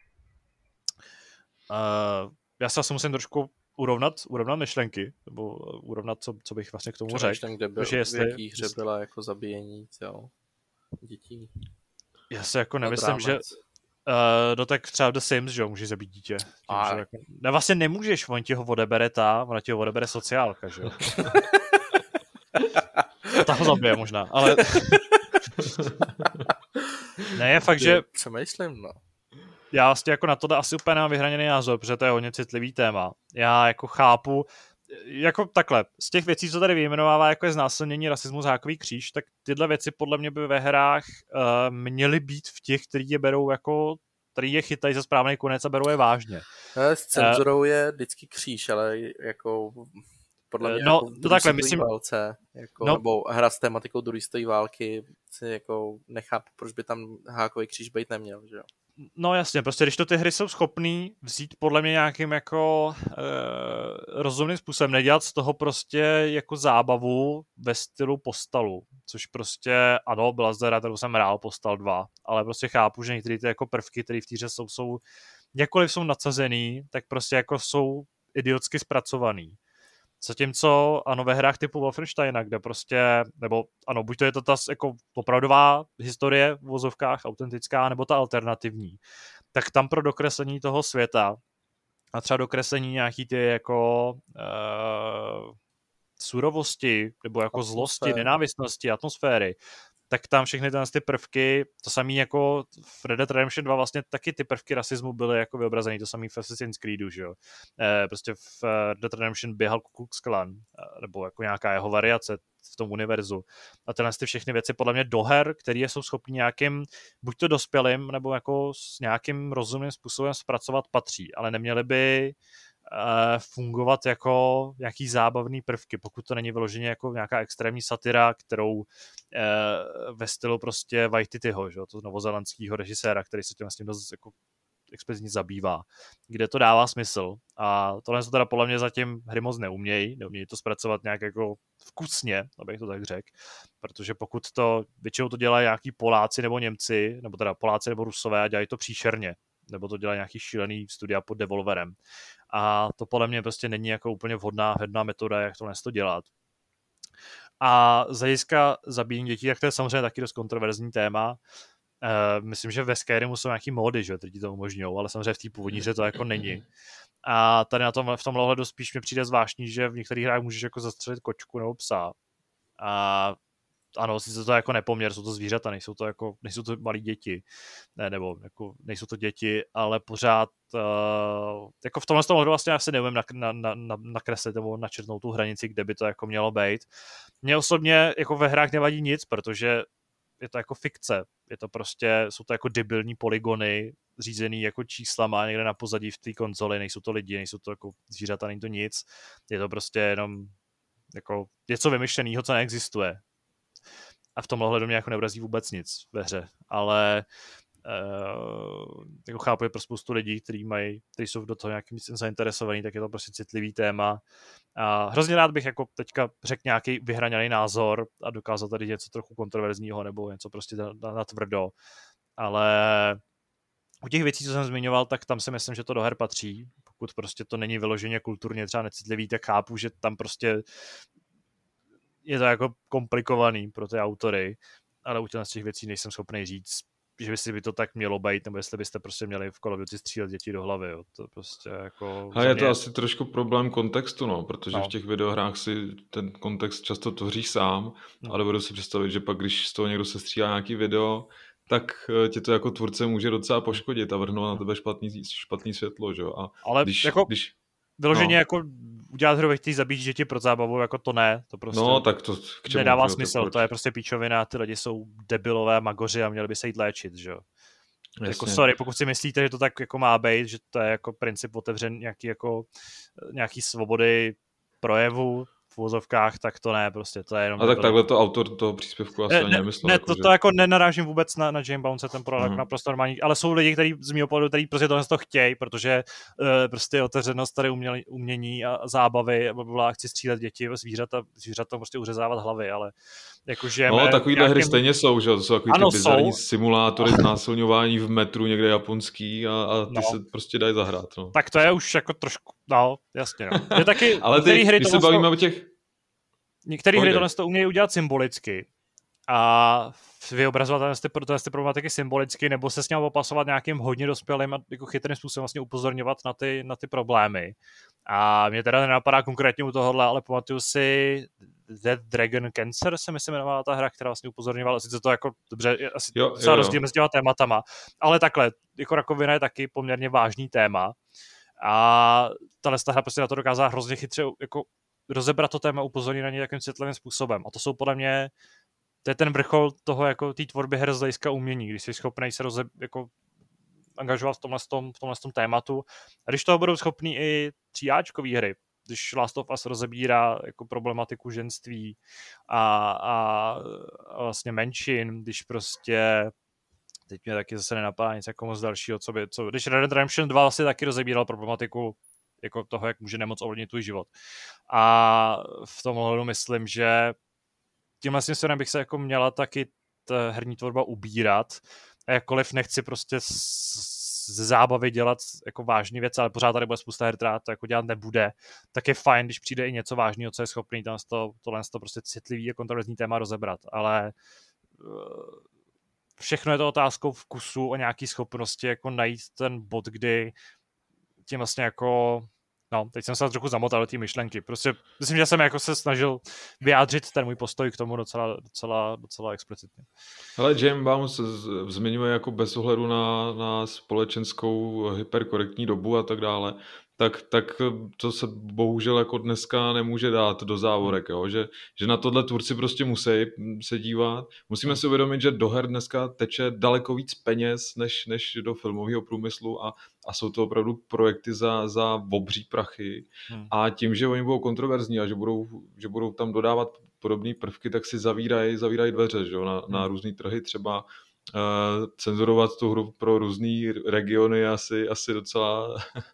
Uh, já se asi musím trošku urovnat, urovnat myšlenky, nebo urovnat, co, co bych vlastně k tomu řekl. Kde byl, jestli, v jaký hře byla jako zabíjení jo, dětí? Já se jako nemyslím, že Uh, no tak třeba The Sims, že jo, můžeš zabít dítě. Tím, a... že jako... Ne, vlastně nemůžeš, on ti ho odebere ta, ona ti ho odebere sociálka, že jo. Ta ho zabije možná, ale... ne, je fakt, že... Přemýšlím, no. Já vlastně jako na to asi úplně nemám vyhraněný názor, protože to je hodně citlivý téma. Já jako chápu, jako takhle, z těch věcí, co tady vyjmenovává, jako je znásilnění, rasismus, hákový kříž, tak tyhle věci podle mě by ve hrách uh, měly být v těch, kteří je berou jako který je chytají za správný konec a berou je vážně. S cenzurou uh, je vždycky kříž, ale jako podle mě no, jako to takhle, myslím, válce, jako, no, nebo hra s tematikou druhé světové války, si jako nechápu, proč by tam hákový kříž být neměl, že jo? No jasně, prostě když to ty hry jsou schopný vzít podle mě nějakým jako e, rozumným způsobem, nedělat z toho prostě jako zábavu ve stylu Postalu, což prostě, ano, byla zde hra, kterou jsem hrál, Postal dva, ale prostě chápu, že některé ty jako prvky, které v té hře jsou, jsou, jakkoliv jsou nadsazený, tak prostě jako jsou idiotsky zpracovaný. Zatímco, ano, ve hrách typu Wolfensteina, kde prostě, nebo ano, buď to je to ta jako opravdová historie v vozovkách, autentická, nebo ta alternativní, tak tam pro dokreslení toho světa a třeba dokreslení nějaký ty jako uh, surovosti, nebo jako atmosféry. Zlosti, nenávistnosti, atmosféry, tak tam všechny ty prvky, to samé jako v Red Dead Redemption dva vlastně taky ty prvky rasismu byly jako vyobrazený, to samé v Assassin's Creedu, že jo. E, prostě v Red Dead Redemption běhal Ku Klux Klan, nebo jako nějaká jeho variace v tom univerzu. A tyhle ty všechny věci podle mě do her, které jsou schopni nějakým, buď to dospělým, nebo jako s nějakým rozumným způsobem zpracovat patří, ale neměly by fungovat jako nějaký zábavný prvky, pokud to není vyloženě jako nějaká extrémní satira, kterou eh, ve stylu prostě Waititiho, že? To novozelandského režiséra, který se tím vlastně dost jako explicitně zabývá, kde to dává smysl. A tohle se teda podle mě zatím hry moc neumějí, neumějí to zpracovat nějak jako vkusně, abych to tak řekl, protože pokud to, většinou to dělají nějaký Poláci nebo Němci, nebo teda Poláci nebo Rusové a dělají to příšerně, nebo to dělají nějaký šílený studia pod Devolverem. A to podle mě prostě není jako úplně vhodná, vhodná metoda, jak to to dělat. A z hlediska zabíjení dětí, tak to je samozřejmě taky dost kontroverzní téma. Uh, myslím, že ve Skyrimu jsou nějaký módy, že teď to umožňují, ale samozřejmě v té původní hře to jako není. A tady na tom, v tomhle ohledu spíš mi přijde zvláštní, že v některých hrách můžeš jako zastřelit kočku nebo psa. A ano, sice to jako nepoměr, jsou to zvířata, nejsou to jako, nejsou to malí děti, ne, nebo jako nejsou to děti, ale pořád uh, jako v tomhle tom ohledu vlastně asi neumím na, na, na, nakreslit nebo načrtnout tu hranici, kde by to jako mělo být. Mně osobně jako ve hrách nevadí nic, protože je to jako fikce, je to prostě, jsou to jako debilní polygony, řízený jako číslama někde na pozadí v té konzoli, nejsou to lidi, nejsou to jako zvířata, není to nic, je to prostě jenom jako něco vymyšlenýho, co neexistuje. A v tomhle ohledu mě jako neurazí vůbec nic ve hře, ale uh, jako chápu, je pro spoustu lidí, kteří mají, kteří jsou do toho nějakým zainteresovaní, tak je to prostě citlivý téma. A hrozně rád bych jako teďka řekl nějaký vyhraněný názor a dokázal tady něco trochu kontroverzního nebo něco prostě na, na, na tvrdo, ale u těch věcí, co jsem zmiňoval, tak tam si myslím, že to do her patří. Pokud prostě to není vyloženě kulturně třeba necitlivý, tak chápu, že tam prostě je to jako komplikovaný pro ty autory, ale u těch věcí nejsem schopný říct, že by si by to tak mělo být, nebo jestli byste prostě měli v Call of Duty střílet děti do hlavy, jo. To prostě jako... A je to asi trošku problém kontextu, no, protože no. v těch videohrách si ten kontext často tvoříš sám no. A dovedu si představit, že pak, když z toho někdo se střílá nějaký video, tak tě to jako tvůrce může docela poškodit a vrhnout na tebe špatný, špatný světlo, že jo. A ale když, jako... když Vyloženě no. jako udělat hru, ve který zabíjíš děti pro zábavu, jako to ne, to prostě no, tak to k čemu, nedává že? smysl, to, to je prostě píčovina, ty lidi jsou debilové magoři a měli by se jít léčit, že jo. Jako sorry, pokud si myslíte, že to tak jako má být, že to je jako princip otevřen nějaký jako nějaký svobody projevu v uvozovkách, tak to ne, prostě to je jenom... A tak takhle to autor toho příspěvku asi ne, ani nemyslel. Ne, jako, to, že... to jako nenarážím vůbec na, na Jane Bounce, ten pro mm. naprosto normální, ale jsou lidi, kteří z mého pohledu, kteří prostě tohle to chtějí, protože uh, prostě otevřenost tady uměli, umění a zábavy, a chci střílet děti, zvířata, zvířata prostě uřezávat hlavy, ale jakože... No, takovýhle nějakým... hry stejně jsou, že to jsou takový ano, ty bizarní jsou. simulátory znásilňování v metru někde japonský a, a ty no. se prostě dají zahrát. No. Tak to je už jako trošku, no, jasně, no. Je taky, ale ty, hry když se bavíme o těch... Některé hry tohle to umějí udělat symbolicky a vyobrazovat ty, ty problematiky symbolicky nebo se s ním opasovat nějakým hodně dospělým a jako chytrým způsobem vlastně upozorňovat na ty, na ty problémy. A mě teda nenapadá konkrétně u tohohle, ale pamatuju si Dead Dragon Cancer se myslím jmenovala ta hra, která vlastně upozorňovala, sice to jako dobře, asi se rozdíl mezi těma tématama, ale takhle, jako rakovina je taky poměrně vážný téma a tahle hra prostě na to dokázala hrozně chytře jako rozebrat to téma, upozornit na ně jakým citlivým způsobem. A to jsou podle mě, to je ten vrchol toho, jako té tvorby her z hlediska umění, když jsi schopný se roze, jako angažovat v tomhle, tom, v tomhle tom tématu. A když toho budou schopní i tříáčkový hry, když Last of Us rozebírá jako problematiku ženství a, a, a vlastně menšin, když prostě teď mě taky zase nenapadá nic jako moc dalšího, co by, co, když Red Dead Redemption dva vlastně taky rozebíral problematiku jako toho, jak může nemoc ovlivnit tvůj život. A v tom ohledu myslím, že tímhle směrem bych se jako měla taky ta herní tvorba ubírat. A jakkoliv nechci prostě ze zábavy dělat jako vážný věc, ale pořád tady bude spousta her, která to jako dělat nebude, tak je fajn, když přijde i něco vážného, co je schopný tohle to, tohle to prostě citlivý a kontroverzní téma rozebrat. Ale všechno je to otázkou vkusu a nějaký schopnosti jako najít ten bod, kdy tím vlastně jako no, teď jsem se trochu zamotal do té myšlenky. Prostě myslím, že jsem jako se snažil vyjádřit ten můj postoj k tomu docela, docela, docela explicitně. Ale James Bond se zmiňuje jako bez ohledu na, na společenskou hyperkorektní dobu a tak dále. Tak, tak to se bohužel jako dneska nemůže dát do závorek, jo? Že, že na tohle tvůrci prostě musí se dívat. Musíme si uvědomit, že do her dneska teče daleko víc peněz než, než do filmového průmyslu a, a jsou to opravdu projekty za, za obří prachy. Hmm. A tím, že oni budou kontroverzní a že budou, že budou tam dodávat podobné prvky, tak si zavírají zavírají dveře, že jo? Na, hmm. na různý trhy třeba. Uh, cenzurovat tu hru pro různý regiony je asi, asi docela,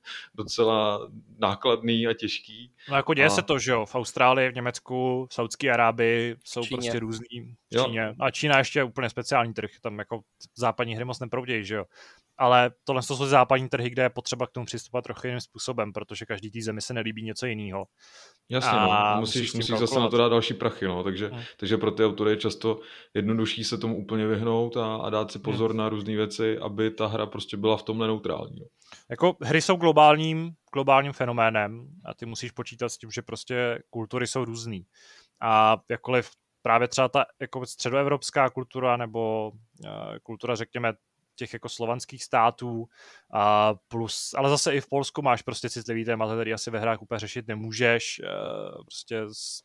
docela nákladný a těžký. No jako děje a... se to, že jo, v Austrálii, v Německu, v Saudské Arábii jsou Číně. Prostě různý v Číně. A Čína ještě je úplně speciální trh, tam jako západní hry moc neprodějí, že jo. Ale tohle jsou západní trhy, kde je potřeba k tomu přistupovat trochu jiným způsobem, protože každý té zemi se nelíbí něco jiného. Jasně, no. musíš, musíš zase na to dát další prachy, no. takže, hmm. takže pro ty autory je často jednodušší se tomu úplně vyhnout a, a dát si pozor hmm. na různé věci, aby ta hra prostě byla v tomhle neutrální. Jo. Jako hry jsou globálním, globálním fenoménem a ty musíš počítat s tím, že prostě kultury jsou různý. A jakkoliv právě třeba ta jako středoevropská kultura nebo uh, kultura, řekněme, těch jako slovanských států a plus, ale zase i v Polsku máš prostě citlivý téma, který asi ve hrách úplně řešit nemůžeš, prostě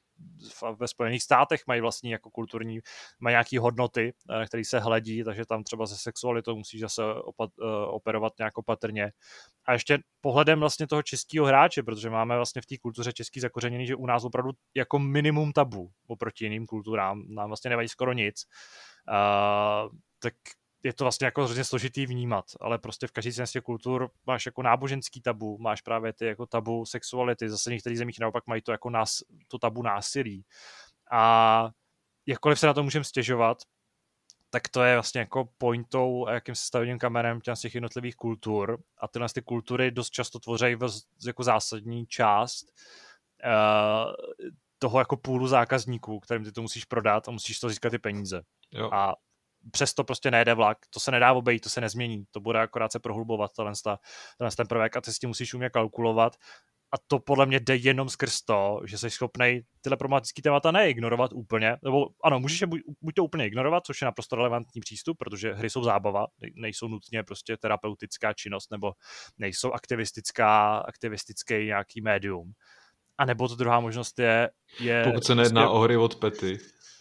ve Spojených státech mají vlastní jako kulturní, mají nějaký hodnoty, které se hledí, takže tam třeba se sexualitou musíš zase opat, operovat nějak opatrně. A ještě pohledem vlastně toho českého hráče, protože máme vlastně v té kultuře český zakořeněný, že u nás opravdu jako minimum tabu oproti jiným kulturám, nám vlastně nevadí skoro nic, uh, tak je to vlastně jako hrozně složitý vnímat, ale prostě v každý z těch kultur máš jako náboženský tabu, máš právě ty jako tabu sexuality, zase v některých zemích naopak mají to jako nás, to tabu násilí. A jakkoliv se na to můžeme stěžovat, tak to je vlastně jako pointou a jakým sestavným kamenem těch z těch jednotlivých kultur. A tyhle ty kultury dost často tvoří jako zásadní část uh, toho jako půlu zákazníků, kterým ty to musíš prodat a musíš to získat ty peníze. Jo. A přesto prostě nejde vlak, to se nedá obejít, to se nezmění, to bude akorát se prohlubovat tenhle, tenhle ten prvek a ty s tím musíš umět kalkulovat a to podle mě jde jenom skrz to, že jsi schopnej tyhle problematické témata neignorovat úplně, nebo ano, můžeš je buď, buď to úplně ignorovat, což je naprosto relevantní přístup, protože hry jsou zábava, nejsou nutně prostě terapeutická činnost nebo nejsou aktivistická, aktivistický nějaký médium. A nebo to druhá možnost je... je pokud se nejedná prostě... o hry od Pety.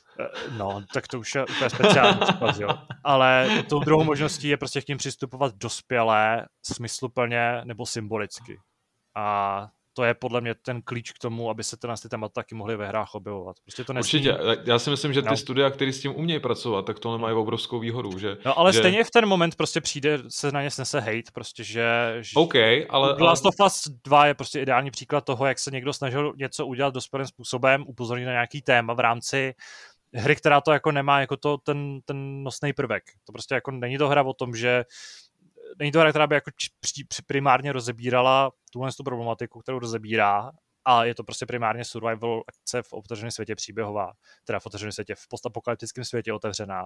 No, tak to už je úplně speciální případ, jo. Ale tou druhou možností je prostě k tím přistupovat dospělé, smysluplně nebo symbolicky. A to je podle mě ten klíč k tomu, aby se ty témata taky mohly ve hrách objevovat. Prostě to nesmí... Určitě, já si myslím, že ty no. studia, které s tím umějí pracovat, tak tohle mají obrovskou výhodu. Že, no ale že... stejně v ten moment prostě přijde, se na ně snese hate, prostě, že... že... OK, ale... Last of Us dva je prostě ideální příklad toho, jak se někdo snažil něco udělat dospělým způsobem, upozornit na nějaký téma v rámci hry, která to jako nemá jako to, ten, ten nosný prvek. To prostě jako není to hra o tom, že není to hra, která by jako primárně rozebírala tuhle tu problematiku, kterou rozebírá, a je to prostě primárně survival akce v otevřeném světě příběhová, teda v otevřeném světě, v postapokalyptickém světě otevřená.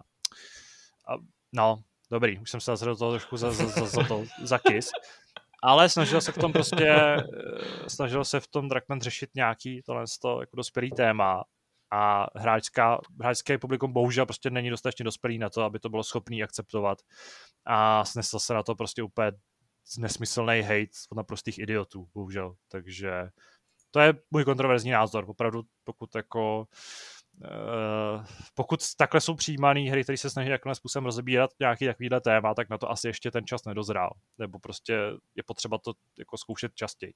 A, no, dobrý, už jsem se zase do toho trošku za, za, za, za to zakys. Ale snažil se v tom prostě, snažil se v tom Druckmann řešit nějaký tohle jako dospělý téma. A hráčská, hráčské publikum bohužel prostě není dostatečně dospělý na to, aby to bylo schopný akceptovat. A snesl se na to prostě úplně nesmyslný hate od naprostých idiotů, bohužel. Takže to je můj kontroverzní názor. Opravdu, pokud jako pokud takhle jsou přijímaný hry, které se snaží jakým způsobem rozebírat nějaký takovýhle téma, tak na to asi ještě ten čas nedozrál. Nebo prostě je potřeba to jako zkoušet častěji.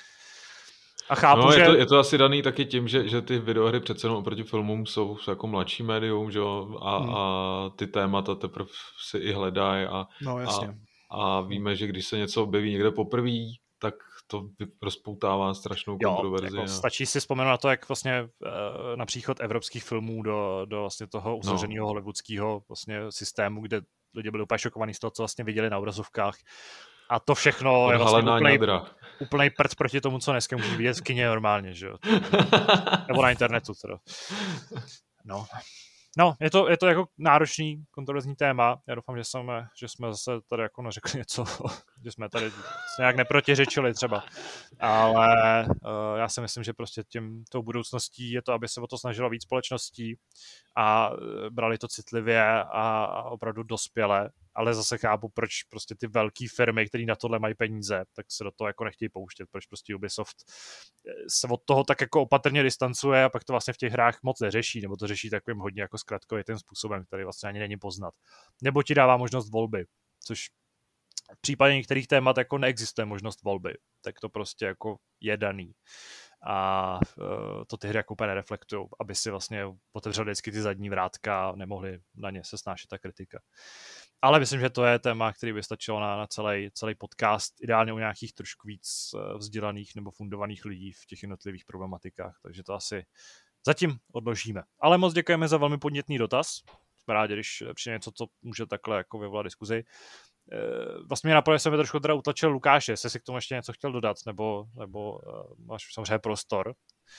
A chápu, no, je, že... to, je to asi daný taky tím, že, že ty videohry přece jenom oproti filmům jsou, jsou jako mladší médium, že jo? A, hmm. a ty témata teprve si i hledají a, no, jasně. a, a víme, že když se něco objeví někde poprvé, tak to rozpoutává strašnou kontroverzi. Jo, jako stačí si vzpomenout na to, jak vlastně na příchod evropských filmů do, do vlastně toho uzavřeného no. hollywoodského vlastně systému, kde lidi byli úplně šokovaní z toho, co vlastně viděli na obrazovkách. A to všechno je vlastně úplnej, úplnej prd proti tomu, co dneska můžu vidět v kině normálně, že jo. Nebo na internetu teda. No. No, je to, je to jako náročný, kontroverzní téma. Já doufám, že jsme, že jsme zase tady jako neřekli něco, že jsme tady nějak neprotiřečili třeba. Ale uh, já si myslím, že prostě tím tou budoucností je to, aby se o to snažilo víc společností a brali to citlivě a, a opravdu dospěle. Ale zase chápu, proč prostě ty velké firmy, které na tohle mají peníze, tak se do toho jako nechtějí pouštět, proč prostě Ubisoft se od toho tak jako opatrně distancuje a pak to vlastně v těch hrách moc neřeší, nebo to řeší takovým hodně jako zkratkovitým způsobem, který vlastně ani není poznat. Nebo ti dává možnost volby, což v případě některých témat jako neexistuje možnost volby, tak to prostě jako je daný. A uh, to ty hry jako úplně nereflektujou, aby si vlastně otevřeli vždycky ty zadní vrátka a nemohli na ně se snášet ta kritika. Ale myslím, že to je téma, který by stačilo na, na celý, celý podcast, ideálně u nějakých trošku víc vzdělaných nebo fundovaných lidí v těch jednotlivých problematikách, takže to asi zatím odložíme. Ale moc děkujeme za velmi podnětný dotaz. Jsme rádi, když přijde něco, co může takhle jako vyvolat diskuzi. Vlastně mě napadlo, že jsem mi trošku teda utlačil Lukáše, jestli si k tomu ještě něco chtěl dodat, nebo, nebo máš samozřejmě prostor.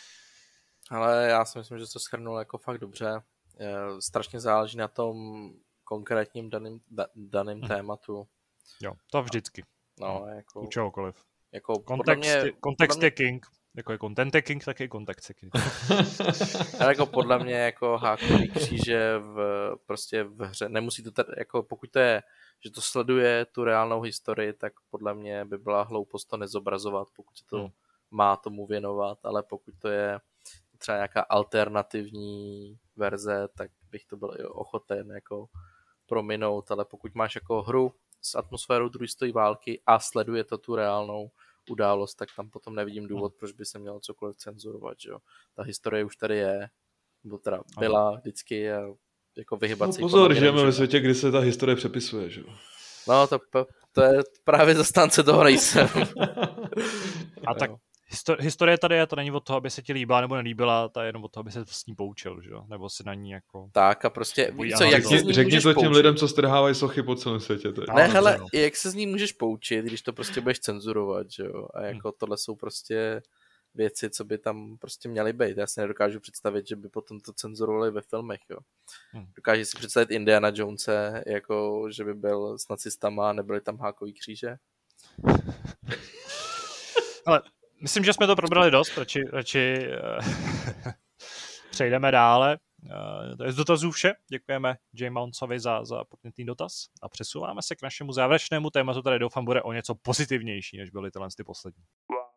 Ale já si myslím, že to shrnul jako fakt dobře. Strašně záleží na tom konkrétním daným, da, daným hmm. tématu. Jo, to vždycky. No, jako... U čehokoliv. Jako kontext, mě, kontext mě... je king. Jako je content je king, tak je kontext je king. Ale jako podle mě jako hákový kříže v, prostě v hře, nemusí to tady, jako pokud to je, že to sleduje tu reálnou historii, tak podle mě by byla hloupost to nezobrazovat, pokud se to hmm. má tomu věnovat, ale pokud to je třeba nějaká alternativní verze, tak bych to byl ochoten jako prominout, ale pokud máš jako hru s atmosférou druhé světové války a sleduje to tu reálnou událost, tak tam potom nevidím důvod, proč by se mělo cokoliv cenzurovat, že jo. Ta historie už tady je, nebo teda byla vždycky a jako vyhybat no, si... Pozor, žijeme ve světě, kdy se ta historie přepisuje, že jo. No, to, to je právě zastánce toho nejsem. A tak Histo- historie tady je, to není od toho, aby se ti líbila nebo nelíbila, ta je jenom od toho, aby se s ní poučil, že jo? Nebo si na ní jako... Tak a prostě, co, jak se z ní řekni můžeš to těm poučit? lidem, co strhávají sochy po celém světě. Teď. Ne, hele, jak se z ní můžeš poučit, když to prostě budeš cenzurovat, že jo? A jako hmm. tohle jsou prostě věci, co by tam prostě měly být. Já si nedokážu představit, že by potom to cenzurovali ve filmech, jo? Hmm. Dokážeš si představit Indiana Jonese, jako, že by byl s nacistama a nebyly tam hákový kříže? Ale myslím, že jsme to probrali dost, radši, radši uh, přejdeme dále. Uh, to je z dotazů vše. Děkujeme J. Mouncovi za, za podnětný dotaz a přesouváme se k našemu závěrečnému tématu, tady doufám bude o něco pozitivnější, než byly tyhle ty poslední.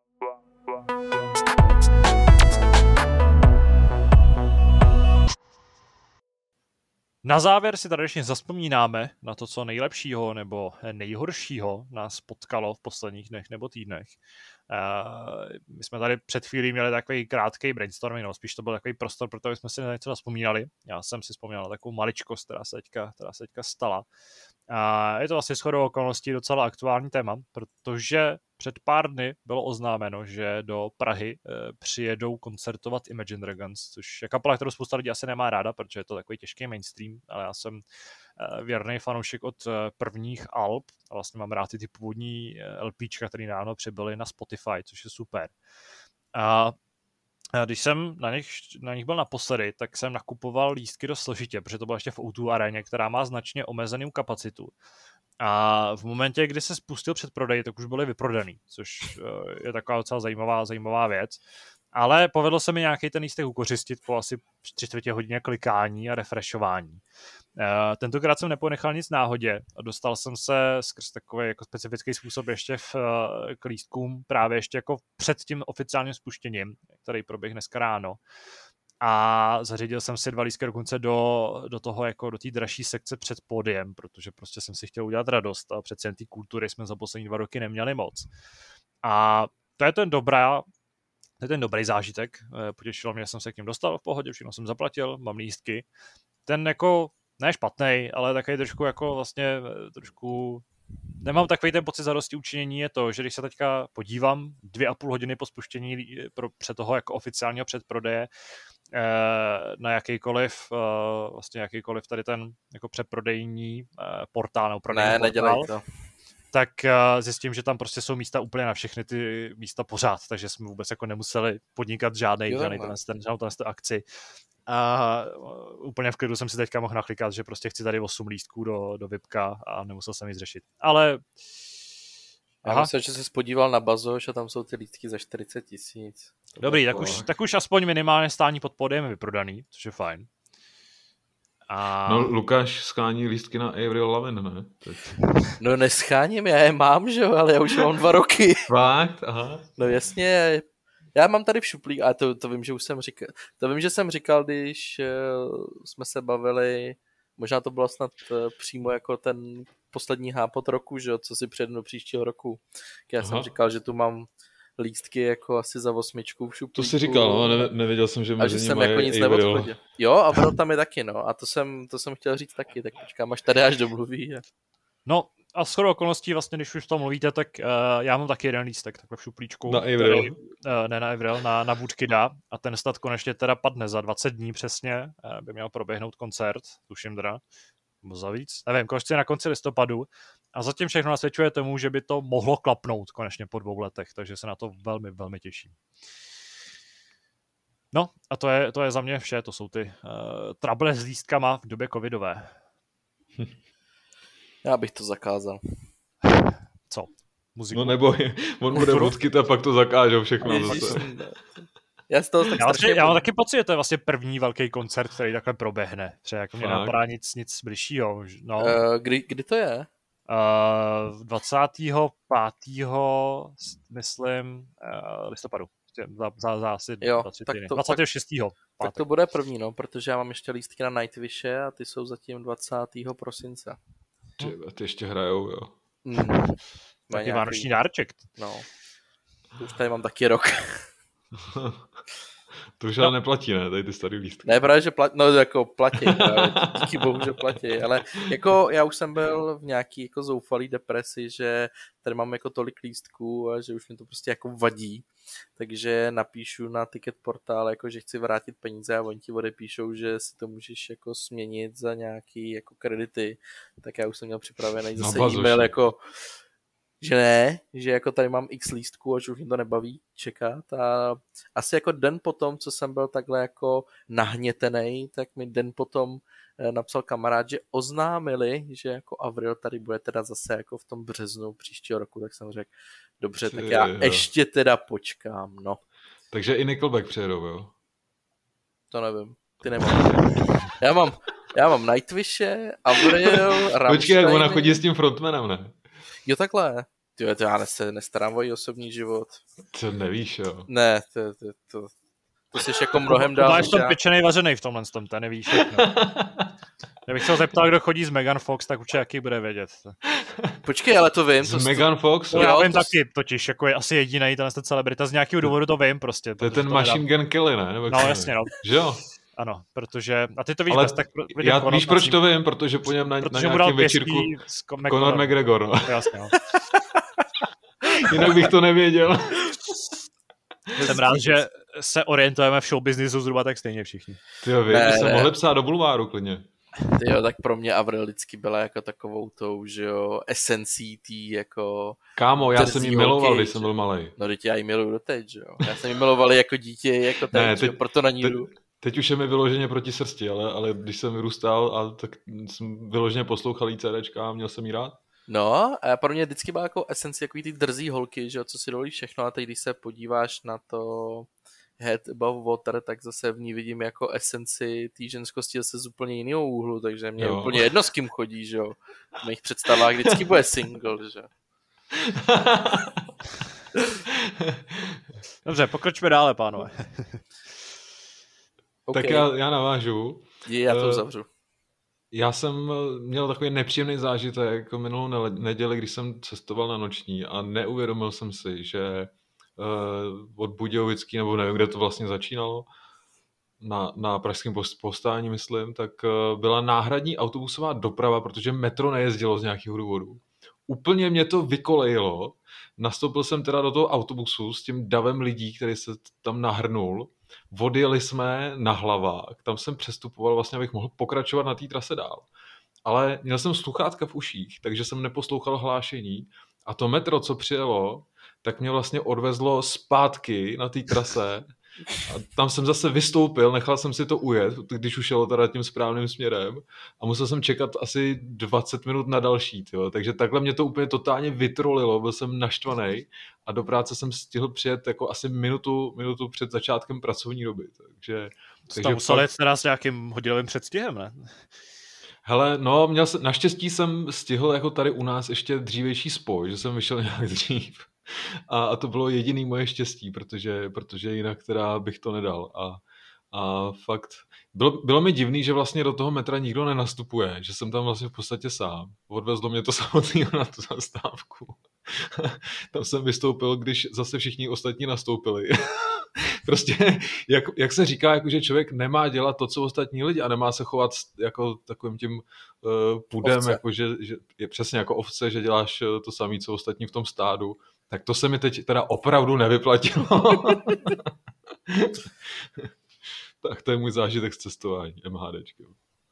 Na závěr si tradičně zazpomínáme na to, co nejlepšího nebo nejhoršího nás potkalo v posledních dnech nebo týdnech. Uh, my jsme tady před chvílí měli takový krátký brainstorming, no, spíš to byl takový prostor, protože jsme si na něco zazpomínali. Já jsem si vzpomněl na takovou maličkost, která se teďka, která se teďka stala. Uh, je to asi shodou okolností docela aktuální téma, protože před pár dny bylo oznámeno, že do Prahy uh, přijedou koncertovat Imagine Dragons, což je kapela, kterou spousta lidí asi nemá ráda, protože je to takový těžký mainstream, ale já jsem uh, věrný fanoušek od uh, prvních alb a vlastně mám rád ty, ty původní uh, LPčka, které dávno přibyly na Spotify, což je super. A když jsem na nich, na nich byl naposledy, tak jsem nakupoval lístky dost složitě, protože to bylo ještě v ó dva aréně, která má značně omezenou kapacitu. A v momentě, kdy se spustil předprodej, tak už byly vyprodaný, což je taková docela zajímavá, zajímavá věc. Ale povedlo se mi nějaký ten lístek ukořistit po asi tři čtvrtě hodině klikání a refreshování. Uh, tentokrát jsem neponechal nic náhodě a dostal jsem se skrz takový jako specifický způsob ještě v, uh, k lístkům právě ještě jako před tím oficiálním spuštěním, který proběh dneska ráno. a zařídil jsem si dva lístky dokonce do, do toho, jako do té dražší sekce před pódiem, protože prostě jsem si chtěl udělat radost a přece jen té kultury jsme za poslední dva roky neměli moc. A to je ten dobrá, to je ten dobrý zážitek. Potěšilo mě, že jsem se k ním dostal v pohodě, všechno jsem zaplatil, mám lístky. Ten jako, ne špatnej, ale takový trošku jako vlastně trošku, nemám takový ten pocit zadosti učinění, je to, že když se teďka podívám dvě a půl hodiny po spuštění pro, před toho jako oficiálního předprodeje na jakýkoliv vlastně jakýkoliv tady ten jako předprodejní portál nebo prodejní ne, portál, to. tak zjistím, že tam prostě jsou místa úplně na všechny ty místa pořád, takže jsme vůbec jako nemuseli podnikat žádnej, jo, žádnej ten, ten, ten, ten akci. A úplně v klidu jsem si teďka mohl naklikat, že prostě chci tady osm lístků do, do VIPka a nemusel jsem nic řešit. Ale... Já Aha. myslím, že jsi podíval na Bazoš a tam jsou ty lístky za čtyřicet tisíc. Dobrý, tak už, tak už aspoň minimálně stání pod pódiem je vyprodaný, což je fajn. A... No, Lukáš schání lístky na Avril Lavigne, ne? Teď. No nescháním, já je mám, že jo, ale já už mám dva roky. Fakt? Aha. No jasně, já mám tady v šuplíku, a to, to vím, že už jsem říkal, to vím, že jsem říkal, když uh, jsme se bavili, možná to bylo snad uh, přímo jako ten poslední hápot roku, že jo, co si přednu příštího roku. Já Aha. jsem říkal, že tu mám lístky jako asi za osmičku v šuplíku. To si říkal, no, ne, nevěděl jsem, že mezi nimi jako nic neodchodil. Jo, a bylo tam je taky, no, a to jsem, to jsem chtěl říct taky, tak počkám, až tady až domluví. A... No, a shodou okolností vlastně, když už to mluvíte, tak uh, já mám taky jeden lístek takhle v šuplíčku. Na Avril? Uh, ne na Avril, na, na Woodkida a ten snad konečně teda padne za dvacet dní přesně, uh, by měl proběhnout koncert, tuším teda, nebo za víc, nevím, konečně na konci listopadu a zatím všechno nasvědčuje tomu, že by to mohlo klapnout konečně po dvou letech, takže se na to velmi, velmi těším. No a to je, to je za mě vše, to jsou ty uh, trable s lístkama v době covidové. Já bych to zakázal. Co? Muziku? No neboj, on bude Woodkid a pak to zakážou všechno zase. Já, z toho tak já, strašně... já mám taky pocit, že to je vlastně první velký koncert, který takhle proběhne. Třeba jako mě napadá nic, nic bližšího. No. Uh, kdy, kdy to je? Uh, dvacátého pátého myslím uh, listopadu. Za, za, za asi jo, dvacet tak to, dvacátého šestého Tak to bude první, no, protože já mám ještě lístky na Nightwishe a ty jsou zatím dvacátého prosince. Ty, ty ještě hrajou, jo. Mm. Taky nějaký... vánoční dárček. No. To už tady mám taky rok. To už ale no. neplatí, ne? Tady ty starý lístky. Ne, právě, že platí, no jako platí, právě, díky bohu, že platí, ale jako já už jsem byl v nějaký jako zoufalý depresi, že tady mám jako tolik lístků a že už mi to prostě jako vadí, takže napíšu na ticket portál, jako že chci vrátit peníze a oni ti odepíšou, že si to můžeš jako směnit za nějaký jako kredity, tak já už jsem měl připravený zase no, e-mail jako že ne, že jako tady mám x lístků, až už mě to nebaví čekat a asi jako den potom, co jsem byl takhle jako nahnětenej, tak mi den potom napsal kamarád, že oznámili, že jako Avril tady bude teda zase jako v tom březnu příštího roku, tak jsem řekl, dobře, tak já jo. ještě teda počkám, no. Takže i Nickelback přijedou, jo? To nevím, ty nemám. Já mám, já mám Nightwishe, Avril, Rammstein. Počkej, jak ona chodí s tím frontmanem, ne? Jo, takhle. Tyjo, to já se nestarám o její osobní život. To nevíš, jo? Ne, to, to, to, to jsi jako mnohem dál. Máš tam pečenej vařenej v tomhle tom, to nevíš všechno. Kdybych se ho zeptal, kdo chodí s Megan Fox, tak určitě jaký bude vědět. Počkej, ale to vím. S to Megan to... Fox? No, já vím to... taky, totiž jako je asi jedinej tenhle celebrita, z nějakého důvodu to vím prostě. To je ten Machine Gun Kelly, ne? Nebo no jasně, no. Že jo? Ano, protože, a ty to víš, ale bez, tak já víš, proč to vím, protože po něm na, na nějakém večírku Conor McGregor, no. Jasně, no. Jinak bych to nevěděl. Jsem rád, že se orientujeme v showbiznisu zhruba tak stejně všichni. Tyjo, vy ne, se mohli psát do bulváru klidně. Tyjo, tak pro mě Avril vždycky byla jako takovou tou, že jo, esencí tý jako... Kámo, já jsem jí miloval, když jsem byl malej. No, teď já jí miluju doteď, že jo. Já jsem jí miloval jako dítě, jako teď, ne, teď, proto na ní teď, jdu. Teď už je mi vyloženě proti srsti, ale, ale když jsem vyrůstal, a tak jsem vyloženě poslouchal jí CDčka a měl jsem jí rád. No, a pro mě vždycky byla jako esenci takový ty drzí holky, že jo, co si dovolí všechno a teď když se podíváš na to Head Above Water, tak zase v ní vidím jako esenci té ženskosti zase z úplně jiného úhlu, takže mě jo. je úplně jedno, s kým chodí, že jo. V mých představách vždycky bude single, že jo. Dobře, pokročme dále, pánové. Okay. Tak já, já navážu. Je, já to uzavřu. Já jsem měl takový nepříjemný zážitek jako minulou neděli, když jsem cestoval na noční a neuvědomil jsem si, že uh, od Budějovický, nebo nevím, kde to vlastně začínalo, na, na pražském povstání, myslím, tak uh, byla náhradní autobusová doprava, protože metro nejezdilo z nějakého důvodu. Úplně mě to vykolejilo. Nastoupil jsem teda do toho autobusu s tím davem lidí, který se tam nahrnul. Odjeli jsme na Hlavák, tam jsem přestupoval vlastně, abych mohl pokračovat na té trase dál. Ale měl jsem sluchátka v uších, takže jsem neposlouchal hlášení a to metro, co přijelo, tak mě vlastně odvezlo zpátky na té trase a tam jsem zase vystoupil, nechal jsem si to ujet, když už jelo teda tím správným směrem a musel jsem čekat asi dvacet minut na další, tyjo. Takže takhle mě to úplně totálně vytrolilo, byl jsem naštvaný a do práce jsem stihl přijet jako asi minutu, minutu před začátkem pracovní doby. Takže, to takže tam musel jet teda s nějakým hodinovým předstihem, ne? Hele, no, měl jsem, naštěstí jsem stihl jako tady u nás ještě dřívější spoj, že jsem vyšel nějak dřív. A, a to bylo jediný moje štěstí, protože, protože jinak teda bych to nedal. A, a fakt, bylo, bylo mi divný, že vlastně do toho metra nikdo nenastupuje, že jsem tam vlastně v podstatě sám. Odvezlo mě to samotného na tu zastávku. Tam jsem vystoupil, když zase všichni ostatní nastoupili. Prostě, jak, jak se říká, jako, že člověk nemá dělat to, co ostatní lidi a nemá se chovat jako takovým tím uh, pudem, jako, že, že je přesně jako ovce, že děláš to samé, co ostatní v tom stádu. Tak to se mi teď teda opravdu nevyplatilo. Tak to je můj zážitek z cestování MHDčkem.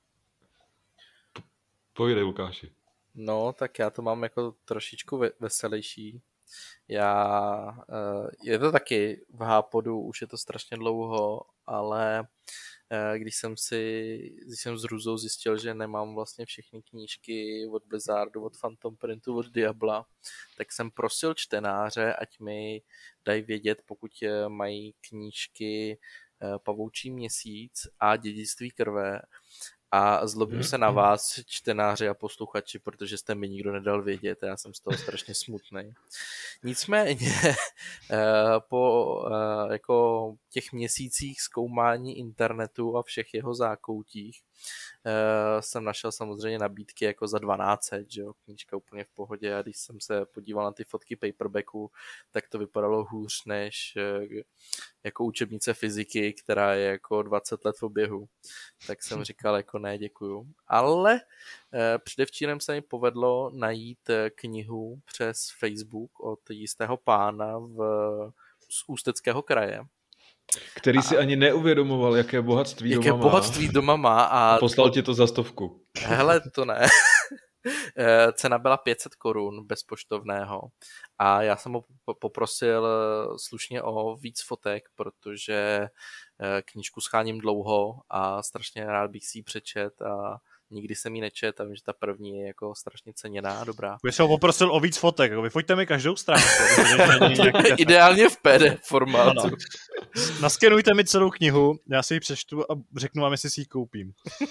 Povídej, Lukáši. No, tak já to mám jako trošičku veselější. Já, je to taky v Hápodu, už je to strašně dlouho, ale když jsem si, když jsem s Ruzou zjistil, že nemám vlastně všechny knížky od Blizzardu, od Phantom Printu, od Diabla, tak jsem prosil čtenáře, ať mi dají vědět, pokud mají knížky Pavoučí měsíc a Dědictví krve. A zlobím se na vás, čtenáři a posluchači, protože jste mi nikdo nedal vědět a já jsem z toho strašně smutný. Nicméně po jako těch měsících zkoumání internetu a všech jeho zákoutích jsem našel samozřejmě nabídky jako za dvanáct set, že jo, knížka úplně v pohodě a když jsem se podíval na ty fotky paperbacku, tak to vypadalo hůř než jako učebnice fyziky, která je jako dvacet let v oběhu. Tak jsem říkal jako ne, děkuju. Ale předevčírem se mi povedlo najít knihu přes Facebook od jistého pána v, z Ústeckého kraje. Který si a... ani neuvědomoval, jaké bohatství jaké doma má. bohatství doma má. A, a poslal ti to za stovku. Hele, to ne. Cena byla pět set korun bez poštovného a já jsem ho poprosil slušně o víc fotek, protože knížku scháním dlouho a strašně rád bych si ji přečet a nikdy jsem ji nečet a vím, že ta první je jako strašně ceněná a dobrá. Vy jsem ho poprosil o víc fotek, jako vyfoťte mi každou stránku. Ideálně v P D F formátu. Ano. Naskenujte mi celou knihu, já si ji přečtu a řeknu vám, jestli si ji koupím.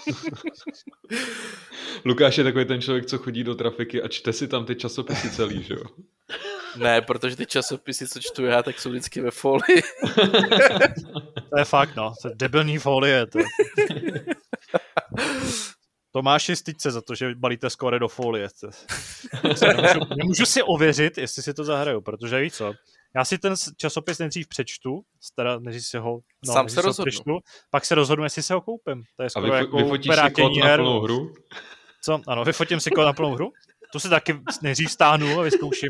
Lukáš je takový ten člověk, co chodí do trafiky a čte si tam ty časopisy celý, že jo? Ne, protože ty časopisy, co čtu já, tak jsou vždycky ve folii. To je fakt, no. To je debilní folie. To je... Tomáši, styď se za to, že balíte skóre do folie. Nemůžu, nemůžu si ověřit, jestli si to zahraju, protože víš co, já si ten časopis nejdřív přečtu, teda než si ho, no, Sám se rozhodnu. Přečtu, pak se rozhodnu, jestli se ho koupím. To je skoro a vyfo- jako vyfotíš si kód na plnou hru? Co? Ano, vyfotím si kód na plnou hru. Tu si taky nejdřív stáhnu a vyzkouším.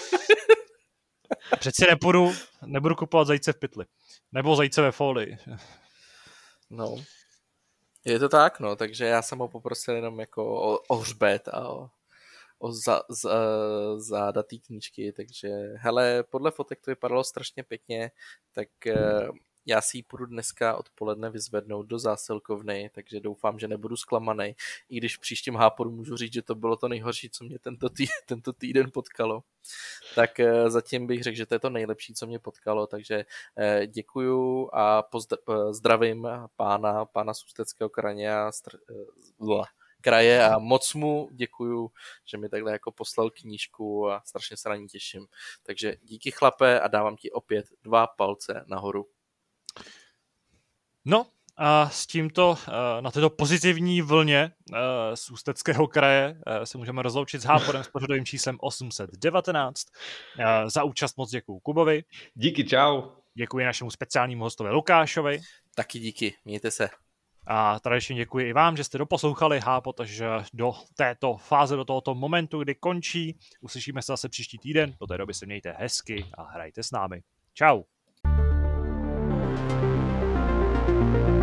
Přeci nepůjdu, nebudu kupovat zajíce v pytli. Nebo zajíce ve folii. No. Je to tak, no, takže já jsem ho poprosil jenom jako o, o hřbet a o, o za, za, záda té knížky, takže hele, podle fotek to vypadalo strašně pěkně, tak já si ji půjdu dneska odpoledne vyzvednout do zásilkovny, takže doufám, že nebudu zklamaný, i když v příštím Hápodu můžu říct, že to bylo to nejhorší, co mě tento, tý, tento týden potkalo. Tak zatím bych řekl, že to je to nejlepší, co mě potkalo, takže děkuju a pozdra- zdravím pána, pána z Ústeckého kraje a, str- kraje a moc mu děkuju, že mi takhle jako poslal knížku a strašně se na ní těším. Takže díky chlape a dávám ti opět dva palce nahoru. No A s tímto, na této pozitivní vlně z Ústeckého kraje se můžeme rozloučit s Háporem s pořadovým číslem osm set devatenáct. Za účast moc děkuju Kubovi. Díky, čau. Děkuji našemu speciálnímu hostovi Lukášovi. Taky díky, mějte se. A tradičně děkuji i vám, že jste doposlouchali Hápot až do této fáze, do tohoto momentu, kdy končí. Uslyšíme se zase příští týden. Do té doby se mějte hezky a hrajte s námi. Čau.